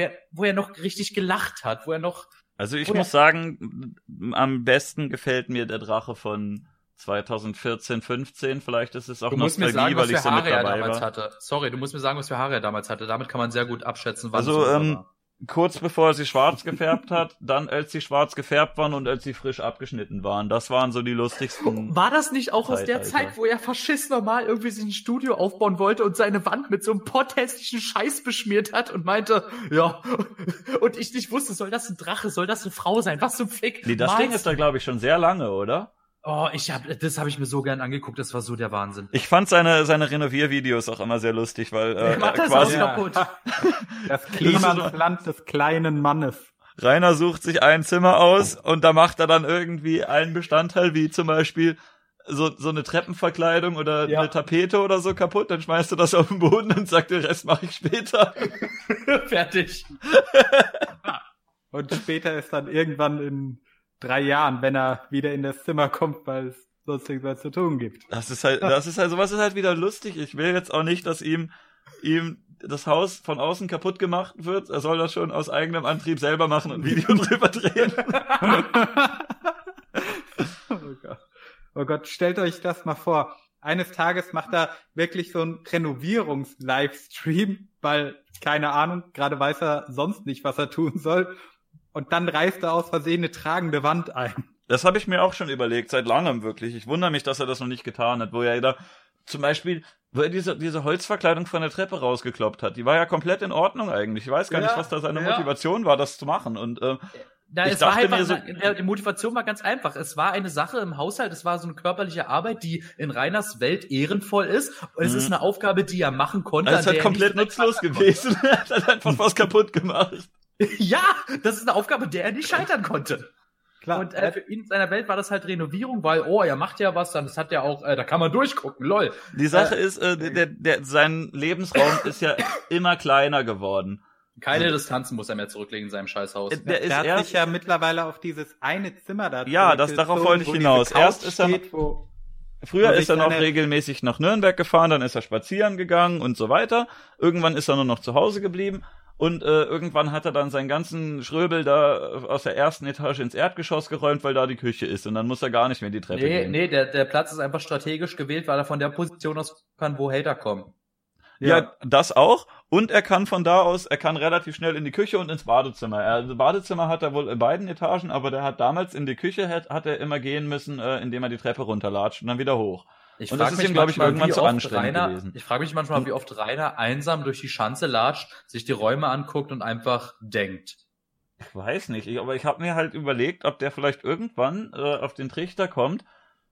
richtig gelacht hat, Also ich muss sagen, am besten gefällt mir der Drache von 2014, 15, vielleicht ist es auch Nostalgie, weil ich so mit dabei war. Sorry, du musst mir sagen, was für Haare er damals hatte. Damit kann man sehr gut abschätzen, wann kurz bevor er sie schwarz gefärbt hat, dann als sie schwarz gefärbt waren und als sie frisch abgeschnitten waren. Das waren so die lustigsten. War das nicht auch aus der Zeit, wo er Faschist normal irgendwie sich ein Studio aufbauen wollte und seine Wand mit so einem potthässlichen Scheiß beschmiert hat und meinte, ja, und ich nicht wusste, soll das ein Drache, soll das eine Frau sein, was zum Fick? Nee, das Ding ist da, glaube ich, schon sehr lange, oder? Oh, das habe ich mir so gern angeguckt, das war so der Wahnsinn. Ich fand seine Renoviervideos auch immer sehr lustig, weil quasi kaputt. Das Klimasland des kleinen Mannes. Rainer sucht sich ein Zimmer aus und da macht er dann irgendwie einen Bestandteil, wie zum Beispiel so eine Treppenverkleidung oder eine Tapete oder so kaputt, dann schmeißt du das auf den Boden und sagt, den Rest mache ich später. Fertig. Und später ist dann irgendwann in 3 Jahren, wenn er wieder in das Zimmer kommt, weil es sonst irgendwas zu tun gibt. Sowas ist halt wieder lustig. Ich will jetzt auch nicht, dass ihm das Haus von außen kaputt gemacht wird. Er soll das schon aus eigenem Antrieb selber machen und ein Video drüber drehen. Oh Gott, stellt euch das mal vor. Eines Tages macht er wirklich so einen Renovierungs-Livestream, weil, keine Ahnung, gerade weiß er sonst nicht, was er tun soll. Und dann reißt er aus Versehen eine tragende Wand ein. Das habe ich mir auch schon überlegt, seit langem wirklich. Ich wundere mich, dass er das noch nicht getan hat, wo er da zum Beispiel, wo er diese Holzverkleidung von der Treppe rausgekloppt hat. Die war ja komplett in Ordnung eigentlich. Ich weiß gar nicht, was da seine Motivation war, das zu machen. Und die Motivation war ganz einfach. Es war eine Sache im Haushalt, es war so eine körperliche Arbeit, die in Rainers Welt ehrenvoll ist. Und es ist eine Aufgabe, die er machen konnte. Also es ist halt komplett nutzlos gewesen. Er hat halt einfach was kaputt gemacht. Ja, das ist eine Aufgabe, der er nicht scheitern konnte. Klar. Und für ihn in seiner Welt war das halt Renovierung, weil, er macht ja was, dann das hat ja auch, da kann man durchgucken, lol. Die Sache ist, sein Lebensraum ist ja immer kleiner geworden. Keine Distanzen muss er mehr zurücklegen in seinem Scheißhaus. Der hat sich ja mittlerweile auf dieses eine Zimmer da. Ja, darauf wollte ich hinaus. Erst ist er früher ist er noch regelmäßig nach Nürnberg gefahren, dann ist er spazieren gegangen und so weiter. Irgendwann ist er nur noch zu Hause geblieben. Und irgendwann hat er dann seinen ganzen Schröbel da aus der ersten Etage ins Erdgeschoss geräumt, weil da die Küche ist. Und dann muss er gar nicht mehr die Treppe gehen. Nee, der Platz ist einfach strategisch gewählt, weil er von der Position aus kann, wo Hater kommen. Ja, das auch. Und er kann von da aus, relativ schnell in die Küche und ins Badezimmer. Also Badezimmer hat er wohl in beiden Etagen, aber der hat damals in die Küche, hat er immer gehen müssen, indem er die Treppe runterlatscht und dann wieder hoch. Und das ist ihm, glaube ich, irgendwann zu anstrengend gewesen. Ich frage mich manchmal, wie oft Rainer einsam durch die Schanze latscht, sich die Räume anguckt und einfach denkt. Ich weiß nicht, aber ich habe mir halt überlegt, ob der vielleicht irgendwann auf den Trichter kommt.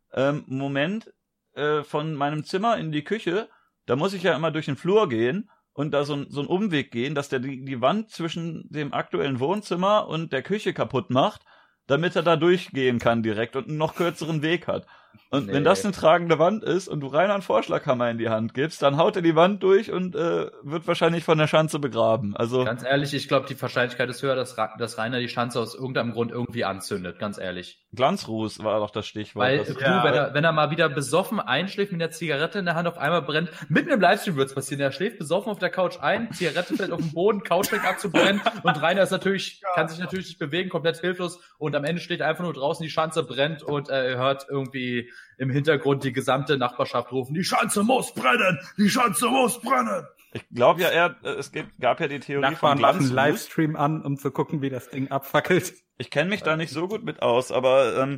Von meinem Zimmer in die Küche, da muss ich ja immer durch den Flur gehen und da so einen Umweg gehen, dass der die Wand zwischen dem aktuellen Wohnzimmer und der Küche kaputt macht, damit er da durchgehen kann direkt und einen noch kürzeren Weg hat. Und wenn das eine tragende Wand ist und du Rainer einen Vorschlaghammer in die Hand gibst, dann haut er die Wand durch und wird wahrscheinlich von der Schanze begraben. Also ganz ehrlich, ich glaube, die Wahrscheinlichkeit ist höher, dass Rainer die Schanze aus irgendeinem Grund irgendwie anzündet, ganz ehrlich. Glanzruß war doch das Stichwort. Weil wenn er mal wieder besoffen einschläft mit der Zigarette in der Hand, auf einmal brennt, mitten im Livestream wird's passieren, er schläft besoffen auf der Couch ein, Zigarette fällt auf den Boden, Couch fängt an zu brennen und Rainer ist kann sich natürlich nicht bewegen, komplett hilflos und am Ende steht er einfach nur draußen, die Schanze brennt und er hört irgendwie im Hintergrund die gesamte Nachbarschaft rufen, die Schanze muss brennen! Die Schanze muss brennen! Ich glaube ja es gab ja die Theorie Nachbarn von Glanzruß. machen einen Livestream an, um zu gucken, wie das Ding abfackelt. Ich kenne mich da nicht so gut mit aus, aber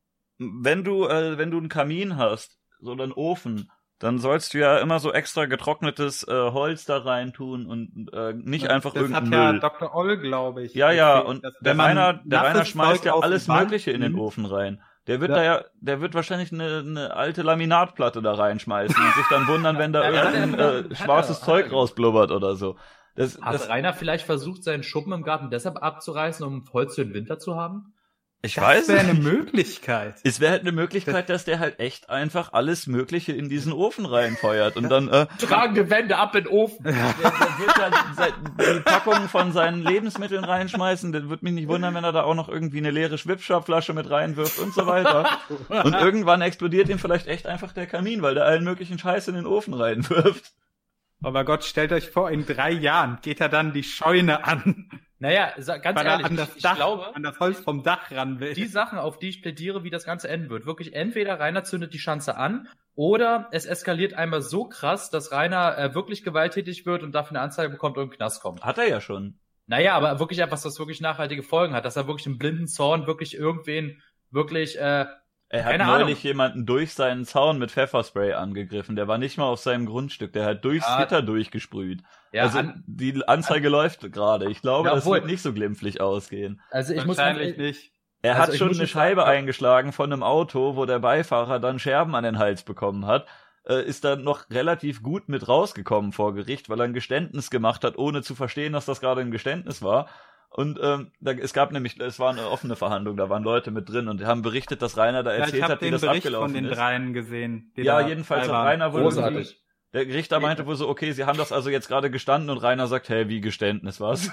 wenn du einen Kamin hast, so einen Ofen, dann sollst du ja immer so extra getrocknetes Holz da rein tun und nicht einfach irgendein Müll. Das hat ja Dr. Oll, glaube ich. Ja, und der Rainer schmeißt ja alles Mögliche in den Ofen rein. Der wird wahrscheinlich eine alte Laminatplatte da reinschmeißen und sich dann wundern, wenn da irgendein schwarzes Zeug rausblubbert oder so. Hat Rainer vielleicht versucht, seinen Schuppen im Garten deshalb abzureißen, um Holz für den Winter zu haben? Ich weiß. Das wäre eine Möglichkeit. Es wäre halt eine Möglichkeit, dass der halt echt einfach alles Mögliche in diesen Ofen reinfeuert und dann tragende Wände ab in den Ofen. Der wird halt die Packungen von seinen Lebensmitteln reinschmeißen. Der wird mich nicht wundern, wenn er da auch noch irgendwie eine leere Schwipschwap-Flasche mit reinwirft und so weiter. Und irgendwann explodiert ihm vielleicht echt einfach der Kamin, weil der allen möglichen Scheiß in den Ofen reinwirft. Aber Gott, stellt euch vor, in 3 Jahren geht er dann die Scheune an. Naja, ganz ehrlich, ich glaube, an das Holz vom Dach ran will. Die Sachen, auf die ich plädiere, wie das Ganze enden wird, wirklich entweder Rainer zündet die Schanze an oder es eskaliert einmal so krass, dass Rainer wirklich gewalttätig wird und dafür eine Anzeige bekommt und in den Knast kommt. Hat er ja schon. Naja, aber wirklich etwas, was wirklich nachhaltige Folgen hat, dass er wirklich im blinden Zorn wirklich irgendwen wirklich er hat neulich jemanden durch seinen Zaun mit Pfefferspray angegriffen. Der war nicht mal auf seinem Grundstück. Der hat durchs Gitter durchgesprüht. Ja, also die Anzeige läuft gerade. Ich glaube, das wird nicht so glimpflich ausgehen. Also ich wahrscheinlich nicht. Er hat schon eine Scheibe eingeschlagen von einem Auto, wo der Beifahrer dann Scherben an den Hals bekommen hat. Ist dann noch relativ gut mit rausgekommen vor Gericht, weil er ein Geständnis gemacht hat, ohne zu verstehen, dass das gerade ein Geständnis war. Und es war eine offene Verhandlung, da waren Leute mit drin und die haben berichtet, dass Rainer da erzählt hat, wie das abgelaufen ist. Ich habe den Bericht von den dreien gesehen. Ja, jedenfalls hat Rainer wohl großartig. Der Richter meinte wohl so, okay, sie haben das also jetzt gerade gestanden und Rainer sagt, hey, wie Geständnis, was?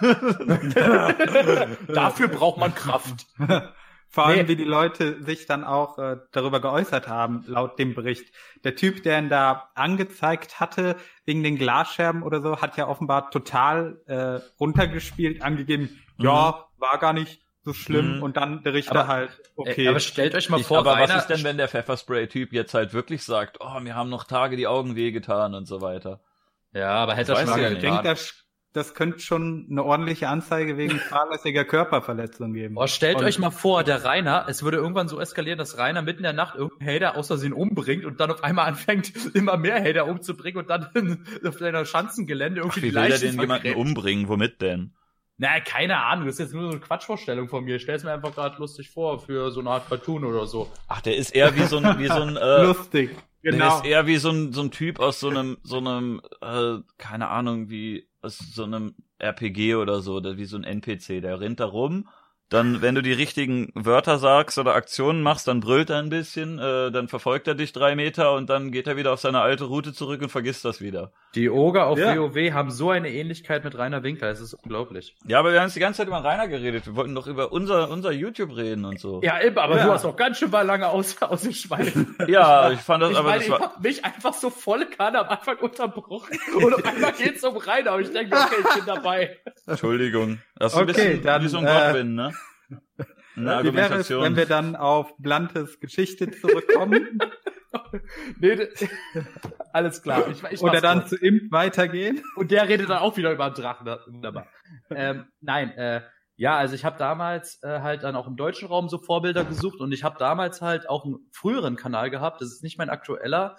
Dafür braucht man Kraft. Vor allem, wie die Leute sich dann auch darüber geäußert haben, laut dem Bericht. Der Typ, der ihn da angezeigt hatte, wegen den Glasscherben oder so, hat ja offenbar total runtergespielt, angegeben, ja, war gar nicht so schlimm. Und dann der Richter okay. Aber stellt euch mal vor, aber Rainer, was ist denn, wenn der Pfefferspray-Typ jetzt halt wirklich sagt, oh, mir haben noch Tage die Augen wehgetan und so weiter? Ja, aber hätte er schon getan. Das könnte schon eine ordentliche Anzeige wegen fahrlässiger Körperverletzung geben. Oh, stellt euch mal vor, der Rainer, es würde irgendwann so eskalieren, dass Rainer mitten in der Nacht irgendeinen Hater aus Versehen umbringt und dann auf einmal anfängt, immer mehr Hater umzubringen und dann auf seiner Schanzengelände irgendwie die Leichen vergräbt. Wie will er den jemanden umbringen? Womit denn? Na, keine Ahnung, das ist jetzt nur so eine Quatschvorstellung von mir. Ich stell's mir einfach gerade lustig vor, für so eine Art Cartoon oder so. Ach, der ist eher wie so ein lustig. Genau. Der ist eher wie so ein Typ aus so einem keine Ahnung, wie aus so einem RPG oder so, oder wie so ein NPC, der rennt da rum. Dann, wenn du die richtigen Wörter sagst oder Aktionen machst, dann brüllt er ein bisschen, dann verfolgt er dich 3 Meter und dann geht er wieder auf seine alte Route zurück und vergisst das wieder. Die Oger auf WoW haben so eine Ähnlichkeit mit Rainer Winkler, es ist unglaublich. Ja, aber wir haben jetzt die ganze Zeit über Rainer geredet. Wir wollten doch über unser YouTube reden und so. Ja, aber du hast auch ganz schön mal lange aus dem Schwein. Ja, ich fand das, ich hab mich einfach so volle Kanne am Anfang unterbrochen und auf einmal geht's um Rainer und ich denke, okay, ich bin dabei. Entschuldigung. Das ist ein bisschen wie so ein Godwin, ne? Wie wäre es, wenn wir dann auf Blantes Geschichte zurückkommen? Nee, alles klar. Ich oder dann zu Imp weitergehen? Und der redet dann auch wieder über Drachen. Wunderbar. Nein, ja, also ich habe damals halt dann auch im deutschen Raum so Vorbilder gesucht und ich habe damals halt auch einen früheren Kanal gehabt, das ist nicht mein aktueller,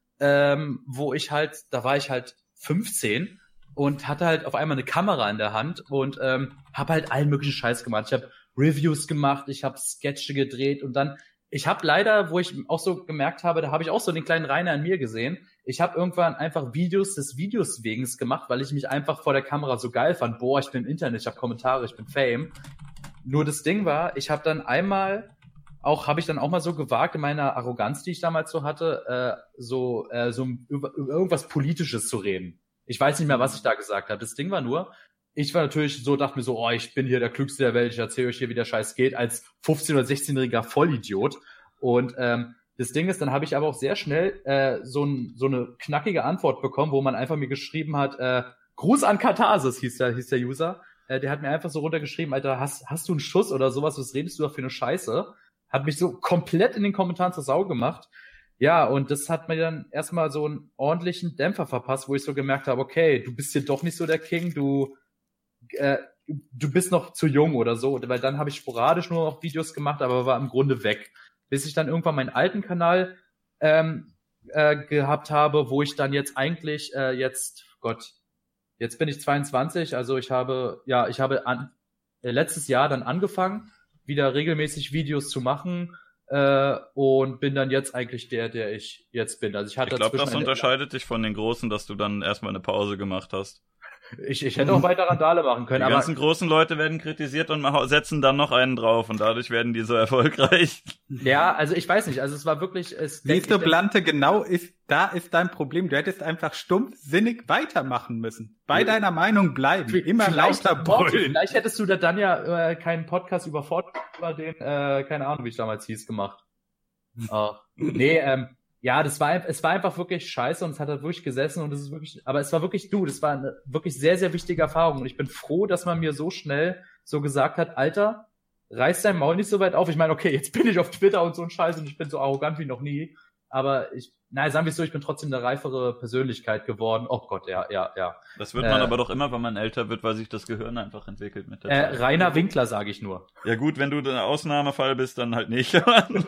wo ich halt, da war ich halt 15 und hatte halt auf einmal eine Kamera in der Hand und habe halt allen möglichen Scheiß gemacht. Ich habe Reviews gemacht, ich habe Sketche gedreht und dann, ich habe leider, wo ich auch so gemerkt habe, da habe ich auch so den kleinen Rainer in mir gesehen, ich habe irgendwann einfach Videos des Videos wegen gemacht, weil ich mich einfach vor der Kamera so geil fand. Boah, ich bin im Internet, ich habe Kommentare, ich bin Fame. Nur das Ding war, ich habe dann einmal habe ich dann auch mal so gewagt, in meiner Arroganz, die ich damals so hatte, über irgendwas Politisches zu reden. Ich weiß nicht mehr, was ich da gesagt habe. Das Ding war nur, ich war natürlich so, dachte mir so, ich bin hier der Klügste der Welt, ich erzähle euch hier, wie der Scheiß geht, als 15- oder 16-jähriger Vollidiot. Und das Ding ist, dann habe ich aber auch sehr schnell so eine knackige Antwort bekommen, wo man einfach mir geschrieben hat, Gruß an Katharsis, hieß der User. Der hat mir einfach so runtergeschrieben, Alter, hast du einen Schuss oder sowas, was redest du da für eine Scheiße? Hat mich so komplett in den Kommentaren zur Sau gemacht. Ja, und das hat mir dann erstmal so einen ordentlichen Dämpfer verpasst, wo ich so gemerkt habe, okay, du bist hier doch nicht so der King, du bist noch zu jung oder so, weil dann habe ich sporadisch nur noch Videos gemacht, aber war im Grunde weg. Bis ich dann irgendwann meinen alten Kanal gehabt habe, wo ich dann jetzt eigentlich jetzt bin ich 22, also ich habe letztes Jahr dann angefangen, wieder regelmäßig Videos zu machen und bin dann jetzt eigentlich der ich jetzt bin. Also ich glaube, das unterscheidet dich von den Großen, dass du dann erstmal eine Pause gemacht hast. Ich hätte auch weiter Randale machen können. Die ganzen großen Leute werden kritisiert und setzen dann noch einen drauf und dadurch werden die so erfolgreich. Ja, also ich weiß nicht, also es war wirklich... Siehst du, Blante, da ist dein Problem. Du hättest einfach stumpfsinnig weitermachen müssen. Bei deiner Meinung bleiben. Immer lauter brüllen. Vielleicht hättest du da dann ja keinen Podcast über den, keine Ahnung, wie es damals hieß, gemacht. Ja, es war einfach wirklich scheiße und es hat halt wirklich gesessen und aber es war wirklich das war eine wirklich sehr, sehr wichtige Erfahrung und ich bin froh, dass man mir so schnell so gesagt hat, Alter, reiß dein Maul nicht so weit auf. Ich meine, okay, jetzt bin ich auf Twitter und so ein Scheiß und ich bin so arrogant wie noch nie, aber sagen wir es so, ich bin trotzdem eine reifere Persönlichkeit geworden. Oh Gott, ja. Das wird man aber doch immer, wenn man älter wird, weil sich das Gehirn einfach entwickelt mit der Zeit. Rainer Winkler, sage ich nur. Ja gut, wenn du der Ausnahmefall bist, dann halt nicht.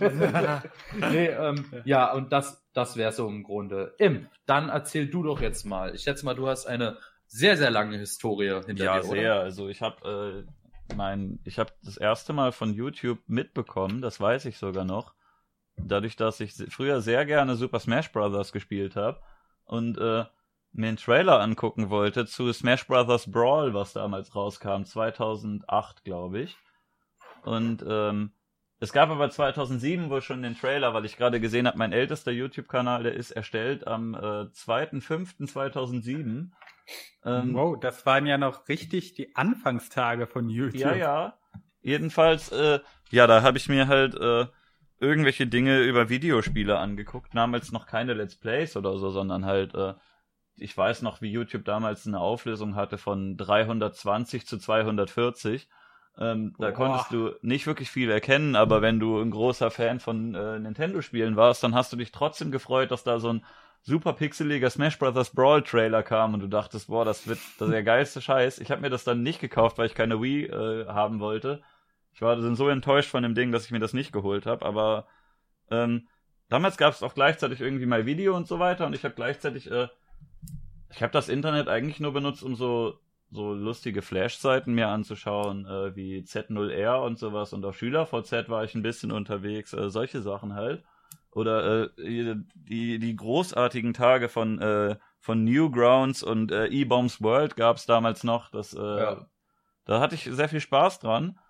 Ja, und das wäre so im Grunde. Dann erzähl du doch jetzt mal. Ich schätze mal, du hast eine sehr, sehr lange Historie hinter dir, oder? Ja, sehr. Also ich habe das erste Mal von YouTube mitbekommen, das weiß ich sogar noch, dadurch, dass ich früher sehr gerne Super Smash Bros. Gespielt habe und mir einen Trailer angucken wollte zu Smash Bros. Brawl, was damals rauskam, 2008, glaube ich. Und es gab aber 2007 wohl schon den Trailer, weil ich gerade gesehen habe, mein ältester YouTube-Kanal, der ist erstellt am 2.5.2007. Wow, das waren ja noch richtig die Anfangstage von YouTube. Ja. Jedenfalls, da habe ich mir halt irgendwelche Dinge über Videospiele angeguckt. Damals noch keine Let's Plays oder so, sondern halt, ich weiß noch, wie YouTube damals eine Auflösung hatte von 320 zu 240. Da konntest du nicht wirklich viel erkennen, aber wenn du ein großer Fan von Nintendo-Spielen warst, dann hast du dich trotzdem gefreut, dass da so ein super pixeliger Smash Bros. Brawl Trailer kam und du dachtest, boah, das wird der geilste Scheiß. Ich habe mir das dann nicht gekauft, weil ich keine Wii haben wollte. Ich war so enttäuscht von dem Ding, dass ich mir das nicht geholt habe, aber damals gab es auch gleichzeitig irgendwie mal Video und so weiter und ich habe gleichzeitig, ich habe das Internet eigentlich nur benutzt, um so lustige Flash-Seiten mir anzuschauen, wie Z0R und sowas und auf SchülerVZ war ich ein bisschen unterwegs, solche Sachen halt. Oder die großartigen Tage von Newgrounds und E-Bombs World gab es damals noch, da hatte ich sehr viel Spaß dran.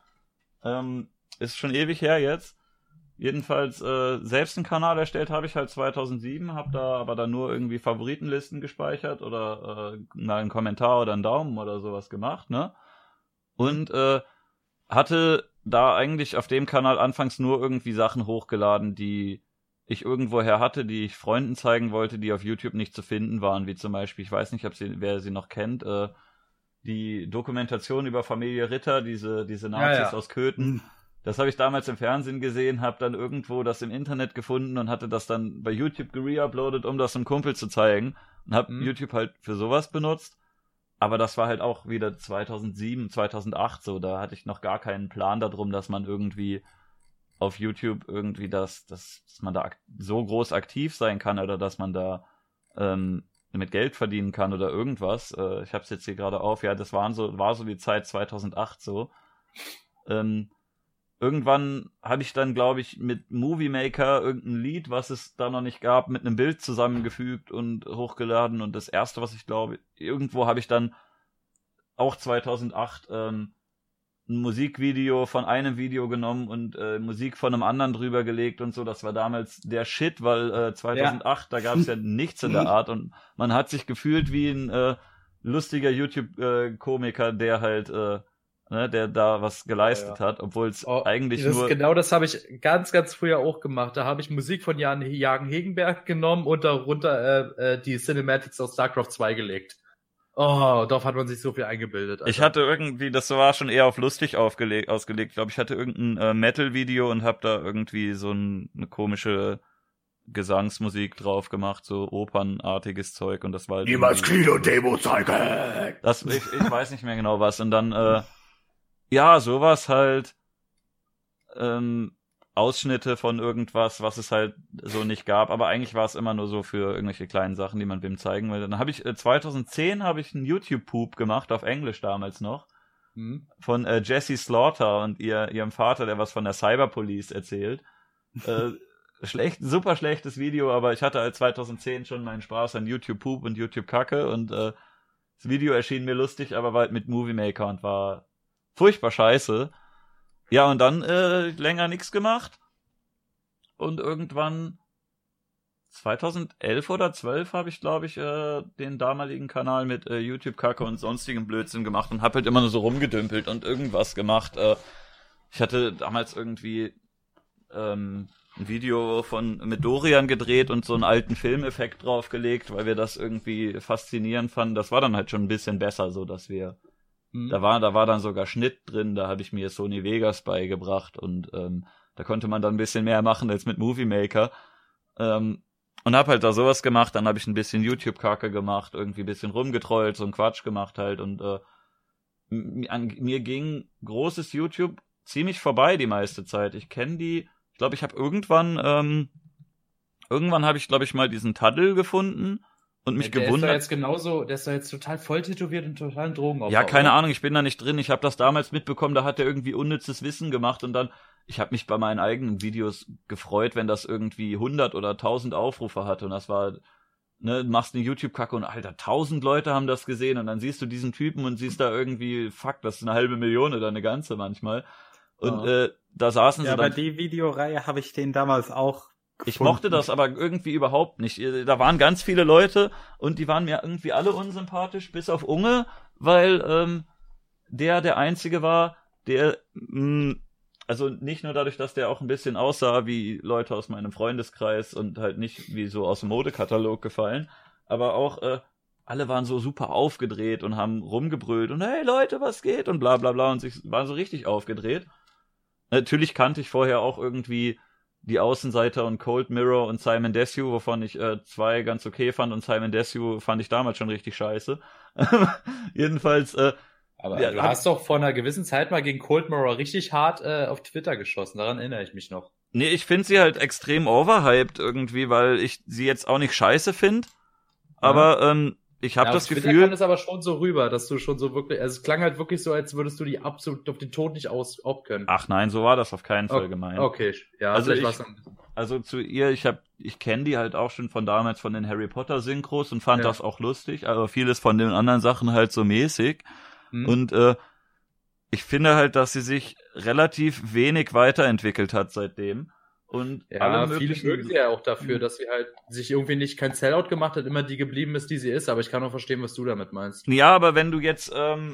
Ist schon ewig her jetzt. Jedenfalls selbst einen Kanal erstellt habe ich halt 2007, habe da aber dann nur irgendwie Favoritenlisten gespeichert oder mal einen Kommentar oder einen Daumen oder sowas gemacht, ne? Und hatte da eigentlich auf dem Kanal anfangs nur irgendwie Sachen hochgeladen, die ich irgendwoher hatte, die ich Freunden zeigen wollte, die auf YouTube nicht zu finden waren, wie zum Beispiel, ich weiß nicht, wer sie noch kennt, die Dokumentation über Familie Ritter, diese Nazis aus Köthen. Das habe ich damals im Fernsehen gesehen, habe dann irgendwo das im Internet gefunden und hatte das dann bei YouTube gereuploadet, um das einem Kumpel zu zeigen. Und habe YouTube halt für sowas benutzt. Aber das war halt auch wieder 2007, 2008 so. Da hatte ich noch gar keinen Plan darum, dass man irgendwie auf YouTube irgendwie dass man da so groß aktiv sein kann oder dass man da mit Geld verdienen kann oder irgendwas. Ich habe es jetzt hier gerade auf. Ja, das war so die Zeit 2008 so. Irgendwann habe ich dann, glaube ich, mit Movie Maker irgendein Lied, was es da noch nicht gab, mit einem Bild zusammengefügt und hochgeladen. Und das erste, was ich glaube, irgendwo habe ich dann auch 2008 ein Musikvideo von einem Video genommen und Musik von einem anderen drüber gelegt und so. Das war damals der Shit, weil 2008, da gab es ja nichts in der Art und man hat sich gefühlt wie ein lustiger YouTube-Komiker, der halt der da was geleistet hat, obwohl es eigentlich nur... Genau das habe ich ganz, ganz früher auch gemacht. Da habe ich Musik von Jagen Hegenberg genommen und darunter die Cinematics aus StarCraft 2 gelegt. Oh, darauf hat man sich so viel eingebildet. Alter. Ich hatte irgendwie, das war schon eher auf lustig ausgelegt. Ich glaube, ich hatte irgendein Metal-Video und habe da irgendwie so eine komische Gesangsmusik drauf gemacht, so opernartiges Zeug und das war halt... Niemals Kino-Demo zeigen! Ich weiß nicht mehr genau was und dann... ja, sowas halt, Ausschnitte von irgendwas, was es halt so nicht gab, aber eigentlich war es immer nur so für irgendwelche kleinen Sachen, die man wem zeigen will. Dann habe ich, 2010 habe ich einen YouTube-Poop gemacht, auf Englisch damals noch, von Jessie Slaughter und ihrem Vater, der was von der Cyberpolice erzählt. Super schlechtes Video, aber ich hatte halt 2010 schon meinen Spaß an YouTube-Poop und YouTube-Kacke und das Video erschien mir lustig, aber war halt mit Movie Maker und war furchtbar scheiße. Ja, und dann länger nichts gemacht. Und irgendwann 2011 oder 12 habe ich, glaube ich, den damaligen Kanal mit YouTube-Kacke und sonstigem Blödsinn gemacht und habe halt immer nur so rumgedümpelt und irgendwas gemacht. Ich hatte damals irgendwie ein Video mit Dorian gedreht und so einen alten Filmeffekt draufgelegt, weil wir das irgendwie faszinierend fanden. Das war dann halt schon ein bisschen besser, so dass wir Da war dann sogar Schnitt drin, da habe ich mir Sony Vegas beigebracht und da konnte man dann ein bisschen mehr machen als mit Movie Maker. Und habe halt da sowas gemacht, dann habe ich ein bisschen YouTube-Kacke gemacht, irgendwie ein bisschen rumgetrollt, so einen Quatsch gemacht halt und mir ging großes YouTube ziemlich vorbei die meiste Zeit. Ich glaube, ich habe irgendwann habe ich, glaube ich, mal diesen Taddel gefunden. Und mich gewundert. Der ist doch jetzt total voll tätowiert und total Drogen auf. Ja, keine Ahnung, ich bin da nicht drin. Ich habe das damals mitbekommen, da hat er irgendwie unnützes Wissen gemacht und dann, ich habe mich bei meinen eigenen Videos gefreut, wenn das irgendwie 100 oder 1000 Aufrufe hatte und das war, du machst eine YouTube-Kacke und Alter, 1000 Leute haben das gesehen und dann siehst du diesen Typen und siehst da irgendwie, fuck, das ist 500.000 oder eine ganze manchmal. Und da saßen sie dann. Ja, aber die Videoreihe habe ich den damals auch gefunden. Ich mochte das aber irgendwie überhaupt nicht. Da waren ganz viele Leute und die waren mir irgendwie alle unsympathisch, bis auf Unge, weil der Einzige war, der, also nicht nur dadurch, dass der auch ein bisschen aussah wie Leute aus meinem Freundeskreis und halt nicht wie so aus dem Modekatalog gefallen, aber auch alle waren so super aufgedreht und haben rumgebrüllt und hey Leute, was geht und bla bla bla und waren so richtig aufgedreht. Natürlich kannte ich vorher auch irgendwie die Außenseiter und Cold Mirror und Simon Desue, wovon ich 2 ganz okay fand und Simon Desue fand ich damals schon richtig scheiße. Jedenfalls, aber du hast doch vor einer gewissen Zeit mal gegen Cold Mirror richtig hart auf Twitter geschossen, daran erinnere ich mich noch. Nee, ich finde sie halt extrem overhyped irgendwie, weil ich sie jetzt auch nicht scheiße finde, aber ich habe das Gefühl... kam es aber schon so rüber, dass du schon so wirklich... Also es klang halt wirklich so, als würdest du die absolut auf den Tod nicht ob können. Ach nein, so war das auf keinen Fall gemeint. Okay, ja, also zu ihr, ich kenne die halt auch schon von damals von den Harry Potter Synchros und fand das auch lustig, aber vieles von den anderen Sachen halt so mäßig. Und ich finde halt, dass sie sich relativ wenig weiterentwickelt hat seitdem. Und ja, viele mögen sie ja auch dafür, dass sie halt sich irgendwie nicht kein Sellout gemacht hat, immer die geblieben ist, die sie ist, aber ich kann auch verstehen, was du damit meinst. Ja, aber wenn du jetzt,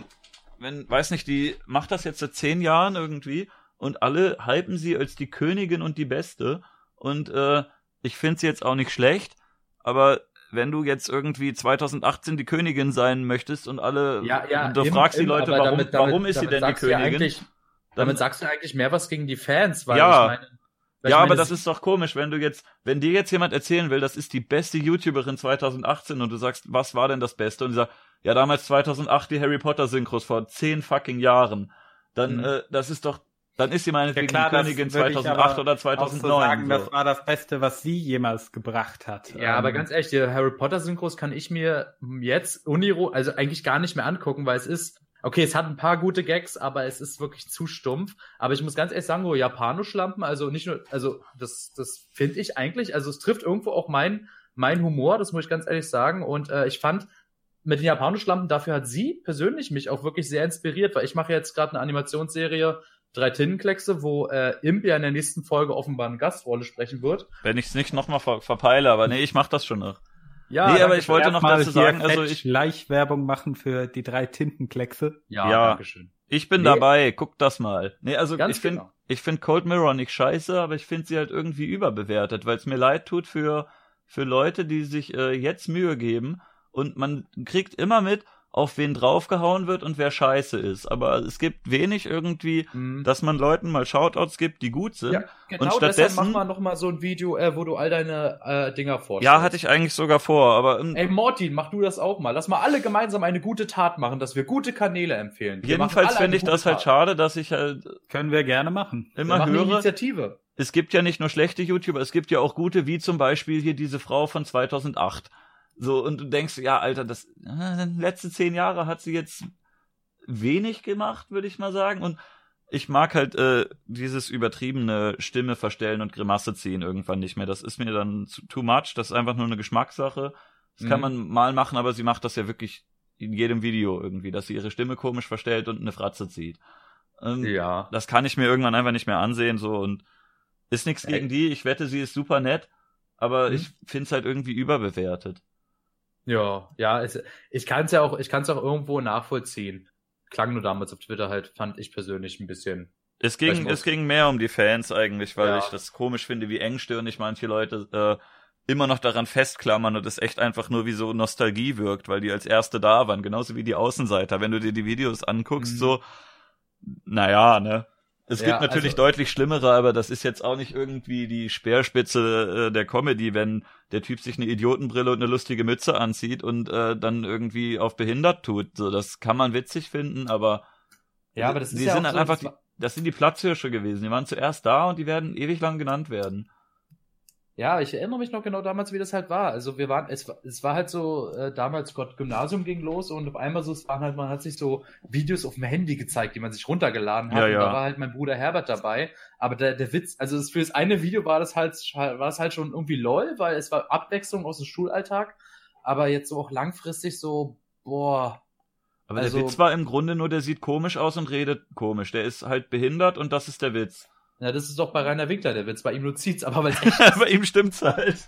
weiß nicht, die macht das jetzt seit 10 Jahren irgendwie und alle hypen sie als die Königin und die Beste und ich finde sie jetzt auch nicht schlecht, aber wenn du jetzt irgendwie 2018 die Königin sein möchtest und alle, und du fragst die Leute, warum ist sie denn die Königin? Damit sagst du eigentlich mehr was gegen die Fans, weil aber das ist doch komisch, wenn dir jetzt jemand erzählen will, das ist die beste YouTuberin 2018 und du sagst, was war denn das Beste? Und die sagt, ja, damals 2008 die Harry Potter Synchros vor 10 fucking Jahren. Dann, das ist doch, dann ist sie meinetwegen die Königin 2008 oder 2009. Auch so sagen, das war das Beste, was sie jemals gebracht hat. Ja, aber ganz ehrlich, die Harry Potter Synchros kann ich mir jetzt also eigentlich gar nicht mehr angucken, weil okay, es hat ein paar gute Gags, aber es ist wirklich zu stumpf. Aber ich muss ganz ehrlich sagen, so Japanoschlampen, also nicht nur, also das finde ich eigentlich, also es trifft irgendwo auch mein Humor, das muss ich ganz ehrlich sagen. Und ich fand mit den japanischen Lampen, dafür hat sie persönlich mich auch wirklich sehr inspiriert, weil ich mache jetzt gerade eine Animationsserie 3 Tintenkleckse, wo Imp ja in der nächsten Folge offenbar eine Gastrolle sprechen wird. Wenn ich es nicht nochmal verpeile, aber nee, ich mach das schon noch. Ja, nee, aber ich wollte noch dazu sagen, also ich Schleichwerbung machen für die 3 Tintenkleckse. Ja, Dankeschön. Ich bin dabei, guck das mal. Nee, also Ganz ich finde Cold Mirror nicht scheiße, aber ich finde sie halt irgendwie überbewertet, weil es mir leid tut für Leute, die sich jetzt Mühe geben und man kriegt immer mit, auf wen draufgehauen wird und wer scheiße ist. Aber es gibt wenig irgendwie, dass man Leuten mal Shoutouts gibt, die gut sind. Ja, genau, und stattdessen deshalb machen wir noch mal so ein Video, wo du all deine Dinger vorstellst. Ja, hatte ich eigentlich sogar vor, aber ey, Mortin, mach du das auch mal. Lass mal alle gemeinsam eine gute Tat machen, dass wir gute Kanäle empfehlen. Jedenfalls finde ich das halt schade, dass ich halt können wir gerne machen. Immer höre. Initiative. Es gibt ja nicht nur schlechte YouTuber, es gibt ja auch gute, wie zum Beispiel hier diese Frau von 2008. So, und du denkst, ja, Alter, das letzte 10 Jahre hat sie jetzt wenig gemacht, würde ich mal sagen. Und ich mag halt dieses übertriebene Stimme verstellen und Grimasse ziehen irgendwann nicht mehr. Das ist mir dann too much. Das ist einfach nur eine Geschmackssache. Das kann man mal machen, aber sie macht das ja wirklich in jedem Video irgendwie, dass sie ihre Stimme komisch verstellt und eine Fratze zieht. Ja. Das kann ich mir irgendwann einfach nicht mehr ansehen, so, und ist nichts gegen die. Ich wette, sie ist super nett, aber ich find's halt irgendwie überbewertet. Ja, ich kann's auch irgendwo nachvollziehen. Klang nur damals auf Twitter halt, fand ich persönlich ein bisschen. Es ging mehr um die Fans eigentlich, weil ich das komisch finde, wie engstirnig manche Leute immer noch daran festklammern und es echt einfach nur wie so Nostalgie wirkt, weil die als Erste da waren, genauso wie die Außenseiter. Wenn du dir die Videos anguckst, so, naja, ne? Es gibt natürlich deutlich schlimmere, aber das ist jetzt auch nicht irgendwie die Speerspitze der Comedy, wenn der Typ sich eine Idiotenbrille und eine lustige Mütze anzieht und dann irgendwie auf behindert tut. So, das kann man witzig finden, aber aber das ist die sind halt einfach, das sind die Platzhirsche gewesen. Die waren zuerst da und die werden ewig lang genannt werden. Ja, ich erinnere mich noch genau damals, wie das halt war. Also es war halt so, damals Gymnasium ging los und auf einmal so, man hat sich so Videos auf dem Handy gezeigt, die man sich runtergeladen hat. Ja. Und da war halt mein Bruder Herbert dabei. Aber der Witz, also für das eine Video war das halt schon irgendwie lol, weil es war Abwechslung aus dem Schulalltag. Aber jetzt so auch langfristig so, boah. Aber der Witz war im Grunde nur, der sieht komisch aus und redet komisch. Der ist halt behindert und das ist der Witz. Ja, das ist doch bei Rainer Winkler der Witz. Bei ihm nur zieht's, aber weil es echt ist. Bei ihm stimmt's halt.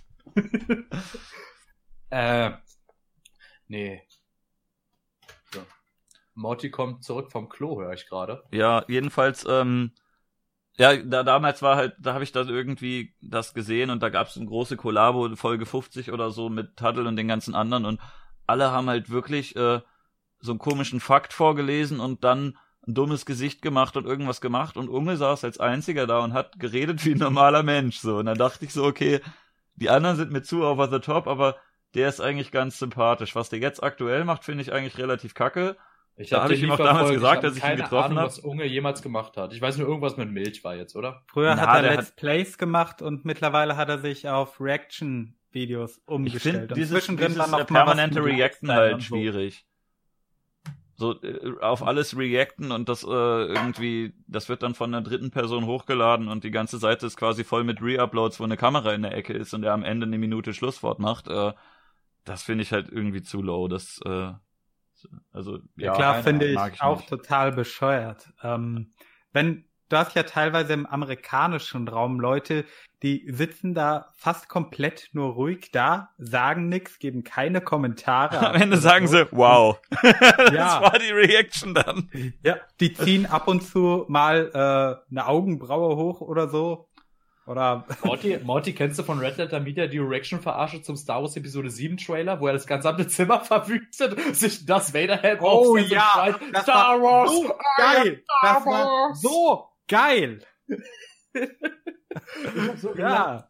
Nee. So. Morty kommt zurück vom Klo, höre ich gerade. Ja, jedenfalls, damals war halt, da habe ich dann irgendwie das gesehen und da gab's eine große Kollabo, Folge 50 oder so mit Taddel und den ganzen anderen und alle haben halt wirklich so einen komischen Fakt vorgelesen und dann ein dummes Gesicht gemacht und irgendwas gemacht und Unge saß als einziger da und hat geredet wie ein normaler Mensch, so. Und dann dachte ich so, okay, die anderen sind mir zu over the top, aber der ist eigentlich ganz sympathisch. Was der jetzt aktuell macht, finde ich eigentlich relativ kacke. Da habe ich ihm auch damals gesagt, dass ich ihn getroffen habe. Was Unge jemals gemacht hat. Ich weiß nur, irgendwas mit Milch war jetzt, oder? Früher hat er Let's Plays gemacht und mittlerweile hat er sich auf Reaction-Videos umgestellt. Ich finde dieses permanente Reacten halt schwierig. So auf alles reacten und das irgendwie, das wird dann von einer dritten Person hochgeladen und die ganze Seite ist quasi voll mit Reuploads, wo eine Kamera in der Ecke ist und der am Ende eine Minute Schlusswort macht. Das finde ich halt irgendwie zu low. Das klar, finde ich auch nicht. Total bescheuert. Du hast ja teilweise im amerikanischen Raum Leute, die sitzen da fast komplett nur ruhig da, sagen nichts, geben keine Kommentare. Am Ende sagen sie, wow. Das war die Reaction dann. Ja, die ziehen ab und zu mal eine Augenbraue hoch oder so. Oder Morty, kennst du von Red Letter Media die Reaction-Verarsche zum Star Wars Episode 7 Trailer, wo er das gesamte Zimmer verwüstet, sich das Vader-Helm aufsetzt und schreit, Star Wars! So geil! Das war so geil! Ja.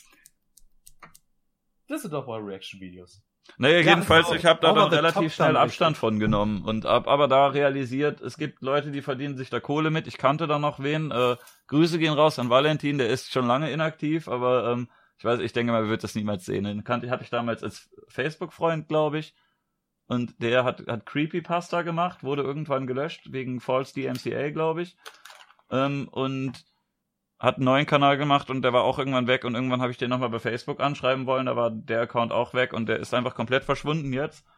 Das sind doch mal Reaction-Videos. Naja, jedenfalls, ich habe da dann relativ schnell Abstand von genommen und aber da realisiert, es gibt Leute, die verdienen sich da Kohle mit. Ich kannte da noch wen. Grüße gehen raus an Valentin, der ist schon lange inaktiv, aber ich denke mal, er wird das niemals sehen. Den hatte ich damals als Facebook-Freund, glaube ich. Und der hat Creepypasta gemacht, wurde irgendwann gelöscht, wegen False DMCA, glaube ich. Und hat einen neuen Kanal gemacht und der war auch irgendwann weg und irgendwann habe ich den nochmal bei Facebook anschreiben wollen, da war der Account auch weg und der ist einfach komplett verschwunden jetzt.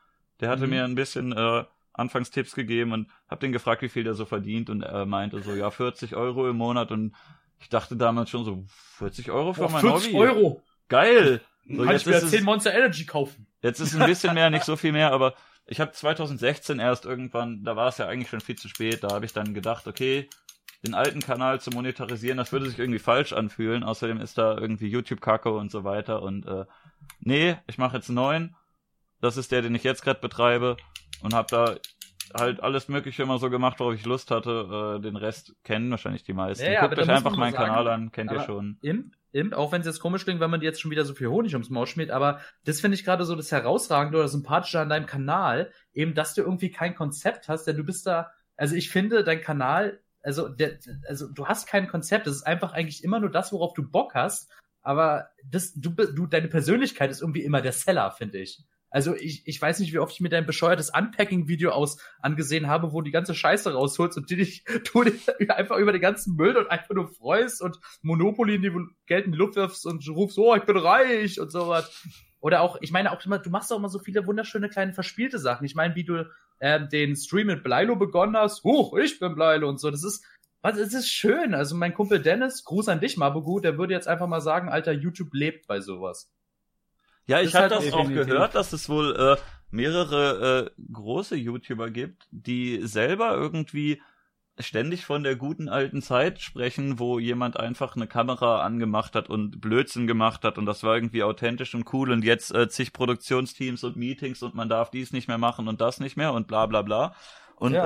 Der hatte mir ein bisschen Anfangstipps gegeben und hab den gefragt, wie viel der so verdient und er meinte so, ja, 40 Euro im Monat und ich dachte damals schon so, 40 Euro für mein 40 Hobby? Euro! Geil! So, Kann ich mir 10 Monster Energy kaufen. Jetzt ist ein bisschen mehr, nicht so viel mehr, aber ich habe 2016 erst irgendwann, da war es ja eigentlich schon viel zu spät, da habe ich dann gedacht, okay, den alten Kanal zu monetarisieren, das würde sich irgendwie falsch anfühlen, außerdem ist da irgendwie YouTube-Kacke und so weiter und nee, ich mache jetzt einen neuen, das ist der, den ich jetzt gerade betreibe und habe da halt alles Mögliche immer so gemacht, worauf ich Lust hatte. Den Rest kennen wahrscheinlich die meisten. Ja, Guckt euch einfach meinen Kanal an, kennt ihr schon. Auch wenn es jetzt komisch klingt, wenn man dir jetzt schon wieder so viel Honig ums Maul schmiert, aber das finde ich gerade so das Herausragende oder Sympathische an deinem Kanal, eben, dass du irgendwie kein Konzept hast, denn du bist da, also ich finde, dein Kanal, also du hast kein Konzept, das ist einfach eigentlich immer nur das, worauf du Bock hast, aber deine Persönlichkeit ist irgendwie immer der Seller, finde ich. Also ich weiß nicht, wie oft ich mir dein bescheuertes Unpacking-Video angesehen habe, wo du die ganze Scheiße rausholst und du dich einfach über den ganzen Müll und einfach nur freust und Monopoly in die Geld in die Luft wirfst und rufst, oh, ich bin reich und sowas. Oder auch, ich meine auch immer, du machst auch immer so viele wunderschöne kleine verspielte Sachen. Ich meine, wie du den Stream mit Bleilo begonnen hast, ich bin Bleilo und so. Das ist schön. Also mein Kumpel Dennis, Gruß an dich, Mabugu, der würde jetzt einfach mal sagen, Alter, YouTube lebt bei sowas. Ja, ich habe das auch gehört, dass es wohl mehrere große YouTuber gibt, die selber irgendwie ständig von der guten alten Zeit sprechen, wo jemand einfach eine Kamera angemacht hat und Blödsinn gemacht hat und das war irgendwie authentisch und cool und jetzt zig Produktionsteams und Meetings und man darf dies nicht mehr machen und das nicht mehr und bla bla bla. Und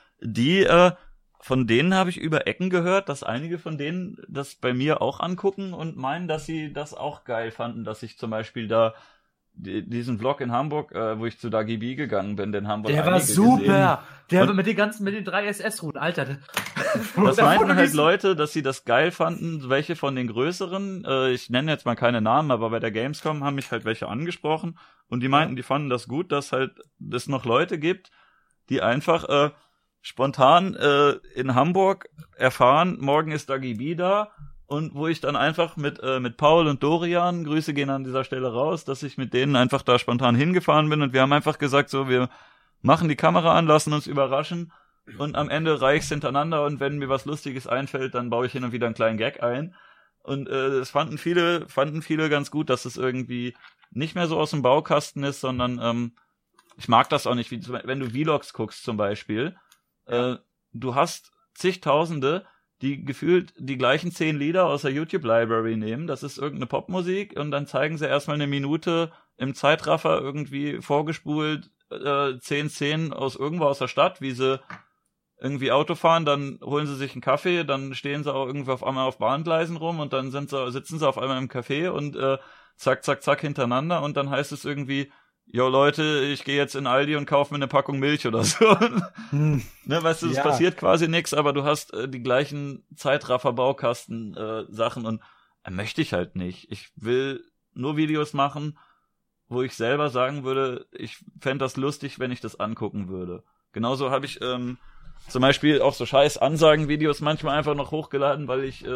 von denen habe ich über Ecken gehört, dass einige von denen das bei mir auch angucken und meinen, dass sie das auch geil fanden, dass ich zum Beispiel da diesen Vlog in Hamburg, wo ich zu Dagi B gegangen bin, den haben wir Der war super! Der mit den 3 SS-Routen, Alter. Das meinten halt Leute, dass sie das geil fanden, welche von den größeren, ich nenne jetzt mal keine Namen, aber bei der Gamescom haben mich halt welche angesprochen und die meinten, die fanden das gut, dass halt es noch Leute gibt, die einfach spontan in Hamburg erfahren, morgen ist Dagi B da und wo ich dann einfach mit Paul und Dorian, Grüße gehen an dieser Stelle raus, dass ich mit denen einfach da spontan hingefahren bin und wir haben einfach gesagt, so, wir machen die Kamera an, lassen uns überraschen und am Ende reich's hintereinander und wenn mir was Lustiges einfällt, dann baue ich hin und wieder einen kleinen Gag ein und das fanden viele ganz gut, dass es irgendwie nicht mehr so aus dem Baukasten ist, sondern ich mag das auch nicht, wie wenn du Vlogs guckst zum Beispiel. Du hast zigtausende, die gefühlt die gleichen 10 Lieder aus der YouTube-Library nehmen. Das ist irgendeine Popmusik und dann zeigen sie erstmal eine Minute im Zeitraffer irgendwie vorgespult 10 Szenen aus irgendwo aus der Stadt, wie sie irgendwie Auto fahren, dann holen sie sich einen Kaffee, dann stehen sie auch irgendwie auf einmal auf Bahngleisen rum und dann sitzen sie auf einmal im Café und zack, zack, zack hintereinander und dann heißt es irgendwie, jo Leute, ich gehe jetzt in Aldi und kaufe mir eine Packung Milch oder so. Ne, weißt du, es passiert quasi nichts, aber du hast die gleichen Zeitraffer-Baukasten-Sachen und möchte ich halt nicht. Ich will nur Videos machen, wo ich selber sagen würde, ich fände das lustig, wenn ich das angucken würde. Genauso habe ich zum Beispiel auch so scheiß Ansagen-Videos manchmal einfach noch hochgeladen, weil ich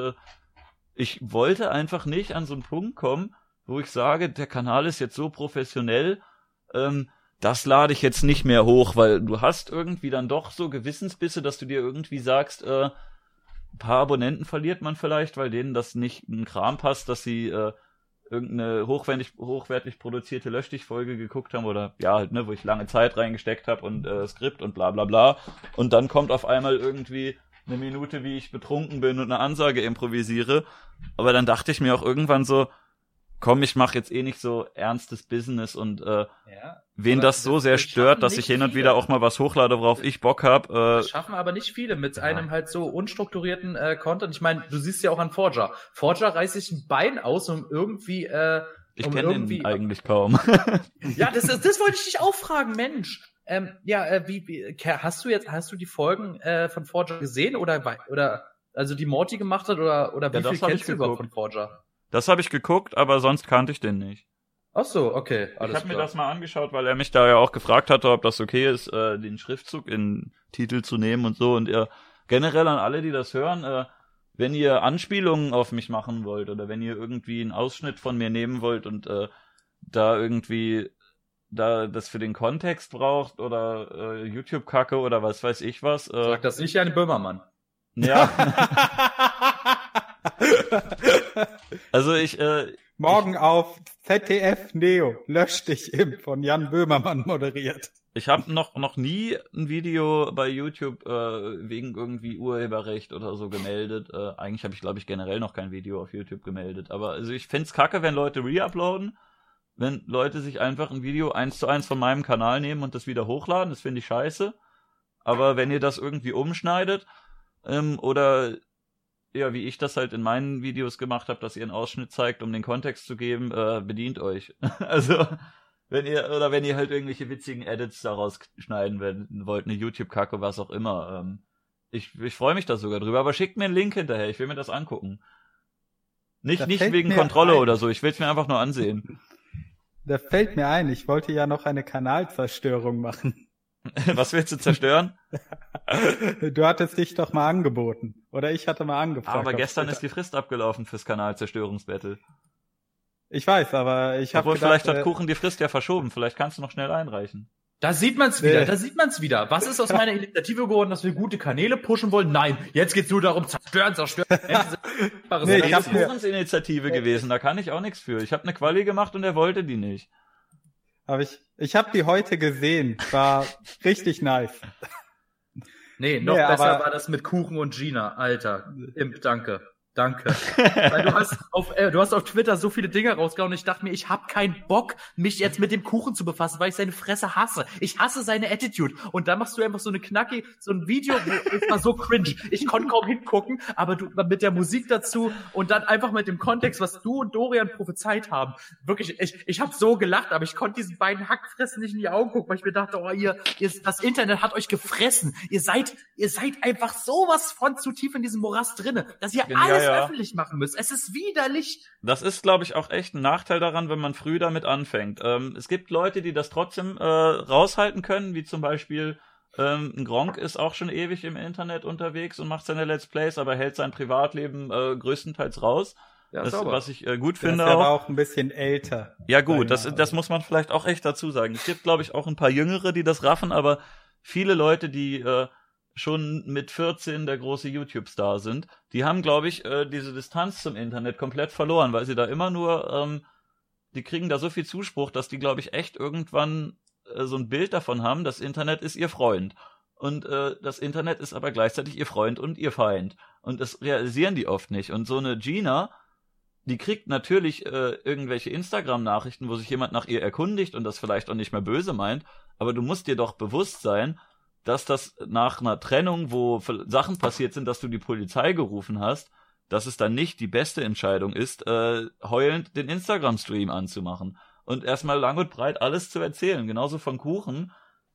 wollte einfach nicht an so einen Punkt kommen, wo ich sage, der Kanal ist jetzt so professionell, das lade ich jetzt nicht mehr hoch, weil du hast irgendwie dann doch so Gewissensbisse, dass du dir irgendwie sagst, ein paar Abonnenten verliert man vielleicht, weil denen das nicht in den Kram passt, dass sie irgendeine hochwertig produzierte Löschdicht-Folge geguckt haben oder ja halt, ne, wo ich lange Zeit reingesteckt habe und Skript und bla bla bla und dann kommt auf einmal irgendwie eine Minute, wie ich betrunken bin und eine Ansage improvisiere, aber dann dachte ich mir auch irgendwann so, komm, ich mache jetzt eh nicht so ernstes Business und wen das so sehr stört, dass ich hin und wieder auch mal was hochlade, worauf ich Bock habe. Das schaffen aber nicht viele mit einem halt so unstrukturierten Content. Ich meine, du siehst ja auch an Forger. Forger reißt sich ein Bein aus, um irgendwie ich kenne ihn eigentlich kaum. Ja, das wollte ich dich auch fragen, Mensch. Wie hast du die Folgen von Forger gesehen oder also die Morty gemacht hat oder wie viel kennst du überhaupt von Forger? Das habe ich geguckt, aber sonst kannte ich den nicht. Ach so, okay, alles klar. Ich habe mir das mal angeschaut, weil er mich da ja auch gefragt hatte, ob das okay ist, den Schriftzug in Titel zu nehmen und so. Und generell an alle, die das hören, wenn ihr Anspielungen auf mich machen wollt oder wenn ihr irgendwie einen Ausschnitt von mir nehmen wollt und da irgendwie da das für den Kontext braucht oder YouTube-Kacke oder was weiß ich was. Sag das nicht Jan Böhmermann. Ja. Also Morgen auf ZDF Neo, lösch dich im, von Jan Böhmermann moderiert. Ich habe noch nie ein Video bei YouTube wegen irgendwie Urheberrecht oder so gemeldet. Eigentlich habe ich, glaube ich, generell noch kein Video auf YouTube gemeldet. Aber also ich find's kacke, wenn Leute reuploaden, wenn Leute sich einfach ein Video 1:1 von meinem Kanal nehmen und das wieder hochladen. Das finde ich scheiße. Aber wenn ihr das irgendwie umschneidet oder ja, wie ich das halt in meinen Videos gemacht habe, dass ihr einen Ausschnitt zeigt, um den Kontext zu geben, bedient euch. Also wenn ihr halt irgendwelche witzigen Edits daraus schneiden wollt, eine YouTube-Kacke, was auch immer. Ich freue mich da sogar drüber, aber schickt mir einen Link hinterher, ich will mir das angucken. Nicht wegen Kontrolle oder so, ich will es mir einfach nur ansehen. Da fällt mir ein, ich wollte ja noch eine Kanalzerstörung machen. Was willst du zerstören? Du hattest dich doch mal angeboten. Oder ich hatte mal angefragt. Aber gestern ist die Frist abgelaufen fürs Kanalzerstörungsbattle. Ich weiß, aber ich habe gedacht... Vielleicht hat Kuchen die Frist ja verschoben. Vielleicht kannst du noch schnell einreichen. Da sieht man's wieder, Was ist aus meiner Initiative geworden, dass wir gute Kanäle pushen wollen? Nein, jetzt geht's nur darum, zerstören. Das ist Kuchens Initiative gewesen, da kann ich auch nichts für. Ich habe eine Quali gemacht und er wollte die nicht. Aber ich habe die heute gesehen, war richtig nice. Nee, noch besser war das mit Kuchen und Gina, Alter. Imp, danke. Weil du hast auf Twitter so viele Dinge rausgehauen und ich dachte mir, ich hab keinen Bock, mich jetzt mit dem Kuchen zu befassen, weil ich seine Fresse hasse. Ich hasse seine Attitude. Und dann machst du einfach so ein Video, wo es war so cringe. Ich konnte kaum hingucken, aber du mit der Musik dazu und dann einfach mit dem Kontext, was du und Dorian prophezeit haben. Wirklich, ich habe so gelacht, aber ich konnte diesen beiden Hackfressen nicht in die Augen gucken, weil ich mir dachte, oh, das Internet hat euch gefressen. Ihr seid einfach sowas von zu tief in diesem Morast drinne, dass ihr alles öffentlich machen müsst. Es ist widerlich. Das ist, glaube ich, auch echt ein Nachteil daran, wenn man früh damit anfängt. Es gibt Leute, die das trotzdem raushalten können, wie zum Beispiel ein Gronk ist auch schon ewig im Internet unterwegs und macht seine Let's Plays, aber hält sein Privatleben größtenteils raus. Ja, was ich gut finde. Der ist aber auch ein bisschen älter. Ja gut, das muss man vielleicht auch echt dazu sagen. Es gibt, glaube ich, auch ein paar Jüngere, die das raffen, aber viele Leute, die schon mit 14 der große YouTube-Star sind, die haben, glaube ich, diese Distanz zum Internet komplett verloren, weil sie da immer nur, die kriegen da so viel Zuspruch, dass die, glaube ich, echt irgendwann so ein Bild davon haben, das Internet ist ihr Freund. Und das Internet ist aber gleichzeitig ihr Freund und ihr Feind. Und das realisieren die oft nicht. Und so eine Gina, die kriegt natürlich irgendwelche Instagram-Nachrichten, wo sich jemand nach ihr erkundigt und das vielleicht auch nicht mehr böse meint, aber du musst dir doch bewusst sein, dass das nach einer Trennung, wo Sachen passiert sind, dass du die Polizei gerufen hast, dass es dann nicht die beste Entscheidung ist, heulend den Instagram-Stream anzumachen und erstmal lang und breit alles zu erzählen. Genauso von Kuchen.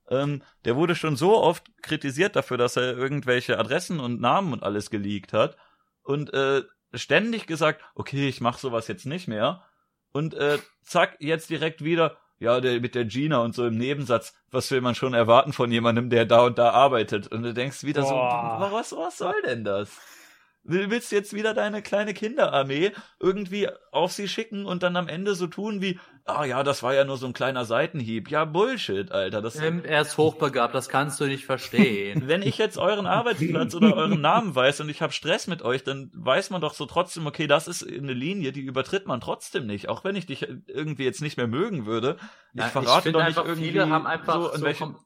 Der wurde schon so oft kritisiert dafür, dass er irgendwelche Adressen und Namen und alles geleakt hat und ständig gesagt, okay, ich mach sowas jetzt nicht mehr und zack, jetzt direkt wieder, ja, mit der Gina und so im Nebensatz, was will man schon erwarten von jemandem, der da und da arbeitet? Und du denkst wieder so, was soll denn das? Willst du jetzt wieder deine kleine Kinderarmee irgendwie auf sie schicken und dann am Ende so tun wie, ja, das war ja nur so ein kleiner Seitenhieb. Ja, Bullshit, Alter. Er ist hochbegabt, das kannst du nicht verstehen. Wenn ich jetzt euren Arbeitsplatz oder euren Namen weiß und ich habe Stress mit euch, dann weiß man doch so trotzdem, okay, das ist eine Linie, die übertritt man trotzdem nicht. Auch wenn ich dich irgendwie jetzt nicht mehr mögen würde. Ich verrate doch nicht irgendwie viele haben einfach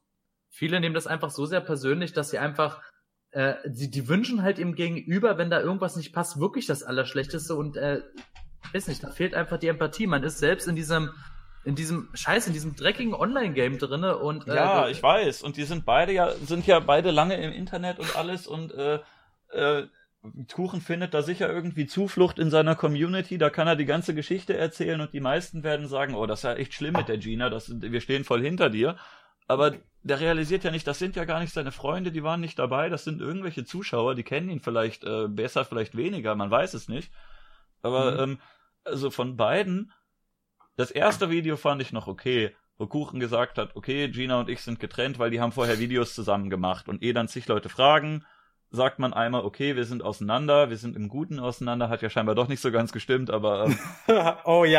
viele nehmen das einfach so sehr persönlich, dass sie einfach die wünschen halt im Gegenüber, wenn da irgendwas nicht passt, wirklich das Allerschlechteste und weiß nicht, da fehlt einfach die Empathie. Man ist selbst in diesem dreckigen Online-Game drinne und ja, ich weiß. Und die sind ja beide lange im Internet und alles und Kuchen findet da sicher irgendwie Zuflucht in seiner Community, da kann er die ganze Geschichte erzählen und die meisten werden sagen, oh, das ist ja echt schlimm mit der Gina, wir stehen voll hinter dir. Aber der realisiert ja nicht, das sind ja gar nicht seine Freunde, die waren nicht dabei, das sind irgendwelche Zuschauer, die kennen ihn vielleicht besser, vielleicht weniger, man weiß es nicht. Aber also von beiden, das erste Video fand ich noch okay, wo Kuchen gesagt hat, okay, Gina und ich sind getrennt, weil die haben vorher Videos zusammen gemacht. Und dann zig Leute fragen, sagt man einmal, okay, wir sind auseinander, wir sind im Guten auseinander, hat ja scheinbar doch nicht so ganz gestimmt, aber oh ja.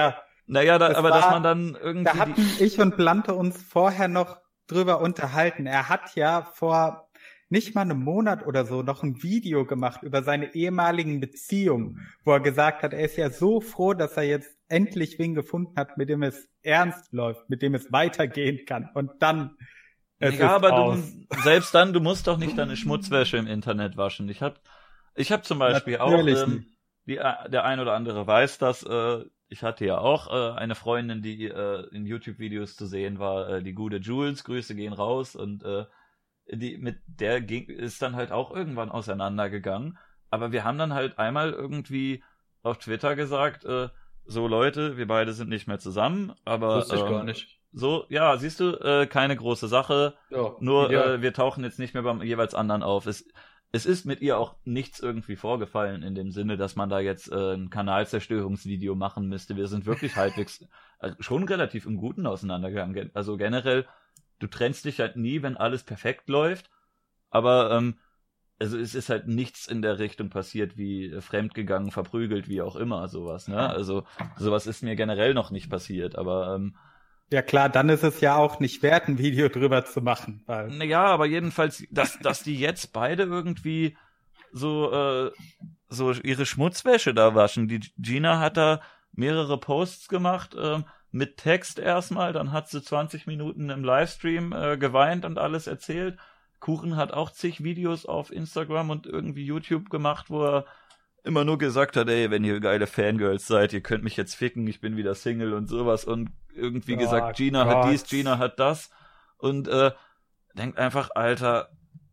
Naja, dass man dann irgendwie... Da hatten ich und Blante uns vorher noch drüber unterhalten. Er hat ja vor nicht mal einem Monat oder so noch ein Video gemacht über seine ehemaligen Beziehungen, wo er gesagt hat, er ist ja so froh, dass er jetzt endlich wen gefunden hat, mit dem es ernst läuft, mit dem es weitergehen kann. Und dann ja, aber selbst dann, du musst doch nicht deine Schmutzwäsche im Internet waschen. Ich hab zum Beispiel natürlich auch, der ein oder andere weiß das, ich hatte ja auch eine Freundin, die in YouTube-Videos zu sehen war, die gute Jules, Grüße gehen raus, und mit der ist dann halt auch irgendwann auseinandergegangen. Aber wir haben dann halt einmal irgendwie auf Twitter gesagt, so Leute, wir beide sind nicht mehr zusammen, aber wusste ich gar nicht. So, ja, siehst du, keine große Sache, ja, nur wir tauchen jetzt nicht mehr beim jeweils anderen auf. Es ist mit ihr auch nichts irgendwie vorgefallen in dem Sinne, dass man da jetzt ein Kanalzerstörungsvideo machen müsste. Wir sind wirklich halbwegs schon relativ im Guten auseinandergegangen. Also generell, du trennst dich halt nie, wenn alles perfekt läuft, aber also es ist halt nichts in der Richtung passiert wie fremdgegangen, verprügelt, wie auch immer, sowas, ne? Also sowas ist mir generell noch nicht passiert, aber ja klar, dann ist es ja auch nicht wert, ein Video drüber zu machen. Naja, aber jedenfalls, dass die jetzt beide irgendwie so ihre Schmutzwäsche da waschen. Die Gina hat da mehrere Posts gemacht, mit Text erstmal, dann hat sie 20 Minuten im Livestream geweint und alles erzählt. Kuchen hat auch zig Videos auf Instagram und irgendwie YouTube gemacht, wo er immer nur gesagt hat, ey, wenn ihr geile Fangirls seid, ihr könnt mich jetzt ficken, ich bin wieder Single und sowas, und irgendwie gesagt, Gina hat dies, Gina hat das, und denkt einfach, Alter,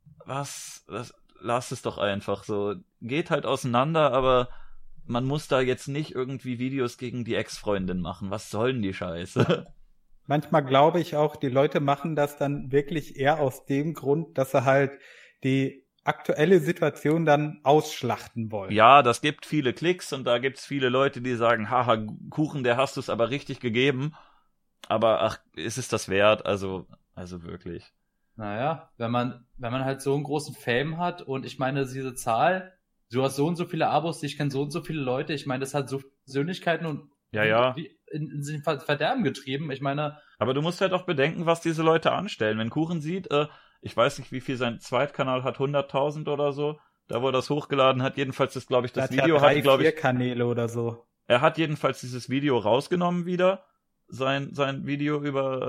lasst es doch einfach so, geht halt auseinander, aber man muss da jetzt nicht irgendwie Videos gegen die Ex-Freundin machen, was soll denn die Scheiße? Manchmal glaube ich auch, die Leute machen das dann wirklich eher aus dem Grund, dass sie halt die aktuelle Situation dann ausschlachten wollen. Ja, das gibt viele Klicks und da gibt's viele Leute, die sagen, haha, Kuchen, der hast du's aber richtig gegeben. Aber ach, ist es das wert? Also wirklich. Naja, wenn man halt so einen großen Fame hat, und ich meine, diese Zahl, du hast so und so viele Abos, ich kenne so und so viele Leute, ich meine, das hat so Persönlichkeiten und in den Verderben getrieben, ich meine... Aber du musst halt auch bedenken, was diese Leute anstellen. Wenn Kuchen sieht, ich weiß nicht, wie viel sein Zweitkanal hat, 100.000 oder so, da wo er das hochgeladen hat, jedenfalls ist, glaube ich, das Video hat, glaube ich... 4 Kanäle oder so. Er hat jedenfalls dieses Video rausgenommen wieder, sein Video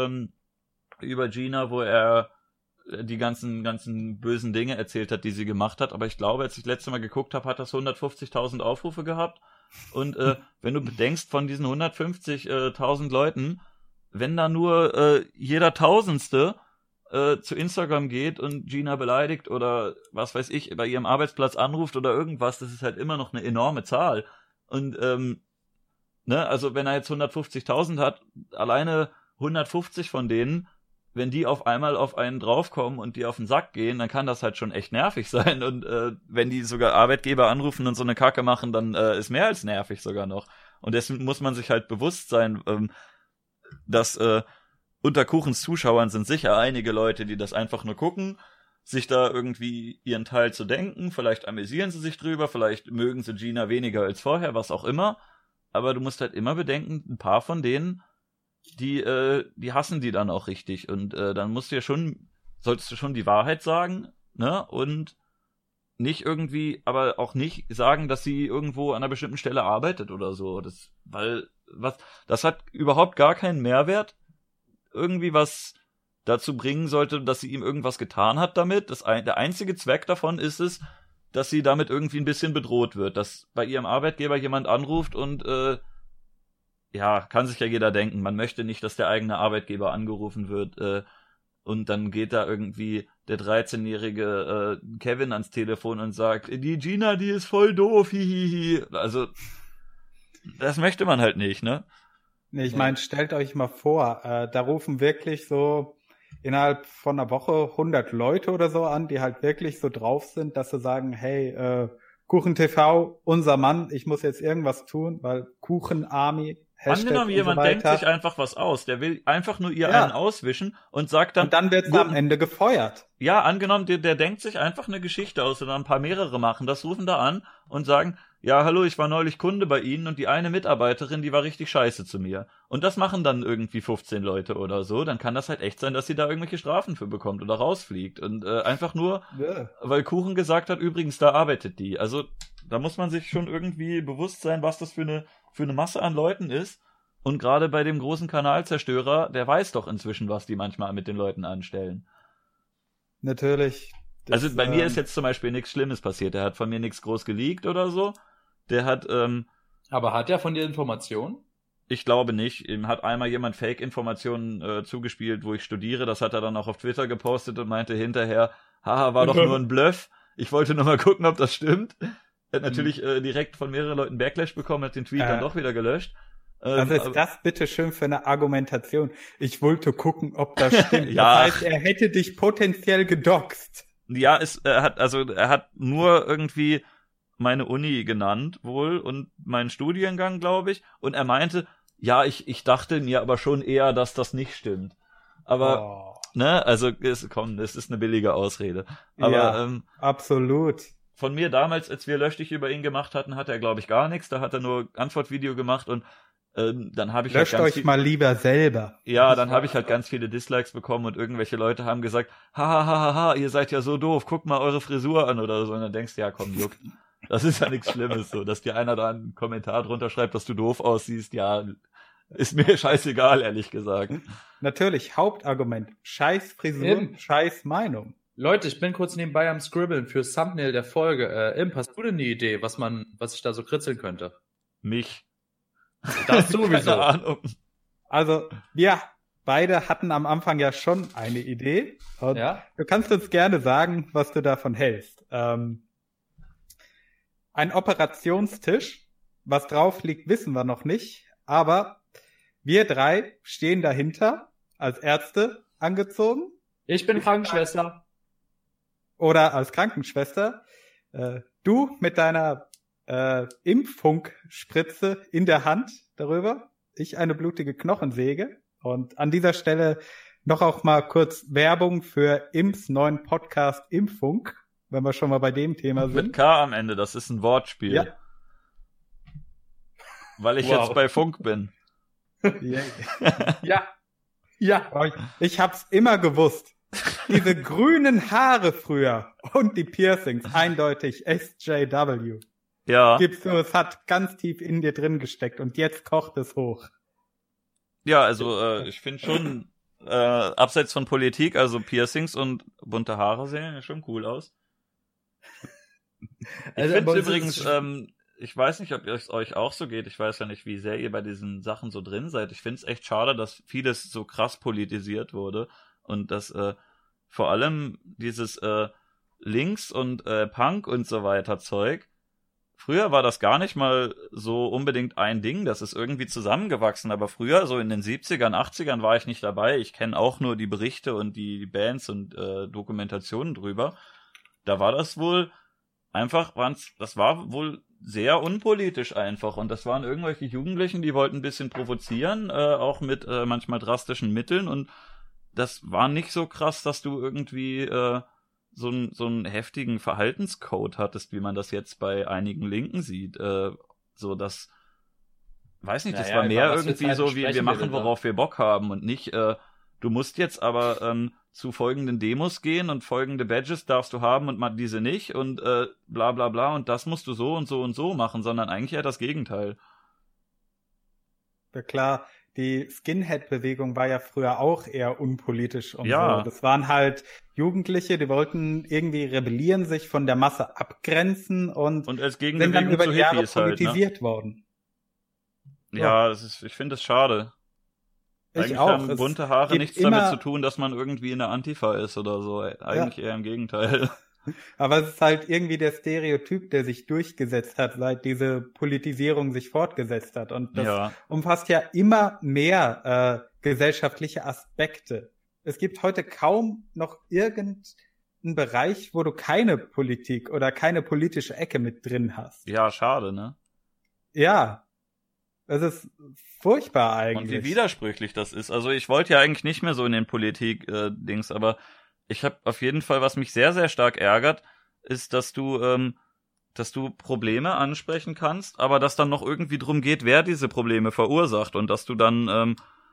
über Gina, wo er die ganzen bösen Dinge erzählt hat, die sie gemacht hat, aber ich glaube, als ich das letzte Mal geguckt habe, hat das 150.000 Aufrufe gehabt, und wenn du bedenkst, von diesen 150.000 Leuten, wenn da nur jeder Tausendste zu Instagram geht und Gina beleidigt oder was weiß ich, bei ihrem Arbeitsplatz anruft oder irgendwas, das ist halt immer noch eine enorme Zahl. Und also wenn er jetzt 150.000 hat, alleine 150 von denen, wenn die auf einmal auf einen draufkommen und die auf den Sack gehen, dann kann das halt schon echt nervig sein. Und wenn die sogar Arbeitgeber anrufen und so eine Kacke machen, dann ist mehr als nervig sogar noch. Und deswegen muss man sich halt bewusst sein, dass unter Kuchens Zuschauern sind sicher einige Leute, die das einfach nur gucken, sich da irgendwie ihren Teil zu denken, vielleicht amüsieren sie sich drüber, vielleicht mögen sie Gina weniger als vorher, was auch immer. Aber du musst halt immer bedenken, ein paar von denen, die hassen die dann auch richtig, und dann solltest du schon die Wahrheit sagen, ne, und nicht irgendwie, aber auch nicht sagen, dass sie irgendwo an einer bestimmten Stelle arbeitet oder so, das hat überhaupt gar keinen Mehrwert, irgendwie was dazu bringen sollte, dass sie ihm irgendwas getan hat damit. Der einzige Zweck davon ist es, dass sie damit irgendwie ein bisschen bedroht wird, dass bei ihrem Arbeitgeber jemand anruft und kann sich ja jeder denken, man möchte nicht, dass der eigene Arbeitgeber angerufen wird, und dann geht da irgendwie der 13-jährige Kevin ans Telefon und sagt, die Gina, die ist voll doof, hihihi. Also, das möchte man halt nicht, ne? Nee, ich meine, stellt euch mal vor, da rufen wirklich so innerhalb von einer Woche 100 Leute oder so an, die halt wirklich so drauf sind, dass sie sagen, hey, Kuchen TV, unser Mann, ich muss jetzt irgendwas tun, weil Kuchen Army Angenommen, jemand denkt sich einfach was aus, der will einfach nur ihr einen auswischen und sagt dann... Und dann wird am Ende gefeuert. Ja, angenommen, der denkt sich einfach eine Geschichte aus oder ein paar mehrere machen, das rufen da an und sagen, ja, hallo, ich war neulich Kunde bei Ihnen und die eine Mitarbeiterin, die war richtig scheiße zu mir. Und das machen dann irgendwie 15 Leute oder so, dann kann das halt echt sein, dass sie da irgendwelche Strafen für bekommt oder rausfliegt. Und einfach nur, weil Kuchen gesagt hat, übrigens, da arbeitet die. Also da muss man sich schon irgendwie bewusst sein, was das für eine Masse an Leuten ist. Und gerade bei dem großen Kanalzerstörer, der weiß doch inzwischen, was die manchmal mit den Leuten anstellen. Natürlich. Also bei mir ist jetzt zum Beispiel nichts Schlimmes passiert. Der hat von mir nichts groß geleakt oder so. Der hat... Aber hat er von dir Informationen? Ich glaube nicht. Ihm hat einmal jemand Fake-Informationen zugespielt, wo ich studiere. Das hat er dann auch auf Twitter gepostet und meinte hinterher, haha, war doch nur ein Bluff. Ich wollte nur mal gucken, ob das stimmt. Er hat natürlich direkt von mehreren Leuten Backlash bekommen, hat den Tweet dann doch wieder gelöscht. Was ist das bitte schön für eine Argumentation? Ich wollte gucken, ob das stimmt. Ja. Das heißt, er hätte dich potenziell gedoxt. Ja, er hat nur irgendwie meine Uni genannt wohl und meinen Studiengang, glaube ich. Und er meinte, ja, ich dachte mir aber schon eher, dass das nicht stimmt. Aber, ne, also, es ist eine billige Ausrede. Aber, ja, absolut. Von mir damals, als wir Lösch dich über ihn gemacht hatten, hat er, glaube ich, gar nichts. Da hat er nur Antwortvideo gemacht und dann habe ich Löscht halt euch mal lieber selber. Ja, dann habe ich halt ganz viele Dislikes bekommen und irgendwelche Leute haben gesagt, ha, ihr seid ja so doof, guckt mal eure Frisur an oder so. Und dann denkst du, ja komm, juckt. Das ist ja nichts Schlimmes, so, dass dir einer da einen Kommentar drunter schreibt, dass du doof aussiehst, ja, ist mir scheißegal, ehrlich gesagt. Natürlich, Hauptargument, scheiß Frisur, scheiß Meinung. Leute, ich bin kurz nebenbei am Scribbeln fürs Thumbnail der Folge. Imp, hast du denn eine Idee, was ich da so kritzeln könnte? Mich. Das sowieso. Keine Ahnung. Also, wir beide hatten am Anfang ja schon eine Idee. Und du kannst uns gerne sagen, was du davon hältst. Ein Operationstisch, was drauf liegt, wissen wir noch nicht. Aber wir drei stehen dahinter, als Ärzte angezogen. Ich bin Krankenschwester. Oder als Krankenschwester. Du mit deiner Impffunkspritze in der Hand darüber. Ich eine blutige Knochensäge. Und an dieser Stelle noch auch mal kurz Werbung für Imps neuen Podcast Impfunk, wenn wir schon mal bei dem Thema sind. Mit K am Ende, das ist ein Wortspiel. Ja. Weil ich jetzt bei Funk bin. Ja. Ich hab's immer gewusst. Diese grünen Haare früher und die Piercings, eindeutig SJW. Ja. Gibst du, es hat ganz tief in dir drin gesteckt und jetzt kocht es hoch. Ja, also ich finde schon, abseits von Politik, also Piercings und bunte Haare sehen ja schon cool aus. Ich finde übrigens, ich weiß nicht, ob es euch auch so geht, ich weiß ja nicht, wie sehr ihr bei diesen Sachen so drin seid. Ich finde es echt schade, dass vieles so krass politisiert wurde und dass vor allem dieses Links und Punk und so weiter Zeug, früher war das gar nicht mal so unbedingt ein Ding, das ist irgendwie zusammengewachsen, aber früher, so in den 70ern, 80ern war ich nicht dabei, ich kenne auch nur die Berichte und die Bands und Dokumentationen drüber. Da war das wohl einfach, das war wohl sehr unpolitisch einfach und das waren irgendwelche Jugendlichen, die wollten ein bisschen provozieren, auch mit manchmal drastischen Mitteln und das war nicht so krass, dass du irgendwie so einen heftigen Verhaltenscode hattest, wie man das jetzt bei einigen Linken sieht. So das, weiß nicht, das war mehr irgendwie so, wie wir machen, worauf wir Bock haben und nicht, du musst jetzt aber zu folgenden Demos gehen und folgende Badges darfst du haben und mal diese nicht und bla bla bla und das musst du so und so und so machen, sondern eigentlich eher das Gegenteil. Ja klar, die Skinhead-Bewegung war ja früher auch eher unpolitisch und ja. so. Das waren halt Jugendliche, die wollten irgendwie rebellieren, sich von der Masse abgrenzen und als sind dann Gegenbewegung über zu die Jahre Hippies politisiert halt, ne? worden. Ja, ich finde es schade. Eigentlich haben bunte Haare nichts damit zu tun, dass man irgendwie in der Antifa ist oder so. Eigentlich eher im Gegenteil. Aber es ist halt irgendwie der Stereotyp, der sich durchgesetzt hat, seit diese Politisierung sich fortgesetzt hat. Und das umfasst ja immer mehr gesellschaftliche Aspekte. Es gibt heute kaum noch irgendeinen Bereich, wo du keine Politik oder keine politische Ecke mit drin hast. Ja, schade, ne? Ja. Es ist furchtbar eigentlich. Und wie widersprüchlich das ist. Also ich wollte ja eigentlich nicht mehr so in den Politik-Dings, aber ich habe auf jeden Fall, was mich sehr, sehr stark ärgert, ist, dass du Probleme ansprechen kannst, aber dass dann noch irgendwie drum geht, wer diese Probleme verursacht und dass du dann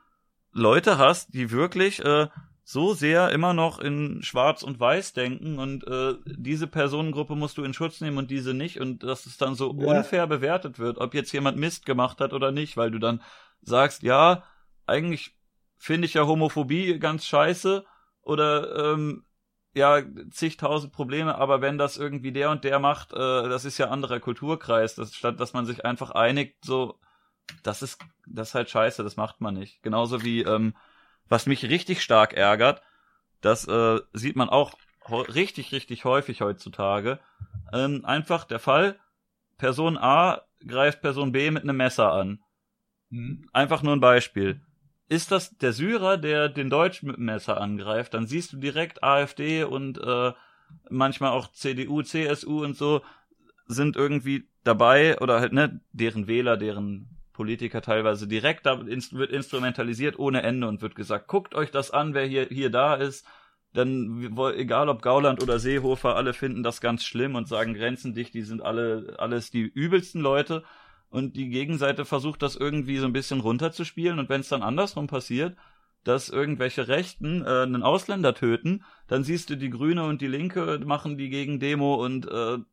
Leute hast, die wirklich so sehr immer noch in Schwarz und Weiß denken und diese Personengruppe musst du in Schutz nehmen und diese nicht und dass es dann so unfair bewertet wird, ob jetzt jemand Mist gemacht hat oder nicht, weil du dann sagst, ja, eigentlich finde ich ja Homophobie ganz scheiße oder ja, zigtausend Probleme, aber wenn das irgendwie der und der macht, das ist ja anderer Kulturkreis, statt dass man sich einfach einigt, so, das ist halt scheiße, das macht man nicht. Genauso wie, was mich richtig stark ärgert, das sieht man auch richtig, richtig häufig heutzutage, einfach der Fall, Person A greift Person B mit einem Messer an. Einfach nur ein Beispiel. Ist das der Syrer, der den Deutschen mit dem Messer angreift, dann siehst du direkt AfD und manchmal auch CDU, CSU und so sind irgendwie dabei oder halt, ne, deren Wähler, deren Politiker teilweise direkt, da wird instrumentalisiert ohne Ende und wird gesagt, guckt euch das an, wer hier da ist, dann, egal ob Gauland oder Seehofer, alle finden das ganz schlimm und sagen grenzendicht, die sind alles die übelsten Leute. Und die Gegenseite versucht das irgendwie so ein bisschen runterzuspielen. Und wenn es dann andersrum passiert, dass irgendwelche Rechten einen Ausländer töten, dann siehst du, die Grüne und die Linke machen die Gegendemo und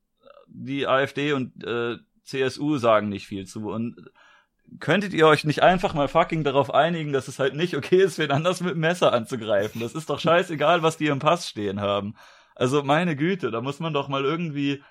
die AfD und CSU sagen nicht viel zu. Und könntet ihr euch nicht einfach mal fucking darauf einigen, dass es halt nicht okay ist, wen anders mit dem Messer anzugreifen? Das ist doch scheißegal, was die im Pass stehen haben. Also meine Güte, da muss man doch mal irgendwie...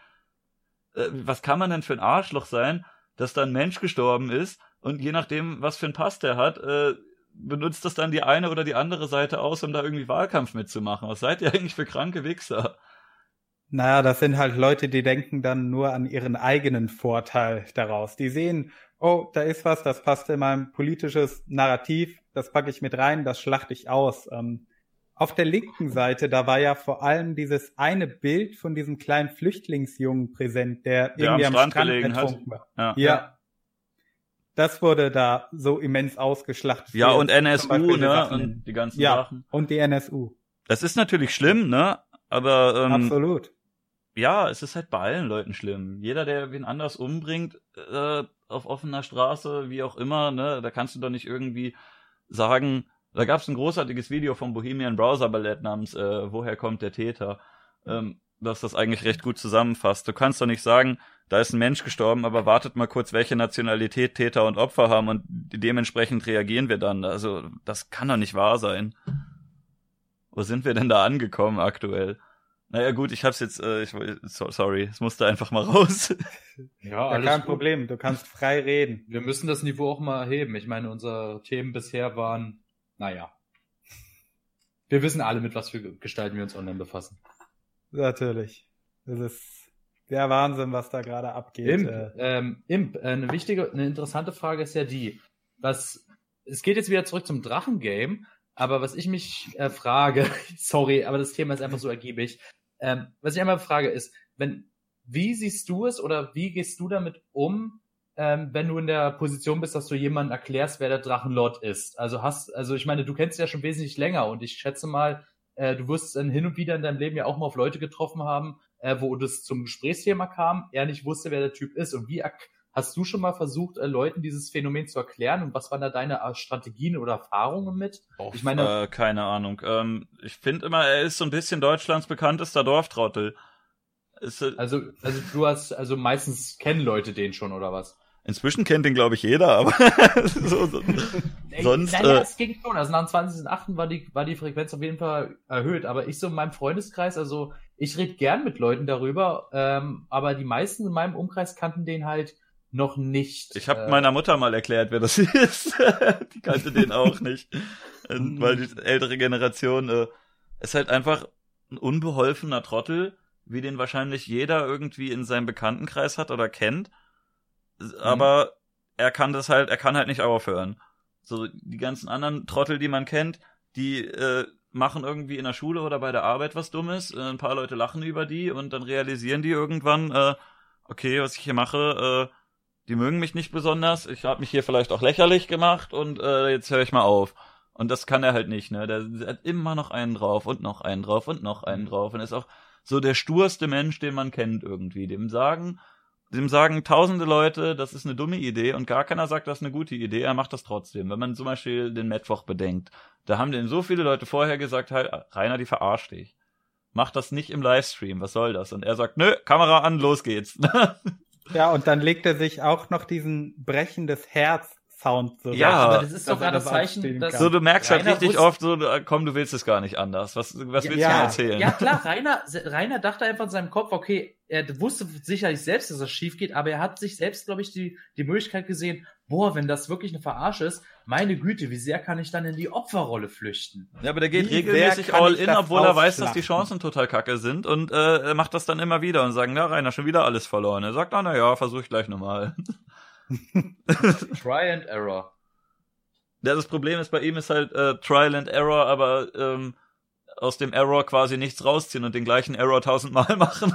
was kann man denn für ein Arschloch sein, dass da ein Mensch gestorben ist und je nachdem, was für ein Pass der hat, benutzt das dann die eine oder die andere Seite aus, um da irgendwie Wahlkampf mitzumachen. Was seid ihr eigentlich für kranke Wichser? Naja, das sind halt Leute, die denken dann nur an ihren eigenen Vorteil daraus. Die sehen, oh, da ist was, das passt in mein politisches Narrativ, das packe ich mit rein, das schlachte ich aus. Auf der linken Seite, da war ja vor allem dieses eine Bild von diesem kleinen Flüchtlingsjungen präsent, der irgendwie am Strand ertrunken war. Ja. Das wurde da so immens ausgeschlachtet. Ja, und NSU, ne, und die ganzen Sachen. Und die NSU. Das ist natürlich schlimm, ne, aber absolut. Ja, es ist halt bei allen Leuten schlimm. Jeder, der wen anders umbringt, auf offener Straße, wie auch immer, ne, da kannst du doch nicht irgendwie sagen... Da gab es ein großartiges Video vom Bohemian Browser Ballett namens Woher kommt der Täter, das das eigentlich recht gut zusammenfasst. Du kannst doch nicht sagen, da ist ein Mensch gestorben, aber wartet mal kurz, welche Nationalität Täter und Opfer haben und dementsprechend reagieren wir dann. Also das kann doch nicht wahr sein. Wo sind wir denn da angekommen aktuell? Naja gut, ich hab's jetzt, sorry, es musste einfach mal raus. Ja, alles kein Problem, du kannst frei reden. Wir müssen das Niveau auch mal erheben. Ich meine, unsere Themen bisher waren... Naja. Wir wissen alle, mit was für Gestalten wir uns online befassen. Natürlich. Das ist der Wahnsinn, was da gerade abgeht. Eine interessante Frage ist ja die, es geht jetzt wieder zurück zum Drachengame, aber was ich mich frage, sorry, aber das Thema ist einfach so ergiebig, was ich einmal frage ist, wie siehst du es oder wie gehst du damit um, wenn du in der Position bist, dass du jemandem erklärst, wer der Drachenlord ist. Also ich meine, du kennst ihn ja schon wesentlich länger und ich schätze mal, du wirst dann hin und wieder in deinem Leben ja auch mal auf Leute getroffen haben, wo das zum Gesprächsthema kam, er nicht wusste, wer der Typ ist. Und wie hast du schon mal versucht, Leuten dieses Phänomen zu erklären und was waren da deine Strategien oder Erfahrungen mit? Ich meine, keine Ahnung. Ich finde immer, er ist so ein bisschen Deutschlands bekanntester Dorftrottel. Also meistens kennen Leute den schon, oder was? Inzwischen kennt den, glaube ich, jeder, aber sonst... Naja, es ging schon. Also nach dem 20.08. war die Frequenz auf jeden Fall erhöht. Aber ich so in meinem Freundeskreis, also ich rede gern mit Leuten darüber, aber die meisten in meinem Umkreis kannten den halt noch nicht. Ich habe meiner Mutter mal erklärt, wer das ist. Die kannte den auch nicht. Weil die ältere Generation ist halt einfach ein unbeholfener Trottel, wie den wahrscheinlich jeder irgendwie in seinem Bekanntenkreis hat oder kennt. Aber er kann halt nicht aufhören. So, die ganzen anderen Trottel, die man kennt, die machen irgendwie in der Schule oder bei der Arbeit was Dummes, ein paar Leute lachen über die und dann realisieren die irgendwann, okay, was ich hier mache, die mögen mich nicht besonders, ich habe mich hier vielleicht auch lächerlich gemacht und jetzt höre ich mal auf. Und das kann er halt nicht, ne? Der hat immer noch einen drauf und noch einen drauf und noch einen drauf und ist auch so der sturste Mensch, den man kennt irgendwie. Dem sagen tausende Leute, das ist eine dumme Idee und gar keiner sagt, das ist eine gute Idee, er macht das trotzdem. Wenn man zum Beispiel den Mittwoch bedenkt, da haben dem so viele Leute vorher gesagt, halt, Rainer, die verarscht dich. Mach das nicht im Livestream, was soll das? Und er sagt, nö, Kamera an, los geht's. Ja, und dann legt er sich auch noch diesen brechendes Herz-Sound so. Ja, aber das ist doch gerade das Zeichen, dass so, du merkst halt Rainer richtig oft so, komm, du willst es gar nicht anders. Was willst du mir erzählen? Ja, klar, Rainer dachte einfach in seinem Kopf, okay, er wusste sicherlich selbst, dass das schief geht, aber er hat sich selbst, glaube ich, die Möglichkeit gesehen, boah, wenn das wirklich eine Verarsche ist, meine Güte, wie sehr kann ich dann in die Opferrolle flüchten? Ja, aber der geht regelmäßig all in, obwohl er weiß, dass die Chancen total kacke sind und er macht das dann immer wieder und sagen, na Rainer, schon wieder alles verloren. Er sagt, na ja, versuch ich gleich nochmal. Try and Error. Ja, das Problem ist, bei ihm ist halt Trial and Error, aber aus dem Error quasi nichts rausziehen und den gleichen Error 1000-mal machen.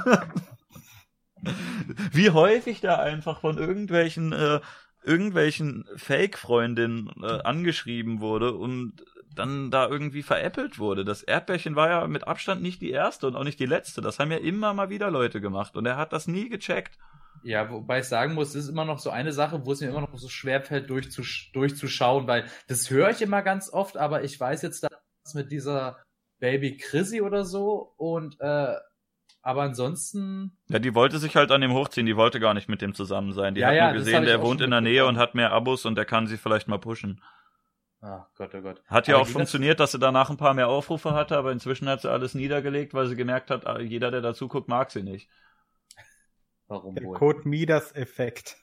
Wie häufig da einfach von irgendwelchen Fake-Freundinnen angeschrieben wurde und dann da irgendwie veräppelt wurde. Das Erdbärchen war ja mit Abstand nicht die erste und auch nicht die letzte. Das haben ja immer mal wieder Leute gemacht und er hat das nie gecheckt. Ja, wobei ich sagen muss, das ist immer noch so eine Sache, wo es mir immer noch so schwer fällt, durchzuschauen, weil das höre ich immer ganz oft, aber ich weiß jetzt, dass mit dieser Baby Chrissy oder so und aber ansonsten... Ja, die wollte sich halt an dem hochziehen, die wollte gar nicht mit dem zusammen sein. Die hat nur gesehen, der wohnt in der Nähe und hat mehr Abos und der kann sie vielleicht mal pushen. Ah, Gott, oh Gott. Hat ja auch funktioniert, dass sie danach ein paar mehr Aufrufe hatte, aber inzwischen hat sie alles niedergelegt, weil sie gemerkt hat, jeder, der dazu guckt, mag sie nicht. Warum der wohl? Code Midas-Effekt.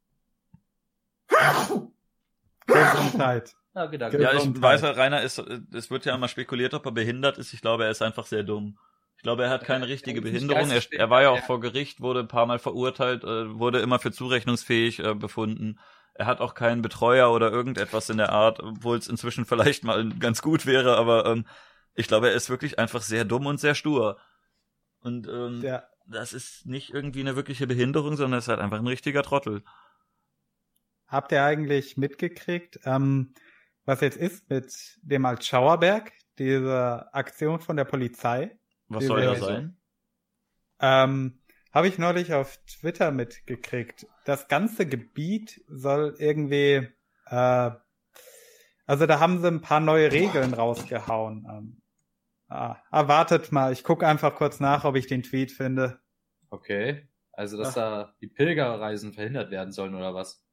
Gesundheit. Ja, ich weiß halt, Rainer es wird ja immer spekuliert, ob er behindert ist. Ich glaube, er ist einfach sehr dumm. Ich glaube, er hat keine richtige Behinderung. Er war ja auch vor Gericht, wurde ein paar Mal verurteilt, wurde immer für zurechnungsfähig befunden. Er hat auch keinen Betreuer oder irgendetwas in der Art, obwohl es inzwischen vielleicht mal ganz gut wäre, aber ich glaube, er ist wirklich einfach sehr dumm und sehr stur. Und das ist nicht irgendwie eine wirkliche Behinderung, sondern er ist halt einfach ein richtiger Trottel. Habt ihr eigentlich mitgekriegt, was jetzt ist mit dem Altschauerberg, diese Aktion von der Polizei? Was soll das sein? Habe ich neulich auf Twitter mitgekriegt. Das ganze Gebiet soll irgendwie, also da haben sie ein paar neue Regeln rausgehauen. Wartet mal, ich gucke einfach kurz nach, ob ich den Tweet finde. Okay, also dass da die Pilgerreisen verhindert werden sollen, oder was?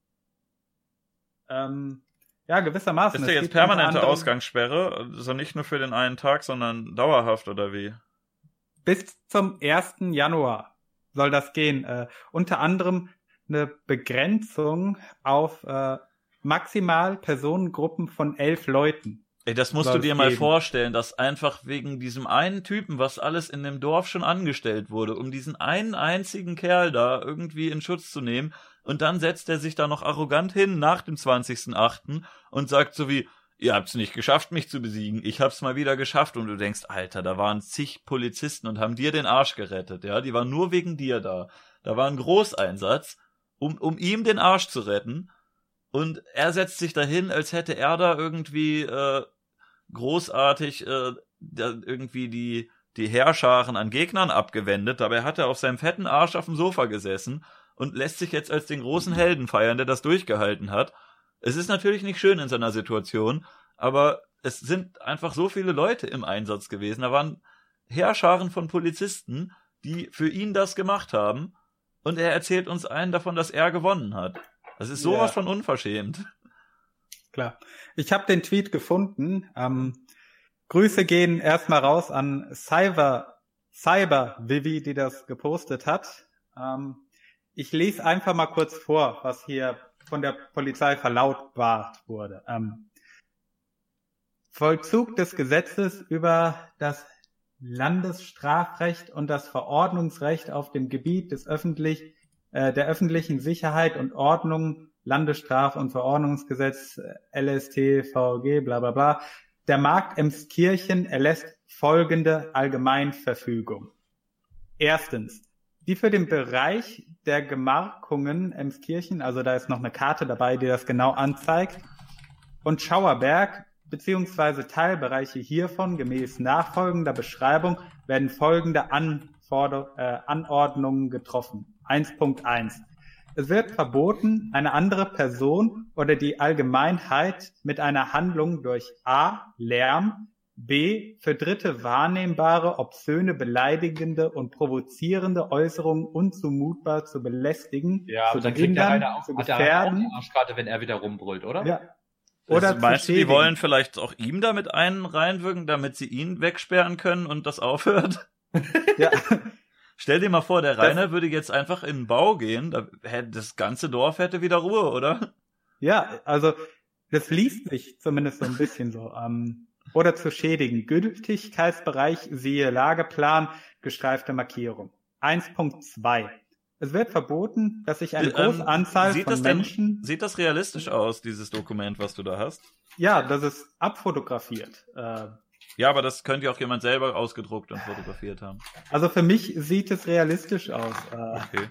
Ja, gewissermaßen. Ist ja jetzt permanente Ausgangssperre, also nicht nur für den einen Tag, sondern dauerhaft, oder wie? Bis zum 1. Januar soll das gehen. Unter anderem eine Begrenzung auf maximal Personengruppen von 11 Leuten. Ey, das musst du dir mal vorstellen, dass einfach wegen diesem einen Typen, was alles in dem Dorf schon angestellt wurde, um diesen einen einzigen Kerl da irgendwie in Schutz zu nehmen, und dann setzt er sich da noch arrogant hin nach dem 20.08. und sagt so wie, ihr habt's nicht geschafft, mich zu besiegen, ich hab's mal wieder geschafft, und du denkst, Alter, da waren zig Polizisten und haben dir den Arsch gerettet, ja, die waren nur wegen dir da. Da war ein Großeinsatz, um ihm den Arsch zu retten. Und er setzt sich dahin, als hätte er da irgendwie großartig irgendwie die Heerscharen an Gegnern abgewendet. Dabei hat er auf seinem fetten Arsch auf dem Sofa gesessen und lässt sich jetzt als den großen Helden feiern, der das durchgehalten hat. Es ist natürlich nicht schön in seiner Situation, aber es sind einfach so viele Leute im Einsatz gewesen. Da waren Heerscharen von Polizisten, die für ihn das gemacht haben. Und er erzählt uns einen davon, dass er gewonnen hat. Das ist sowas von unverschämt. Klar. Ich habe den Tweet gefunden. Grüße gehen erstmal raus an Cyber Vivi, die das gepostet hat. Ich lese einfach mal kurz vor, was hier von der Polizei verlautbart wurde. Vollzug des Gesetzes über das Landesstrafrecht und das Verordnungsrecht auf dem Gebiet des der öffentlichen Sicherheit und Ordnung, Landesstraf- und Verordnungsgesetz, LST, VG, bla bla bla. Der Markt Emskirchen erlässt folgende Allgemeinverfügung. Erstens. die für den Bereich der Gemarkungen Emskirchen, also da ist noch eine Karte dabei, die das genau anzeigt, und Schauerberg beziehungsweise Teilbereiche hiervon gemäß nachfolgender Beschreibung werden folgende Anordnungen getroffen. 1.1. Es wird verboten, eine andere Person oder die Allgemeinheit mit einer Handlung durch a. Lärm, b. für Dritte wahrnehmbare, obszöne, beleidigende und provozierende Äußerungen unzumutbar zu belästigen, ja, zu dann kriegt der behindern, Rainer auch, zu hat der Rainer auch gefährden. die Arschkarte, wenn er wieder rumbrüllt, oder? Ja. Oder Oder meinst du, die schädigen. wollen vielleicht auch ihm damit einen reinwirken, damit sie ihn wegsperren können und das aufhört? Ja. Stell dir mal vor, der Rainer würde jetzt einfach in den Bau gehen, das ganze Dorf hätte wieder Ruhe, oder? Ja, also das liest sich zumindest so ein bisschen so. Oder zu schädigen. Gültigkeitsbereich, siehe Lageplan, gestreifte Markierung. 1.2. Es wird verboten, dass sich eine große Anzahl von Menschen... Sieht das realistisch aus, dieses Dokument, was du da hast? Ja, das ist abfotografiert. Ja, aber das könnte ja auch jemand selber ausgedruckt und fotografiert haben. Also für mich sieht es realistisch aus. Okay.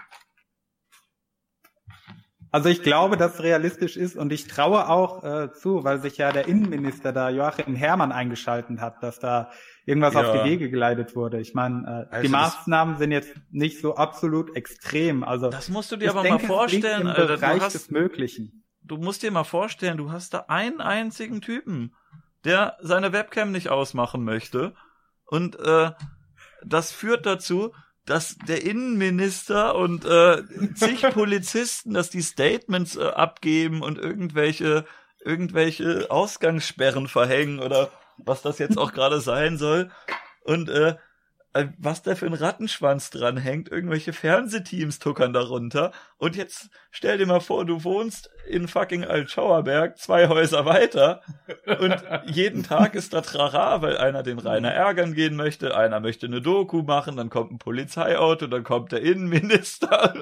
Also ich glaube, dass es realistisch ist und ich traue auch zu, weil sich ja der Innenminister da, Joachim Herrmann, eingeschaltet hat, dass da irgendwas auf die Wege geleitet wurde. Ich meine, die Maßnahmen sind jetzt nicht so absolut extrem. Also das musst du dir aber mal vorstellen, im Bereich des Möglichen. Du musst dir mal vorstellen, du hast da einen einzigen Typen, der seine Webcam nicht ausmachen möchte und das führt dazu, dass der Innenminister und zig Polizisten, dass die Statements abgeben und irgendwelche Ausgangssperren verhängen oder was das jetzt auch gerade sein soll. Und was da für ein Rattenschwanz dran hängt, irgendwelche Fernsehteams tuckern darunter. Und jetzt stell dir mal vor, du wohnst in fucking Altschauerberg, 2 Häuser weiter und jeden Tag ist da Trara, weil einer den Rainer ärgern gehen möchte, einer möchte eine Doku machen, dann kommt ein Polizeiauto, dann kommt der Innenminister.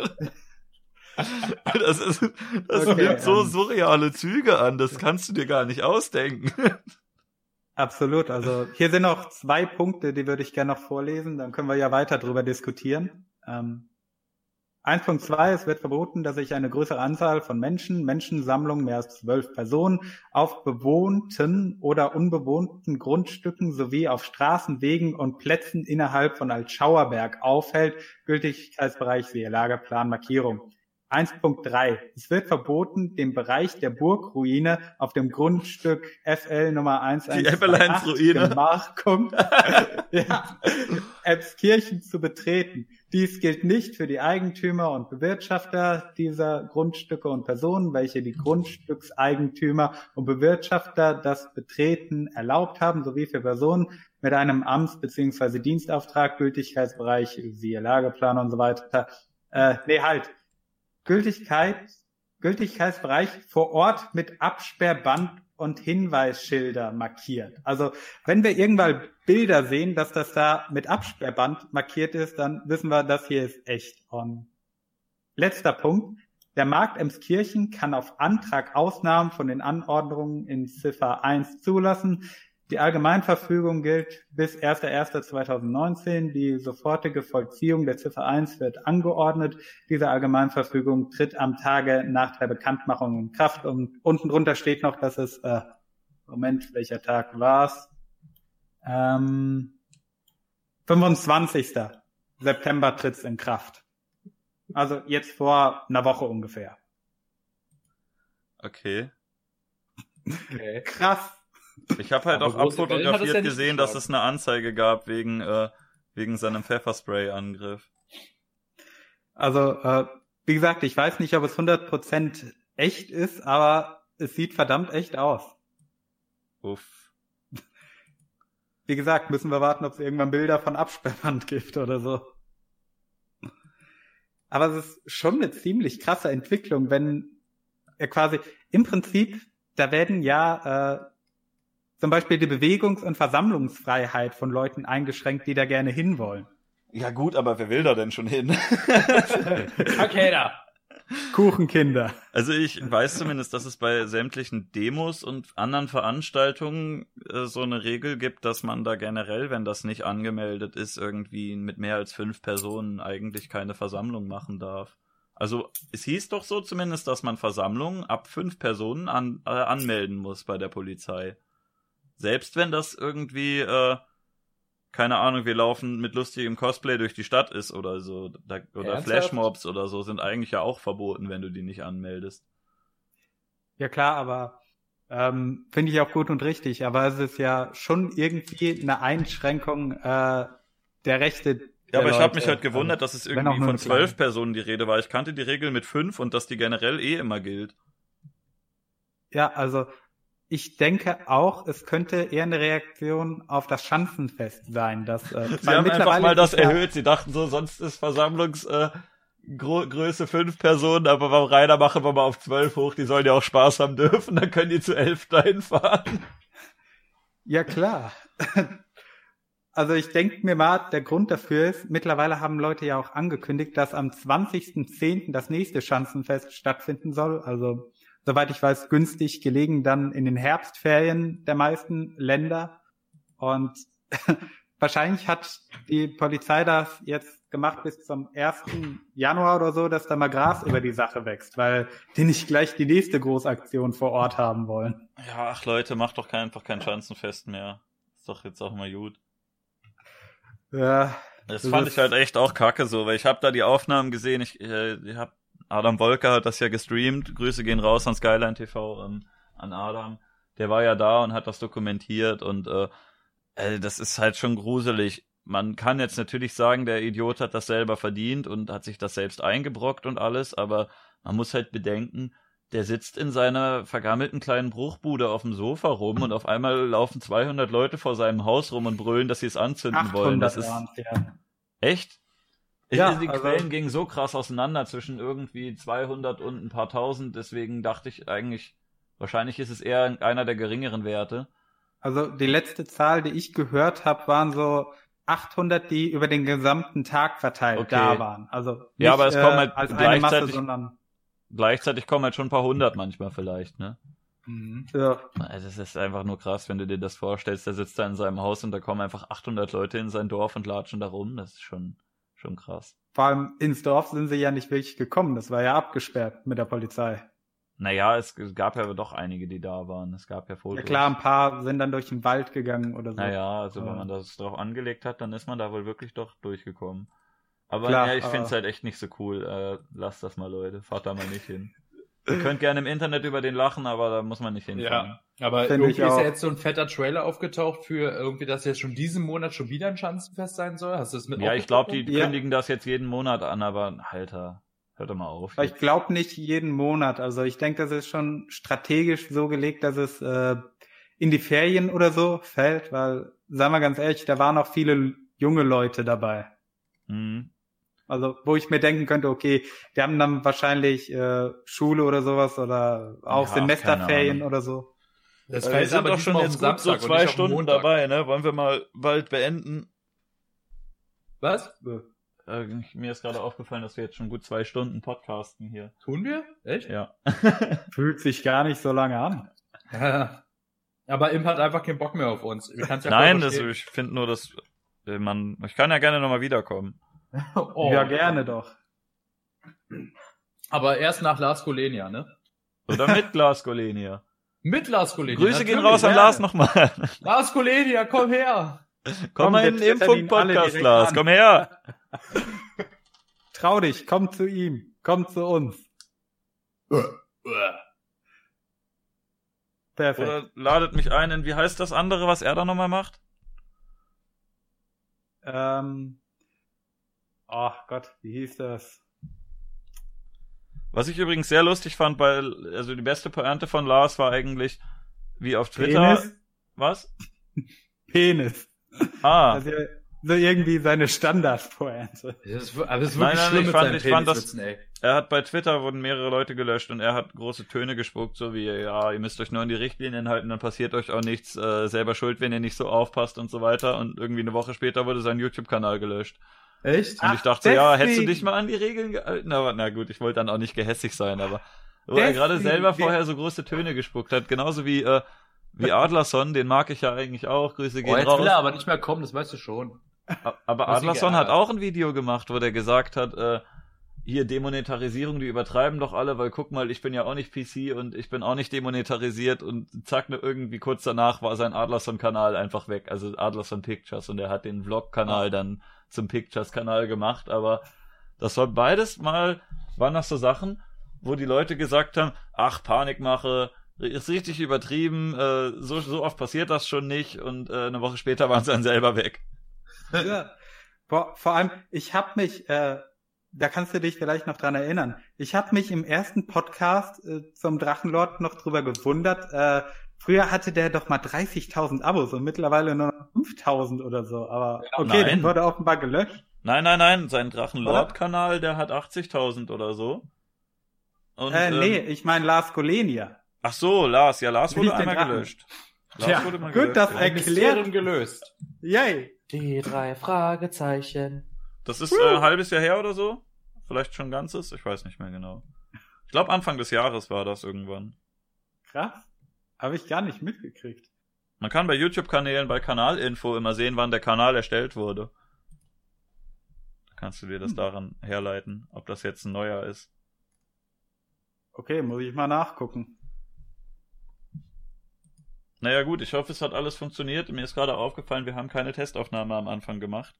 Das nimmt so surreale Züge an, das kannst du dir gar nicht ausdenken. Absolut, also hier sind noch 2 Punkte, die würde ich gerne noch vorlesen, dann können wir ja weiter drüber diskutieren. 1.2, es wird verboten, dass sich eine größere Anzahl von Menschensammlungen, mehr als 12 Personen, auf bewohnten oder unbewohnten Grundstücken sowie auf Straßen, Wegen und Plätzen innerhalb von Altschauerberg aufhält. Gültigkeitsbereich siehe Lageplan, Markierung. 1.3. Es wird verboten, den Bereich der Burgruine auf dem Grundstück FL Nummer 1128 Gemarkung Emskirchen zu betreten. Dies gilt nicht für die Eigentümer und Bewirtschafter dieser Grundstücke und Personen, welche die Grundstückseigentümer und Bewirtschafter das Betreten erlaubt haben, sowie für Personen mit einem Amts- bzw. Dienstauftrag, Gültigkeitsbereich, siehe Lageplan und so weiter. Gültigkeitsbereich vor Ort mit Absperrband und Hinweisschilder markiert. Also wenn wir irgendwann Bilder sehen, dass das da mit Absperrband markiert ist, dann wissen wir, das hier ist echt. Und letzter Punkt. Der Markt Emskirchen kann auf Antrag Ausnahmen von den Anordnungen in Ziffer 1 zulassen. Die Allgemeinverfügung gilt bis 1.1.2019. Die sofortige Vollziehung der Ziffer 1 wird angeordnet. Diese Allgemeinverfügung tritt am Tage nach der Bekanntmachung in Kraft. Und unten drunter steht noch, dass es, welcher Tag war's? 25. September tritt's in Kraft. Also jetzt vor einer Woche ungefähr. Okay. Krass. Ich habe halt auch abfotografiert gesehen, dass es eine Anzeige gab wegen seinem Pfefferspray-Angriff. Also, wie gesagt, ich weiß nicht, ob es 100% echt ist, aber es sieht verdammt echt aus. Uff. Wie gesagt, müssen wir warten, ob es irgendwann Bilder von Absperrband gibt oder so. Aber es ist schon eine ziemlich krasse Entwicklung, wenn quasi im Prinzip, da werden ja zum Beispiel die Bewegungs- und Versammlungsfreiheit von Leuten eingeschränkt, die da gerne hinwollen. Ja gut, aber wer will da denn schon hin? Okay, da. Kuchenkinder. Also ich weiß zumindest, dass es bei sämtlichen Demos und anderen Veranstaltungen so eine Regel gibt, dass man da generell, wenn das nicht angemeldet ist, irgendwie mit mehr als 5 Personen eigentlich keine Versammlung machen darf. Also es hieß doch so zumindest, dass man Versammlungen ab 5 Personen anmelden muss bei der Polizei. Selbst wenn das irgendwie, keine Ahnung, wir laufen mit lustigem Cosplay durch die Stadt ist oder so, oder Flashmobs oder so, sind eigentlich ja auch verboten, wenn du die nicht anmeldest. Ja klar, aber finde ich auch gut und richtig, aber es ist ja schon irgendwie eine Einschränkung der Rechte. Ja, aber ich habe mich halt gewundert, dass es irgendwie von 12 Personen die Rede war. Ich kannte die Regel mit 5 und dass die generell immer gilt. Ja, also ich denke auch, es könnte eher eine Reaktion auf das Schanzenfest sein. Dass, Sie haben einfach mal das erhöht. Sie dachten so, sonst ist Versammlungsgröße 5 Personen, aber beim Rainer machen wir mal auf 12 hoch. Die sollen ja auch Spaß haben dürfen, dann können die zu 11 dahin fahren. Ja, klar. Also ich denke mir mal, der Grund dafür ist, mittlerweile haben Leute ja auch angekündigt, dass am 20.10. das nächste Schanzenfest stattfinden soll. Also soweit ich weiß, günstig gelegen dann in den Herbstferien der meisten Länder. Und wahrscheinlich hat die Polizei das jetzt gemacht bis zum 1. Januar oder so, dass da mal Gras über die Sache wächst, weil die nicht gleich die nächste Großaktion vor Ort haben wollen. Ja, ach Leute, macht doch einfach kein Schanzenfest mehr. Ist doch jetzt auch mal gut. Ja. Das fand ich halt echt auch kacke so, weil ich habe da die Aufnahmen gesehen, ich hab Adam Wolke hat das ja gestreamt, Grüße gehen raus an Skyline TV, an Adam, der war ja da und hat das dokumentiert und das ist halt schon gruselig. Man kann jetzt natürlich sagen, der Idiot hat das selber verdient und hat sich das selbst eingebrockt und alles, aber man muss halt bedenken, der sitzt in seiner vergammelten kleinen Bruchbude auf dem Sofa rum und auf einmal laufen 200 Leute vor seinem Haus rum und brüllen, dass sie es anzünden wollen. Das ist echt? Ja, die Quellen gingen so krass auseinander zwischen irgendwie 200 und ein paar tausend, deswegen dachte ich eigentlich, wahrscheinlich ist es eher einer der geringeren Werte. Also die letzte Zahl, die ich gehört habe, waren so 800, die über den gesamten Tag verteilt da waren. Also nicht, ja, aber es kommen halt als eine Masse, sondern gleichzeitig kommen halt schon ein paar hundert manchmal vielleicht, ne? Ja. Also es ist einfach nur krass, wenn du dir das vorstellst, der sitzt da in seinem Haus und da kommen einfach 800 Leute in sein Dorf und latschen da rum, das ist schon krass. Vor allem ins Dorf sind sie ja nicht wirklich gekommen, das war ja abgesperrt mit der Polizei. Naja, es gab ja doch einige, die da waren, es gab ja Fotos. Ja klar, ein paar sind dann durch den Wald gegangen oder so. Naja, also wenn man das drauf angelegt hat, dann ist man da wohl wirklich doch durchgekommen. Aber klar, ja, ich finde es halt echt nicht so cool. Lasst das mal, Leute. Fahrt da mal nicht hin. Ihr könnt gerne im Internet über den lachen, aber da muss man nicht hinfahren. Ja, aber irgendwie ist ja jetzt so ein fetter Trailer aufgetaucht für irgendwie, dass jetzt schon diesen Monat schon wieder ein Schanzenfest sein soll. Hast du das mit? Ja, ich glaube, die kündigen das jetzt jeden Monat an, aber Alter, hört doch mal auf. Ich glaube nicht jeden Monat. Also ich denke, das ist schon strategisch so gelegt, dass es in die Ferien oder so fällt, weil, sagen wir ganz ehrlich, da waren auch viele junge Leute dabei. Mhm. Also, wo ich mir denken könnte, okay, die haben dann wahrscheinlich Schule oder sowas oder auch Semesterferien oder so. Das wir sind doch schon jetzt gut so 2 Stunden dabei, ne? Wollen wir mal bald beenden? Was? Mir ist gerade aufgefallen, dass wir jetzt schon gut 2 Stunden podcasten hier. Tun wir? Echt? Ja. Fühlt sich gar nicht so lange an. Ja. Aber Imp hat einfach keinen Bock mehr auf uns. Nein, ich finde nur, dass ich kann ja gerne nochmal wiederkommen. Oh, ja, gerne doch. Aber erst nach Lars Golenia, ne? Oder mit Lars Golenia. Mit Lars Golenia. Grüße gehen raus an Lars nochmal. Lars Golenia, komm her. Komm mal in den Impfung-Podcast, Lars. Komm her. Trau dich, komm zu ihm. Komm zu uns. Perfekt. Oder ladet mich ein in, wie heißt das andere, was er da nochmal macht? Oh Gott, wie hieß das? Was ich übrigens sehr lustig fand, also die beste Pointe von Lars war eigentlich, wie auf Twitter. Penis? Was? Penis. Also so irgendwie seine Standardpointe. Das ist wirklich schlimm mit seinen Peniswitzen, ey. Er hat bei Twitter wurden mehrere Leute gelöscht und er hat große Töne gespuckt, so wie, ja, ihr müsst euch nur an die Richtlinien halten, dann passiert euch auch nichts, selber schuld, wenn ihr nicht so aufpasst und so weiter. Und irgendwie eine Woche später wurde sein YouTube-Kanal gelöscht. Echt? Und ich dachte, ja, hättest du dich mal an die Regeln gehalten? Aber na gut, ich wollte dann auch nicht gehässig sein, aber wo er gerade selber vorher so große Töne gespuckt hat, genauso wie Adlerson, den mag ich ja eigentlich auch, Grüße gehen jetzt raus. Will er aber nicht mehr kommen, das weißt du schon. Aber Adlerson hat auch ein Video gemacht, wo der gesagt hat, hier Demonetarisierung, die übertreiben doch alle, weil guck mal, ich bin ja auch nicht PC und ich bin auch nicht demonetarisiert und zack, nur irgendwie kurz danach war sein Adlerson-Kanal einfach weg, also Adlerson Pictures, und er hat den Vlog-Kanal dann zum Pictures-Kanal gemacht, aber das war beides mal, waren das so Sachen, wo die Leute gesagt haben, ach, Panikmache, ist richtig übertrieben, so oft passiert das schon nicht, und eine Woche später waren sie dann selber weg. Ja. Vor allem, ich habe mich, da kannst du dich vielleicht noch dran erinnern, ich habe mich im ersten Podcast zum Drachenlord noch drüber gewundert, früher hatte der doch mal 30.000 Abos und mittlerweile nur noch 5.000 oder so, aber okay, der wurde offenbar gelöscht. Nein, sein Drachenlord-Kanal, der hat 80.000 oder so. Und, nee, ich meine Lars Golenia. Ach so, Lars wurde einmal gelöscht. Lars wurde mal gelöscht. Gut, das erklärt. Gelöst. Yay. Die 3 Fragezeichen. Das ist ein halbes Jahr her oder so? Vielleicht schon ein ganzes? Ich weiß nicht mehr genau. Ich glaube, Anfang des Jahres war das irgendwann. Krass. Habe ich gar nicht mitgekriegt. Man kann bei YouTube-Kanälen bei Kanalinfo immer sehen, wann der Kanal erstellt wurde. Da kannst du dir das daran herleiten, ob das jetzt ein neuer ist. Okay, muss ich mal nachgucken. Naja gut, ich hoffe, es hat alles funktioniert. Mir ist gerade aufgefallen, wir haben keine Testaufnahme am Anfang gemacht.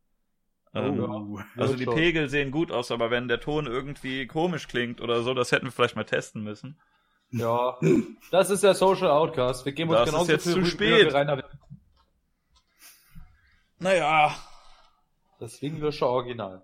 Also die Pegel sehen gut aus, aber wenn der Ton irgendwie komisch klingt oder so, das hätten wir vielleicht mal testen müssen. Ja, das ist der Social Outcast. Wir geben uns das genauso ist jetzt viel zu spät. Naja. Das Winglöscher Original.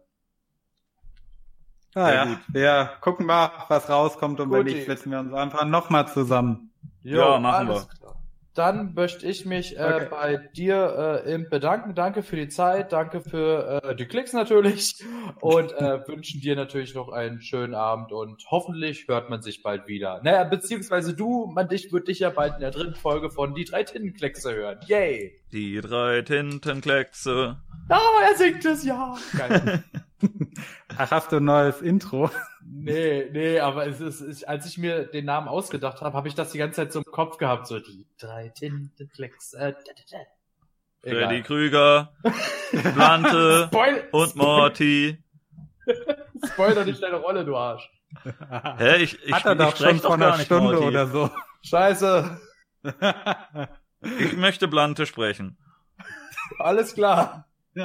Ja, wir gucken mal, was rauskommt, und wenn nicht, setzen wir uns einfach nochmal zusammen. Ja, machen wir. Klar. Dann möchte ich mich bei dir bedanken. Danke für die Zeit, danke für die Klicks natürlich und wünschen dir natürlich noch einen schönen Abend und hoffentlich hört man sich bald wieder. Naja, beziehungsweise wird dich ja bald in der 3. Folge von Die 3 Tintenkleckse hören. Yay! Die 3 Tintenkleckse. Oh, er singt es, ja! Geil. Ach, hast du ein neues Intro? Nee, aber als ich mir den Namen ausgedacht habe, habe ich das die ganze Zeit so im Kopf gehabt, so die 3 Tintenkleckse. Freddy Krüger, Blante und Morty. Spoiler nicht deine Rolle, du Arsch. Hä, ich hat er doch schon vor einer Stunde Morty oder so. Scheiße. Ich möchte Blante sprechen. Alles klar.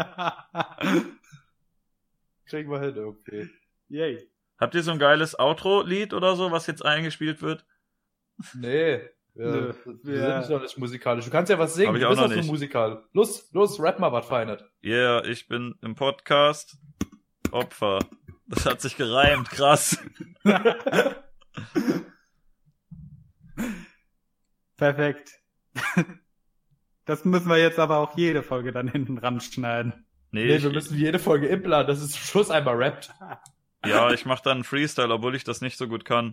Kriegen wir hin irgendwie. Yay. Habt ihr so ein geiles Outro-Lied oder so, was jetzt eingespielt wird? Nee. Wir sind noch nicht musikalisch. Du kannst ja was singen. Hab ich auch noch nicht. So musikal. Los, rap mal was Feines. Yeah, ich bin im Podcast Opfer. Das hat sich gereimt, krass. Perfekt. Das müssen wir jetzt aber auch jede Folge dann hinten ranschneiden. Nee, wir müssen jede Folge implanen, dass es zum Schluss einmal rappt. Ja, ich mach dann einen Freestyle, obwohl ich das nicht so gut kann.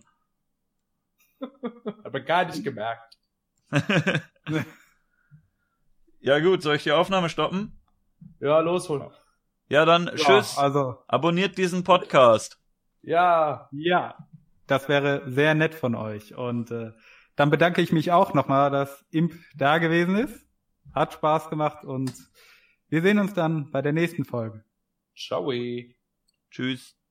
Aber gar nicht gemerkt. Ja gut, soll ich die Aufnahme stoppen? Ja, los, hol. Ja, dann tschüss. Also abonniert diesen Podcast. Ja, das wäre sehr nett von euch. Und dann bedanke ich mich auch nochmal, dass Imp da gewesen ist. Hat Spaß gemacht und wir sehen uns dann bei der nächsten Folge. Ciao. Tschüss.